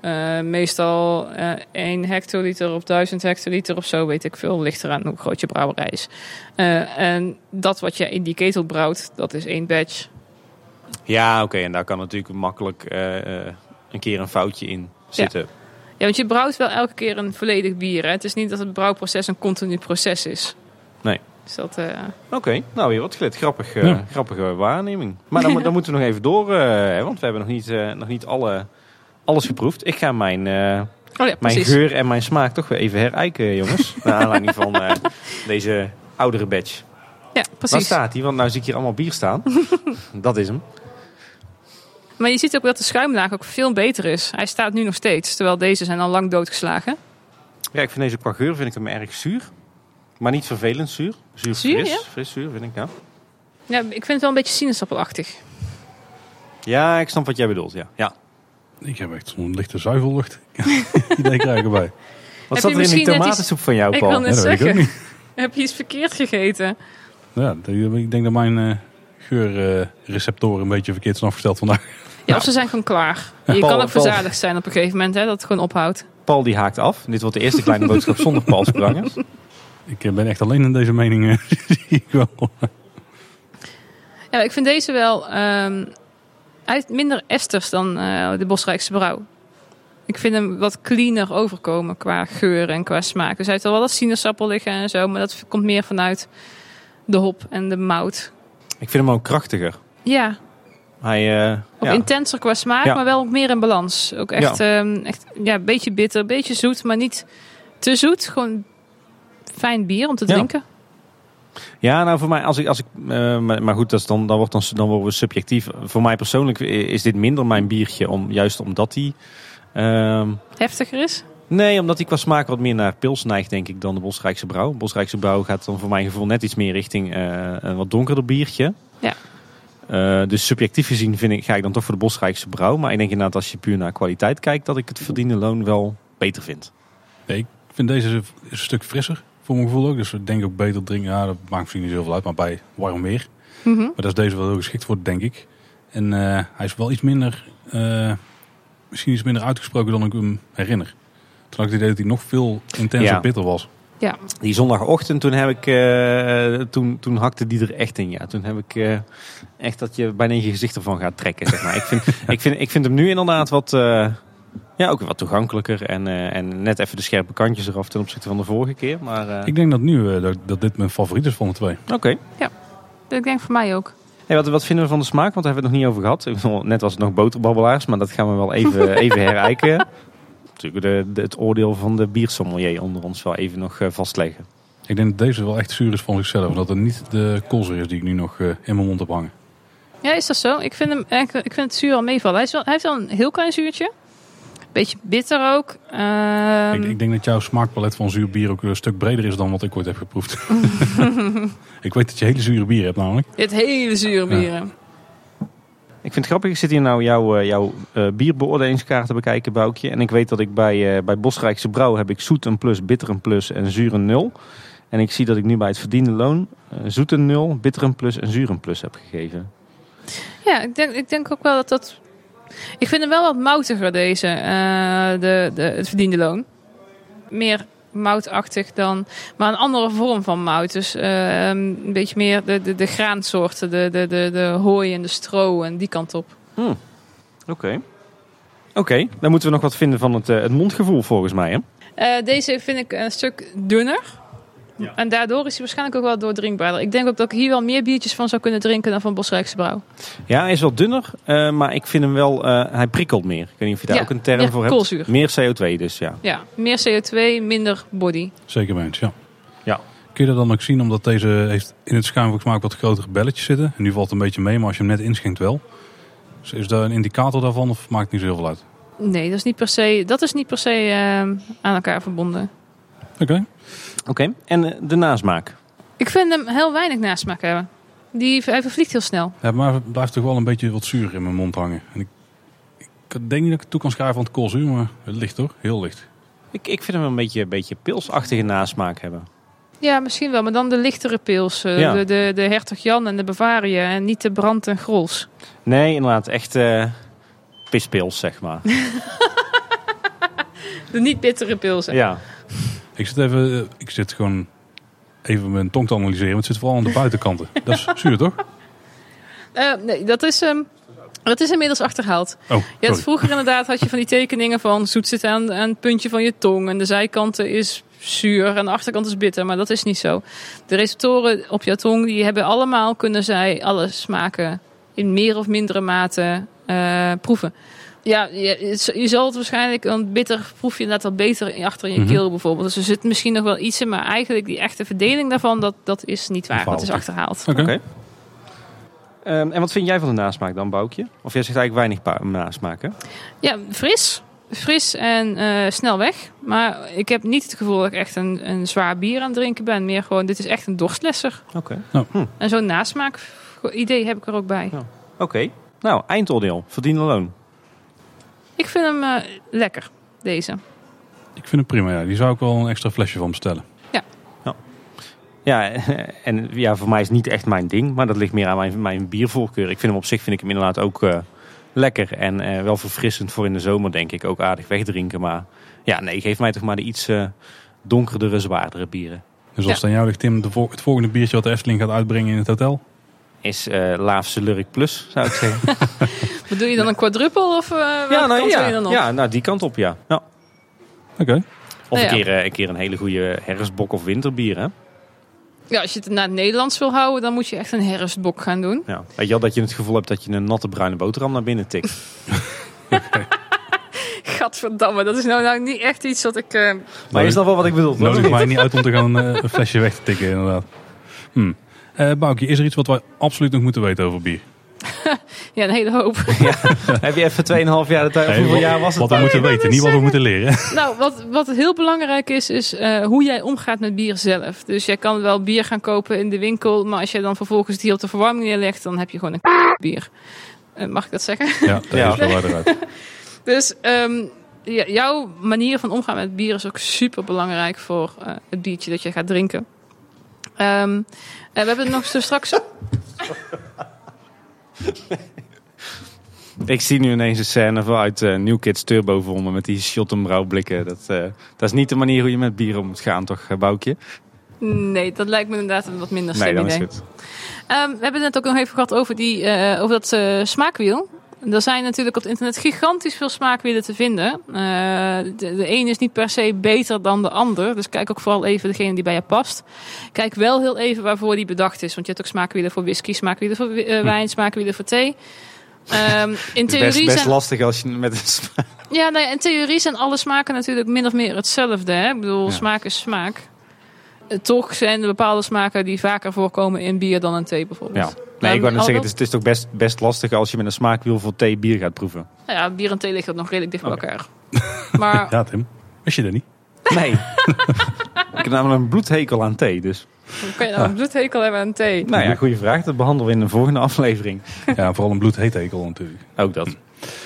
Speaker 3: Uh, meestal uh, één hectoliter op duizend hectoliter of zo, weet ik veel. Ligt eraan hoe groot je brouwerij is. Uh, en dat wat je in die ketel brouwt, dat is één batch.
Speaker 2: Ja, oké. Okay. En daar kan natuurlijk makkelijk uh, uh, een keer een foutje in zitten.
Speaker 3: Ja. ja, want je brouwt wel elke keer een volledig bier. Hè? Het is niet dat het brouwproces een continu proces is.
Speaker 2: Nee.
Speaker 3: Dus dat... Uh...
Speaker 2: Oké, okay. Nou weer wat geleerd. Grappig, uh, ja. Grappige waarneming. Maar dan, dan moeten we nog even door, uh, want we hebben nog niet, uh, nog niet alle... alles geproefd. Ik ga mijn, uh,
Speaker 3: oh ja,
Speaker 2: mijn geur en mijn smaak toch weer even herijken, jongens. Naar aanleiding van uh, deze oudere batch.
Speaker 3: Ja, precies.
Speaker 2: Waar staat hij? Want nou zie ik hier allemaal bier staan. Dat is hem.
Speaker 3: Maar je ziet ook dat de schuimlaag ook veel beter is. Hij staat nu nog steeds, terwijl deze zijn al lang doodgeslagen.
Speaker 2: Ja, ik vind deze qua geur vind ik hem erg zuur. Maar niet vervelend zuur. Zuur,
Speaker 3: zuur
Speaker 2: fris.
Speaker 3: Ja?
Speaker 2: Fris zuur, vind ik, ja.
Speaker 3: Ja, ik vind het wel een beetje sinaasappelachtig.
Speaker 2: Ja, ik snap wat jij bedoelt, ja. ja.
Speaker 1: Ik heb echt zo'n lichte zuivellucht. Idee krijgen bij.
Speaker 2: Wat zat er in die tomatensoep van jou, Paul?
Speaker 3: Ik wil net
Speaker 1: ja,
Speaker 3: zeggen.
Speaker 1: Ik
Speaker 3: heb je iets verkeerd gegeten?
Speaker 1: Ja, ik denk dat mijn uh, geurreceptoren uh, een beetje verkeerd zijn afgesteld vandaag.
Speaker 3: Ja, of ze zijn gewoon klaar. Je
Speaker 2: Paul,
Speaker 3: kan ook
Speaker 2: Paul.
Speaker 3: verzadigd zijn op een gegeven moment, hè, dat het gewoon ophoudt.
Speaker 2: Paul die haakt af. Dit wordt de eerste kleine boodschap zonder Paul Sprangers.
Speaker 1: Ik uh, ben echt alleen in deze mening. Uh, zie ik wel.
Speaker 3: Ja, ik vind deze wel... Um, Hij heeft minder esters dan uh, de Bosrijkse Brouw. Ik vind hem wat cleaner overkomen qua geur en qua smaak. Dus hij heeft wel wat sinaasappel liggen en zo. Maar dat komt meer vanuit de hop en de mout.
Speaker 2: Ik vind hem ook krachtiger.
Speaker 3: Ja.
Speaker 2: Hij, uh,
Speaker 3: ook
Speaker 2: ja.
Speaker 3: intenser qua smaak, ja. maar wel ook meer in balans. Ook echt, ja. Um, echt ja, een beetje bitter, een beetje zoet, maar niet te zoet. Gewoon fijn bier om te
Speaker 2: ja.
Speaker 3: drinken.
Speaker 2: Ja, nou voor mij, als ik, als ik, uh, maar goed, dat is dan, dan, wordt dan, dan worden we subjectief. Voor mij persoonlijk is dit minder mijn biertje, om, juist omdat hij... Uh,
Speaker 3: heftiger is?
Speaker 2: Nee, omdat hij qua smaak wat meer naar pils neigt, denk ik, dan de Bosrijkse Brouw. Bosrijkse Brouw gaat dan voor mijn gevoel net iets meer richting uh, een wat donkerder biertje.
Speaker 3: Ja.
Speaker 2: Uh, dus subjectief gezien vind ik, ga ik dan toch voor de Bosrijkse Brouw. Maar ik denk inderdaad, als je puur naar kwaliteit kijkt, dat ik het verdiende loon wel beter vind.
Speaker 1: Nee, ik vind deze een stuk frisser. Voor mijn gevoel ook. Dus ik denk ook beter drinken. Ja, dat maakt misschien niet zoveel uit. Maar bij warm weer.
Speaker 3: Mm-hmm.
Speaker 1: Maar dat is deze wel heel geschikt voor, denk ik. En uh, hij is wel iets minder... Uh, misschien iets minder uitgesproken dan ik hem herinner. Toen had ik het idee dat hij nog veel intenser
Speaker 2: ja.
Speaker 1: bitter was.
Speaker 3: Ja.
Speaker 2: Die zondagochtend, toen heb ik... Uh, toen, toen hakte die er echt in, ja. Toen heb ik uh, echt dat je bijna in je gezicht ervan gaat trekken, zeg maar. ik, vind, ik, vind, ik vind hem nu inderdaad wat... Uh, Ja, ook wat toegankelijker en, uh, en net even de scherpe kantjes eraf ten opzichte van de vorige keer. Maar, uh...
Speaker 1: Ik denk dat nu uh, dat, dat dit mijn favoriet is van de twee.
Speaker 2: Oké. Okay.
Speaker 3: Ja, dat denk voor mij ook.
Speaker 2: Hey, wat, wat vinden we van de smaak? Want daar hebben we het nog niet over gehad. Net was het nog boterbabbelaars, maar dat gaan we wel even, even herijken. Natuurlijk de, de, het oordeel van de biersommelier onder ons wel even nog uh, vastleggen.
Speaker 1: Ik denk dat deze wel echt zuur is van zichzelf. Dat het niet de koolzuur is die ik nu nog uh, in mijn mond heb hangen.
Speaker 3: Ja, is dat zo? Ik vind, hem, ik vind het zuur al meevallen. Hij, is wel, hij heeft wel een heel klein zuurtje. Beetje bitter ook. Um...
Speaker 1: Ik, ik denk dat jouw smaakpalet van zuur bier ook een stuk breder is dan wat ik ooit heb geproefd. Ik weet dat je hele zure bier hebt namelijk.
Speaker 3: Het hele zure bieren. Ja.
Speaker 2: Ik vind het grappig, ik zit hier nou jouw, jouw uh, bierbeoordelingskaart te bekijken, Boukje. En ik weet dat ik bij, uh, bij Bosrijkse Brouw heb ik zoet een plus, bitter een plus en zuur een nul. En ik zie dat ik nu bij het verdiende loon uh, zoet een nul, bitter een plus en zuur een plus heb gegeven.
Speaker 3: Ja, ik denk, ik denk ook wel dat dat... Ik vind hem wel wat moutiger, deze, uh, de, de, het verdiende loon. Meer moutachtig dan... Maar een andere vorm van mout. Dus uh, een beetje meer de, de, de graansoorten, de, de, de, de hooi en de stro en die kant op.
Speaker 2: Hmm. Oké. Okay. Oké, okay, dan moeten we nog wat vinden van het, uh, het mondgevoel volgens mij, hè?
Speaker 3: Uh, deze vind ik een stuk dunner. Ja. En daardoor is hij waarschijnlijk ook wel doordrinkbaarder. Ik denk ook dat ik hier wel meer biertjes van zou kunnen drinken dan van Bosrijkse Brouw.
Speaker 2: Ja, hij is wel dunner, uh, maar ik vind hem wel, uh, hij prikkelt meer. Ik weet niet of je daar
Speaker 3: ja,
Speaker 2: ook een term
Speaker 3: ja,
Speaker 2: voor
Speaker 3: koolzuur.
Speaker 2: hebt. Meer C O twee dus, ja.
Speaker 3: Ja, meer C O twee, minder body.
Speaker 1: Zeker mee eens, ja.
Speaker 2: Ja.
Speaker 1: Kun je dat dan ook zien, omdat deze heeft in het schuim volgens mij ook wat grotere belletjes zitten. En nu valt het een beetje mee, maar als je hem net inschenkt wel. Dus is dat een indicator daarvan of maakt het niet zo heel veel uit?
Speaker 3: Nee, dat is niet per se, dat is niet per se uh, aan elkaar verbonden.
Speaker 1: Oké. Okay.
Speaker 2: Oké, okay. En uh, de nasmaak?
Speaker 3: Ik vind hem heel weinig nasmaak hebben. Die, hij vervliegt heel snel.
Speaker 1: Ja, maar het blijft toch wel een beetje wat zuur in mijn mond hangen. En ik, ik denk niet dat ik het toe kan schrijven aan het koolzuur, maar het licht hoor, heel licht.
Speaker 2: Ik, ik vind hem een beetje, een beetje pilsachtige nasmaak hebben.
Speaker 3: Ja, misschien wel, maar dan de lichtere pils. Uh,
Speaker 2: ja.
Speaker 3: de, de, de Hertog Jan en de Bavaria en niet de Brand en Grols.
Speaker 2: Nee, inderdaad, echt uh, pispils zeg maar.
Speaker 3: De niet bittere pilsen.
Speaker 2: Ja.
Speaker 1: Ik zit even, ik zit gewoon even mijn tong te analyseren. Maar het zit vooral aan de buitenkanten. Dat is zuur, toch?
Speaker 3: Uh, nee, dat is, um, dat is inmiddels achterhaald.
Speaker 1: Oh,
Speaker 3: Je had vroeger inderdaad had je van die tekeningen van zoet zit aan, aan het puntje van je tong. En de zijkanten is zuur en de achterkant is bitter. Maar dat is niet zo. De receptoren op je tong die hebben allemaal, kunnen zij alle smaken in meer of mindere mate uh, proeven. Ja, je, je zal het waarschijnlijk, want bitter proef je inderdaad wel beter achter in je
Speaker 1: Mm-hmm.
Speaker 3: keel bijvoorbeeld. Dus er zit misschien nog wel iets in, maar eigenlijk die echte verdeling daarvan, dat, dat is niet waar. Dat is achterhaald.
Speaker 1: Oké.
Speaker 2: Okay. Um, en wat vind jij van de nasmaak dan, Boukje? Of jij zegt eigenlijk weinig pa- nasmaak, hè?
Speaker 3: Ja, fris. Fris en uh, snel weg. Maar ik heb niet het gevoel dat ik echt een, een zwaar bier aan het drinken ben. Meer gewoon, dit is echt een dorstlesser.
Speaker 2: Oké. Okay.
Speaker 1: Nou.
Speaker 2: Hm.
Speaker 3: En zo'n nasmaak idee heb ik er ook bij.
Speaker 2: Ja. Oké. Okay. Nou, eindoordeel. Verdiende loon.
Speaker 3: Ik vind hem uh, lekker, deze.
Speaker 1: Ik vind het prima, ja. Die zou ik wel een extra flesje van bestellen.
Speaker 3: Ja.
Speaker 2: Ja, ja en ja, voor mij is het niet echt mijn ding. Maar dat ligt meer aan mijn, mijn biervoorkeur. Ik vind hem op zich vind ik hem inderdaad ook uh, lekker. En uh, wel verfrissend voor in de zomer, denk ik. Ook aardig wegdrinken. Maar ja, nee, geef mij toch maar de iets uh, donkerdere, zwaardere bieren.
Speaker 1: Dus als
Speaker 3: Ja.
Speaker 1: dan jou ligt, Tim, de vo- het volgende biertje wat de Efteling gaat uitbrengen in het hotel?
Speaker 2: Is uh, Laafse Lurk Plus, zou ik zeggen.
Speaker 3: Bedoel je dan een quadruppel of uh, welke
Speaker 2: ja, nou,
Speaker 3: kant
Speaker 2: ja,
Speaker 3: wil je dan op?
Speaker 2: ja, nou die kant op, ja. ja.
Speaker 1: Oké. Okay.
Speaker 2: Of
Speaker 3: Nou
Speaker 2: een,
Speaker 3: ja.
Speaker 2: keer, uh, een keer een hele goede herfstbok of winterbier, hè?
Speaker 3: Ja, als je het naar het Nederlands wil houden, dan moet je echt een herfstbok gaan doen.
Speaker 2: Ja. Weet je wel dat je het gevoel hebt dat je een natte bruine boterham naar binnen tikt?
Speaker 3: Gadverdamme, dat is nou, nou niet echt iets wat ik... Uh...
Speaker 2: Maar is dat wel wat ik bedoel?
Speaker 1: Nodig mij niet uit om te gaan uh, een flesje weg te tikken, inderdaad. Hm. Uh, Boukje, is er iets wat wij absoluut nog moeten weten over bier?
Speaker 3: Ja, een hele hoop.
Speaker 2: Ja. Heb je even tweeënhalf jaar de tijd?
Speaker 1: Nee,
Speaker 2: hoeveel
Speaker 1: wat,
Speaker 2: jaar was het?
Speaker 1: Wat we moeten weten, niet wat we moeten leren.
Speaker 3: Nou, wat, wat heel belangrijk is, is uh, hoe jij omgaat met bier zelf. Dus jij kan wel bier gaan kopen in de winkel, maar als je dan vervolgens die op de verwarming neerlegt, dan heb je gewoon een bier. Uh, mag ik dat zeggen?
Speaker 1: Ja, dat
Speaker 2: Ja.
Speaker 1: is wel waar eruit.
Speaker 3: Dus um, ja, jouw manier van omgaan met bier is ook super belangrijk voor uh, het biertje dat je gaat drinken. Um, we hebben nog zo straks...
Speaker 2: Ik zie nu ineens een scène vanuit uh, New Kids Turbo voor me met die shottenbrouwblikken. Dat, uh, dat is niet de manier hoe je met bier om moet gaan, toch, Boukje?
Speaker 3: Nee, dat lijkt me inderdaad een wat minder slim
Speaker 2: Nee, dan
Speaker 3: idee.
Speaker 2: is het.
Speaker 3: Um, we hebben het net ook nog even gehad over, die, uh, over dat uh, smaakwiel. Er zijn natuurlijk op het internet gigantisch veel smaakwielen te vinden. Uh, de, de een is niet per se beter dan de ander. Dus kijk ook vooral even degene die bij je past. Kijk wel heel even waarvoor die bedacht is. Want je hebt ook smaakwielen voor whisky, smaakwielen voor uh, wijn, smaakwielen voor thee. Um, in theorie
Speaker 2: Best, best
Speaker 3: zijn...
Speaker 2: lastig als je met een smaak...
Speaker 3: Ja, nou ja, in theorie zijn alle smaken natuurlijk min of meer hetzelfde. Hè? Ik bedoel,
Speaker 2: Ja.
Speaker 3: smaak is smaak. Uh, toch zijn er bepaalde smaken die vaker voorkomen in bier dan in thee bijvoorbeeld.
Speaker 2: Ja. Nee, ik wou net zeggen, het is, het is toch best, best lastig als je met een smaakwiel voor thee bier gaat proeven.
Speaker 3: Nou ja, bier en thee liggen nog redelijk dicht bij
Speaker 2: Oké.
Speaker 3: elkaar. Maar
Speaker 1: Ja, Tim. Wist je dat niet?
Speaker 2: Nee. Ik heb namelijk een bloedhekel aan thee, dus...
Speaker 3: hoe kan je nou een bloedhekel hebben aan thee?
Speaker 2: Nou ja, goede vraag. Dat behandelen we in de volgende aflevering.
Speaker 1: Ja, vooral een bloedheethekel natuurlijk.
Speaker 2: Ook dat.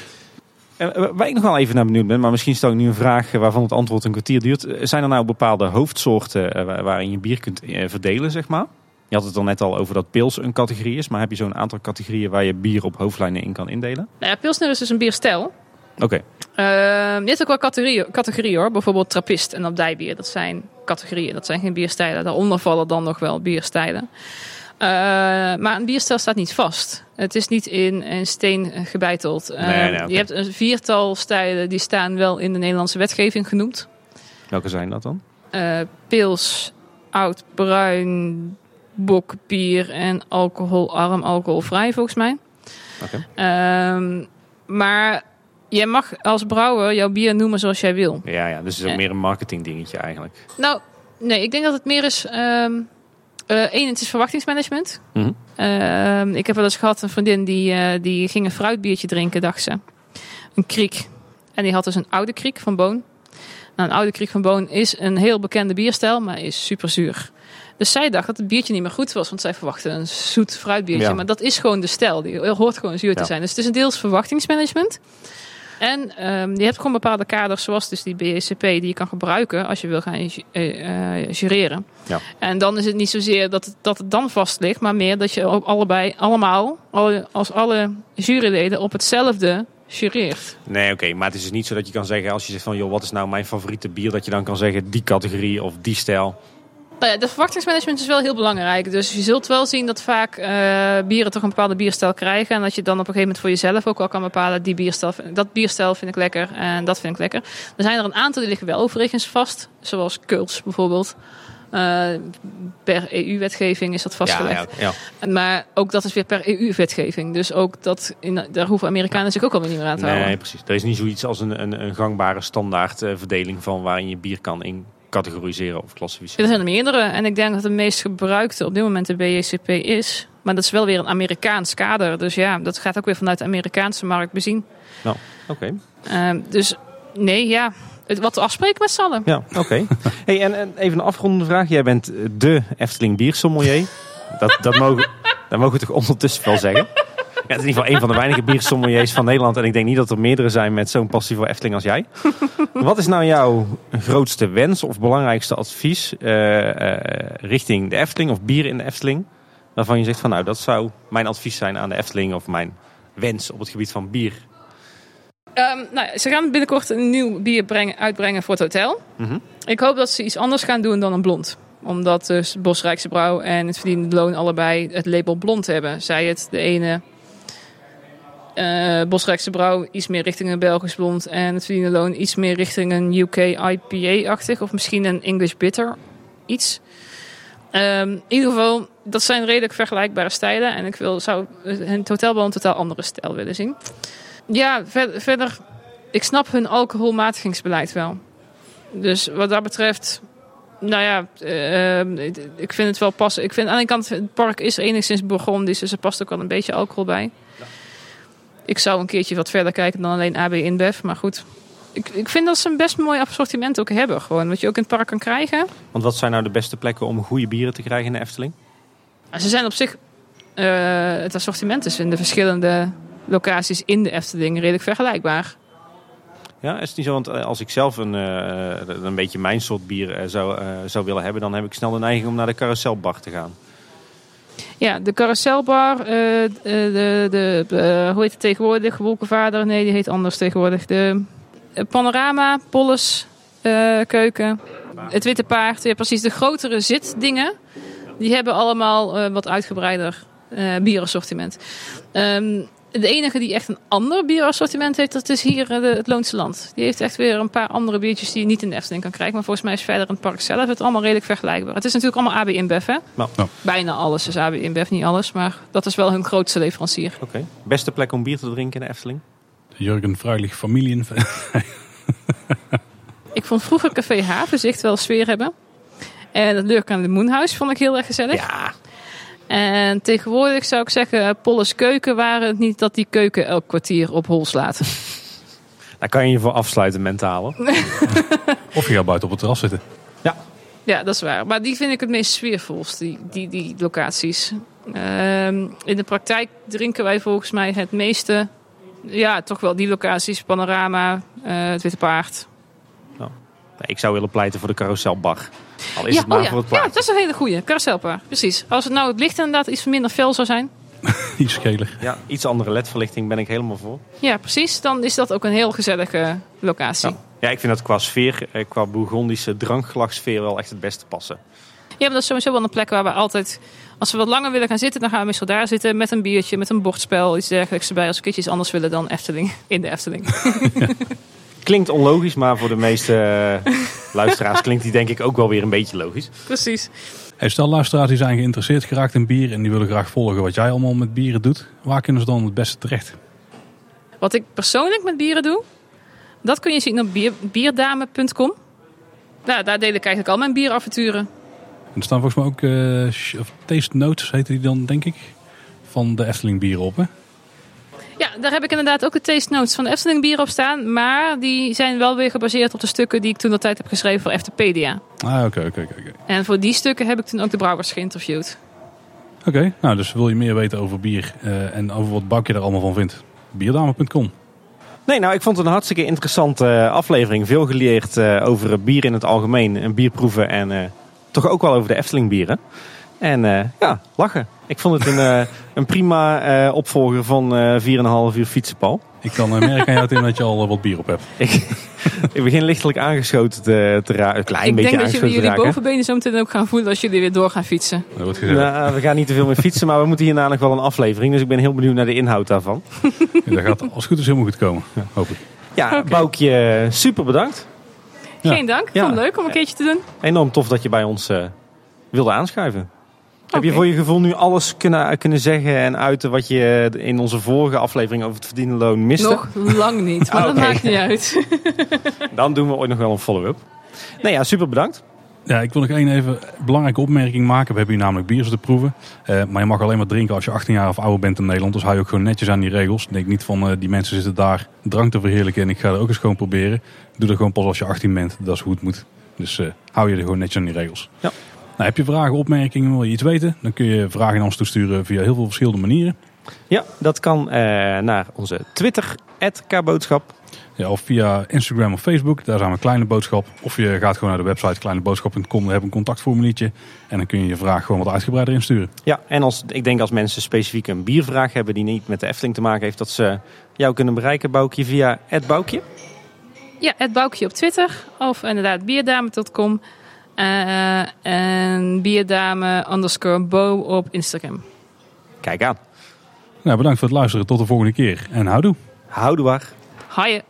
Speaker 2: En waar ik nog wel even naar benieuwd ben, maar misschien stel ik nu een vraag waarvan het antwoord een kwartier duurt. Zijn er nou bepaalde hoofdsoorten waarin je bier kunt verdelen, zeg maar? Je had het al net al over dat pils een categorie is, maar heb je zo'n aantal categorieën waar je bier op hoofdlijnen in kan indelen?
Speaker 3: Nou ja, Pilsner is dus een bierstijl.
Speaker 2: Oké. Okay.
Speaker 3: Uh, je hebt ook wel categorieën, categorieën hoor. Bijvoorbeeld trappist en abdijbier. Dat zijn categorieën, dat zijn geen bierstijlen. Daaronder vallen dan nog wel bierstijlen. Uh, maar een bierstijl staat niet vast. Het is niet in een steen gebeiteld. Uh,
Speaker 2: nee, nee, okay.
Speaker 3: Je hebt een viertal stijlen die staan wel in de Nederlandse wetgeving genoemd.
Speaker 2: Welke zijn dat dan?
Speaker 3: Uh, pils, oud, bruin, bok, bier en alcoholarm, alcoholvrij volgens mij.
Speaker 2: Oké.
Speaker 3: Okay. Uh, maar jij mag als brouwer jouw bier noemen zoals jij wil.
Speaker 2: Ja, ja, dus het is ook meer een marketing dingetje eigenlijk.
Speaker 3: Nou, nee, ik denk dat het meer is... Um, Uh, Eén, het is verwachtingsmanagement.
Speaker 2: Mm-hmm.
Speaker 3: Uh, ik heb wel eens gehad een vriendin die, uh, die ging een fruitbiertje drinken, dacht ze. Een kriek. En die had dus een oude kriek van Boon. Nou, een oude kriek van Boon is een heel bekende bierstijl, maar is super zuur. Dus zij dacht dat het biertje niet meer goed was, want zij verwachtte een zoet fruitbiertje.
Speaker 2: Ja.
Speaker 3: Maar dat is gewoon de stijl. Die hoort gewoon zuur te
Speaker 2: ja.
Speaker 3: zijn. Dus het is een deels verwachtingsmanagement. En um, je hebt gewoon bepaalde kaders, zoals dus die B E C P, die je kan gebruiken als je wil gaan uh, uh, jureren.
Speaker 2: Ja.
Speaker 3: En dan is het niet zozeer dat het, dat het dan vast ligt, maar meer dat je ook allebei, allemaal, alle, als alle juryleden op hetzelfde gereerd.
Speaker 2: Nee, oké. Okay, maar het is dus niet zo dat je kan zeggen, als je zegt van, joh, wat is nou mijn favoriete bier? Dat je dan kan zeggen, die categorie of die stijl.
Speaker 3: Nou ja, de verwachtingsmanagement is wel heel belangrijk. Dus je zult wel zien dat vaak uh, bieren toch een bepaalde bierstijl krijgen. En dat je dan op een gegeven moment voor jezelf ook wel kan bepalen, die bierstijl, dat bierstijl vind ik lekker en dat vind ik lekker. Er zijn er een aantal die liggen wel overigens vast. Zoals Kuls bijvoorbeeld. Uh, per E U-wetgeving is dat vastgelegd.
Speaker 2: Ja, ja, ja.
Speaker 3: Maar ook dat is weer per E U-wetgeving. Dus ook dat in, daar hoeven Amerikanen zich ook alweer niet meer aan te houden.
Speaker 2: Nee, precies. Er is niet zoiets als een, een, een gangbare standaard uh, verdeling van waarin je bier kan in categoriseren of klassificeren.
Speaker 3: Er zijn er meerdere. En ik denk dat de meest gebruikte op dit moment de B J C P is. Maar dat is wel weer een Amerikaans kader. Dus ja, dat gaat ook weer vanuit de Amerikaanse markt bezien.
Speaker 2: Nou, oké.
Speaker 3: Okay. Uh, dus nee, ja... Wat te afspreken met z'n allen.
Speaker 2: Ja, oké. Okay. Hey, en, en even een afrondende vraag. Jij bent de Efteling biersommelier. Dat, dat, mogen, dat mogen we toch ondertussen wel zeggen. Ja, het is in ieder geval een van de weinige biersommeliers van Nederland. En ik denk niet dat er meerdere zijn met zo'n passie voor Efteling als jij. Wat is nou jouw grootste wens of belangrijkste advies uh, uh, richting de Efteling of bier in de Efteling? Waarvan je zegt van nou, dat zou mijn advies zijn aan de Efteling of mijn wens op het gebied van bier.
Speaker 3: Um, nou, ze gaan binnenkort een nieuw bier brengen, uitbrengen voor het hotel.
Speaker 2: Mm-hmm.
Speaker 3: Ik hoop dat ze iets anders gaan doen dan een blond. Omdat dus Bosrijkse Brouw en het Verdiende Loon allebei het label blond hebben. Zij het de ene uh, Bosrijkse Brouw iets meer richting een Belgisch blond. En het Verdiende Loon iets meer richting een U K I P A-achtig. Of misschien een English bitter iets. Um, in ieder geval, dat zijn redelijk vergelijkbare stijlen. En ik wil, zou het hotel wel een totaal andere stijl willen zien. Ja, verder, verder, ik snap hun alcoholmatigingsbeleid wel. Dus wat dat betreft, nou ja, uh, ik vind het wel passen. Ik vind aan de ene kant, het park is enigszins Bourgondisch, dus er past ook wel een beetje alcohol bij. Ja. Ik zou een keertje wat verder kijken dan alleen A B InBev, maar goed. Ik, ik vind dat ze een best mooi assortiment ook hebben, gewoon, wat je ook in het park kan krijgen.
Speaker 2: Want wat zijn nou de beste plekken om goede bieren te krijgen in de Efteling?
Speaker 3: Ze zijn op zich, uh, het assortiment is in de verschillende locaties in de Efteling redelijk vergelijkbaar.
Speaker 2: Ja, is het niet zo? Want als ik zelf een, uh, een beetje mijn soort bier uh, zou, uh, zou willen hebben, dan heb ik snel de neiging om naar de carouselbar te gaan.
Speaker 3: Ja, de carouselbar, uh, de, de, de, uh, hoe heet het tegenwoordig? Wolkenvader? Nee, die heet anders tegenwoordig. De uh, Panorama, Polles, uh, Keuken, het Witte Paard. Ja, precies, de grotere zitdingen. Die hebben allemaal uh, wat uitgebreider uh, bierassortiment. Um, De enige die echt een ander bierassortiment heeft, dat is hier de, het Loonse Land. Die heeft echt weer een paar andere biertjes die je niet in de Efteling kan krijgen. Maar volgens mij is verder in het park zelf het allemaal redelijk vergelijkbaar. Het is natuurlijk allemaal A B InBev, hè?
Speaker 2: Nou.
Speaker 3: Bijna alles is A B InBev, niet alles. Maar dat is wel hun grootste leverancier.
Speaker 2: Oké. Okay. Beste plek om bier te drinken in de Efteling?
Speaker 1: Jurgen Fruilich Familien.
Speaker 3: Ik vond vroeger Café Havenzicht wel sfeer hebben. En het Lurk aan de Moenhuis vond ik heel erg gezellig.
Speaker 2: Ja.
Speaker 3: En tegenwoordig zou ik zeggen, Polles Keuken, waren het niet dat die keuken elk kwartier op hol slaat.
Speaker 2: Daar kan je je voor afsluiten mentaal.
Speaker 1: Of je gaat buiten op het terras zitten.
Speaker 2: Ja.
Speaker 3: Ja, dat is waar. Maar die vind ik het meest sfeervolst, die, die, die locaties. Um, in de praktijk drinken wij volgens mij het meeste, ja, toch wel die locaties. Panorama, uh, het Witte Paard.
Speaker 2: Nou, ik zou willen pleiten voor de carouselbar. Al is
Speaker 3: ja,
Speaker 2: het maar
Speaker 3: oh ja.
Speaker 2: voor het plaatje.
Speaker 3: Ja, dat is een hele goeie. Carouselbar, precies. Als het nou het licht inderdaad iets minder fel zou zijn.
Speaker 1: Iets scheler.
Speaker 2: Ja, iets andere ledverlichting ben ik helemaal voor.
Speaker 3: Ja, precies. Dan is dat ook een heel gezellige locatie.
Speaker 2: Ja, ja, ik vind dat qua sfeer, qua Bourgondische drankgelagsfeer wel echt het beste passen.
Speaker 3: Ja, maar dat is sowieso wel een plek waar we altijd, als we wat langer willen gaan zitten, dan gaan we meestal daar zitten met een biertje, met een bordspel, iets dergelijks erbij. Als we een keertje iets anders willen dan Efteling, in de Efteling.
Speaker 2: Ja. Klinkt onlogisch, maar voor de meeste luisteraars klinkt die denk ik ook wel weer een beetje logisch.
Speaker 3: Precies.
Speaker 1: Hey, stel luisteraars die zijn geïnteresseerd geraakt in bier en die willen graag volgen wat jij allemaal met bieren doet. Waar kunnen ze dan het beste terecht?
Speaker 3: Wat ik persoonlijk met bieren doe, dat kun je zien op bier, bierdame punt com. Nou, daar deel ik eigenlijk al mijn bieravonturen.
Speaker 1: En er staan volgens mij ook uh, taste notes, heette die dan denk ik, van de Efteling bieren op, hè?
Speaker 3: Ja, daar heb ik inderdaad ook de taste notes van de Efteling bier op staan. Maar die zijn wel weer gebaseerd op de stukken die ik toen de tijd heb geschreven voor Eftepedia.
Speaker 1: Ah, oké, oké, oké.
Speaker 3: En voor die stukken heb ik toen ook de brouwers geïnterviewd.
Speaker 1: Oké, okay, nou dus wil je meer weten over bier uh, en over wat Boukje er allemaal van vindt? bierdame punt com.
Speaker 2: Nee, nou ik vond het een hartstikke interessante aflevering. Veel geleerd uh, over bier in het algemeen en bierproeven en uh, toch ook wel over de Efteling bieren. En uh, ja, lachen. Ik vond het een, uh, een prima uh, opvolger van uh, vier en een half uur fietsen, Paul.
Speaker 1: Ik kan uh, merken aan jou, Tim, dat je al uh, wat bier op hebt.
Speaker 2: Ik, ik begin lichtelijk aangeschoten te, te raken. Een klein
Speaker 3: ik
Speaker 2: beetje
Speaker 3: denk dat
Speaker 2: aangeschoten
Speaker 3: jullie
Speaker 2: te raken.
Speaker 3: bovenbenen zo meteen ook gaan voelen als jullie weer door gaan fietsen.
Speaker 1: Dat wordt gezegd.
Speaker 2: Nou, we gaan niet te veel meer fietsen, maar we moeten hierna nog wel een aflevering. Dus ik ben heel benieuwd naar de inhoud daarvan.
Speaker 1: Ja, dat gaat als het goed is helemaal goed komen. Ja, hoop ik.
Speaker 2: Ja,
Speaker 3: Oké.
Speaker 2: Boukje, super bedankt.
Speaker 1: Ja.
Speaker 3: Geen dank,
Speaker 2: Ja.
Speaker 3: vond het leuk om een keertje te doen.
Speaker 2: Enorm tof dat je bij ons uh, wilde aanschuiven. Heb je
Speaker 3: Oké.
Speaker 2: voor je gevoel nu alles kunnen, kunnen zeggen en uiten wat je in onze vorige aflevering over het verdiende loon miste?
Speaker 3: Nog lang niet, maar
Speaker 2: Ah,
Speaker 3: dat
Speaker 2: oké.
Speaker 3: maakt niet uit.
Speaker 2: Dan doen we ooit nog wel een follow-up. Nee, ja, super bedankt.
Speaker 1: Ja, ik wil nog één even belangrijke opmerking maken. We hebben hier namelijk bier te proeven. Uh, maar je mag alleen maar drinken als je achttien jaar of ouder bent in Nederland. Dus hou je ook gewoon netjes aan die regels. Denk niet van uh, die mensen zitten daar drank te verheerlijken en ik ga er ook eens gewoon proberen. Doe dat gewoon pas als je achttien bent. Dat is hoe het moet. Dus uh, hou je er gewoon netjes aan die regels.
Speaker 2: Ja.
Speaker 1: Nou, heb je vragen, opmerkingen, wil je iets weten? Dan kun je vragen naar ons toesturen via heel veel verschillende manieren.
Speaker 2: Ja, dat kan uh, naar onze Twitter, at kboodschap.
Speaker 1: Ja, of via Instagram of Facebook, daar zijn we Kleine Boodschap. Of je gaat gewoon naar de website kleineboodschap punt com, daar heb je een contactformuliertje. En dan kun je je vraag gewoon wat uitgebreider insturen.
Speaker 2: Ja, en als, ik denk als mensen specifiek een biervraag hebben die niet met de Efteling te maken heeft, dat ze jou kunnen bereiken, Boukje, via at Boukje.
Speaker 3: Ja, het Boukje op Twitter of inderdaad bierdame punt com uh, en bierdame underscore bo op Instagram.
Speaker 2: Kijk aan.
Speaker 1: Nou, bedankt voor het luisteren. Tot de volgende keer. En houdoe.
Speaker 2: Houdoe waar.
Speaker 3: Haaien.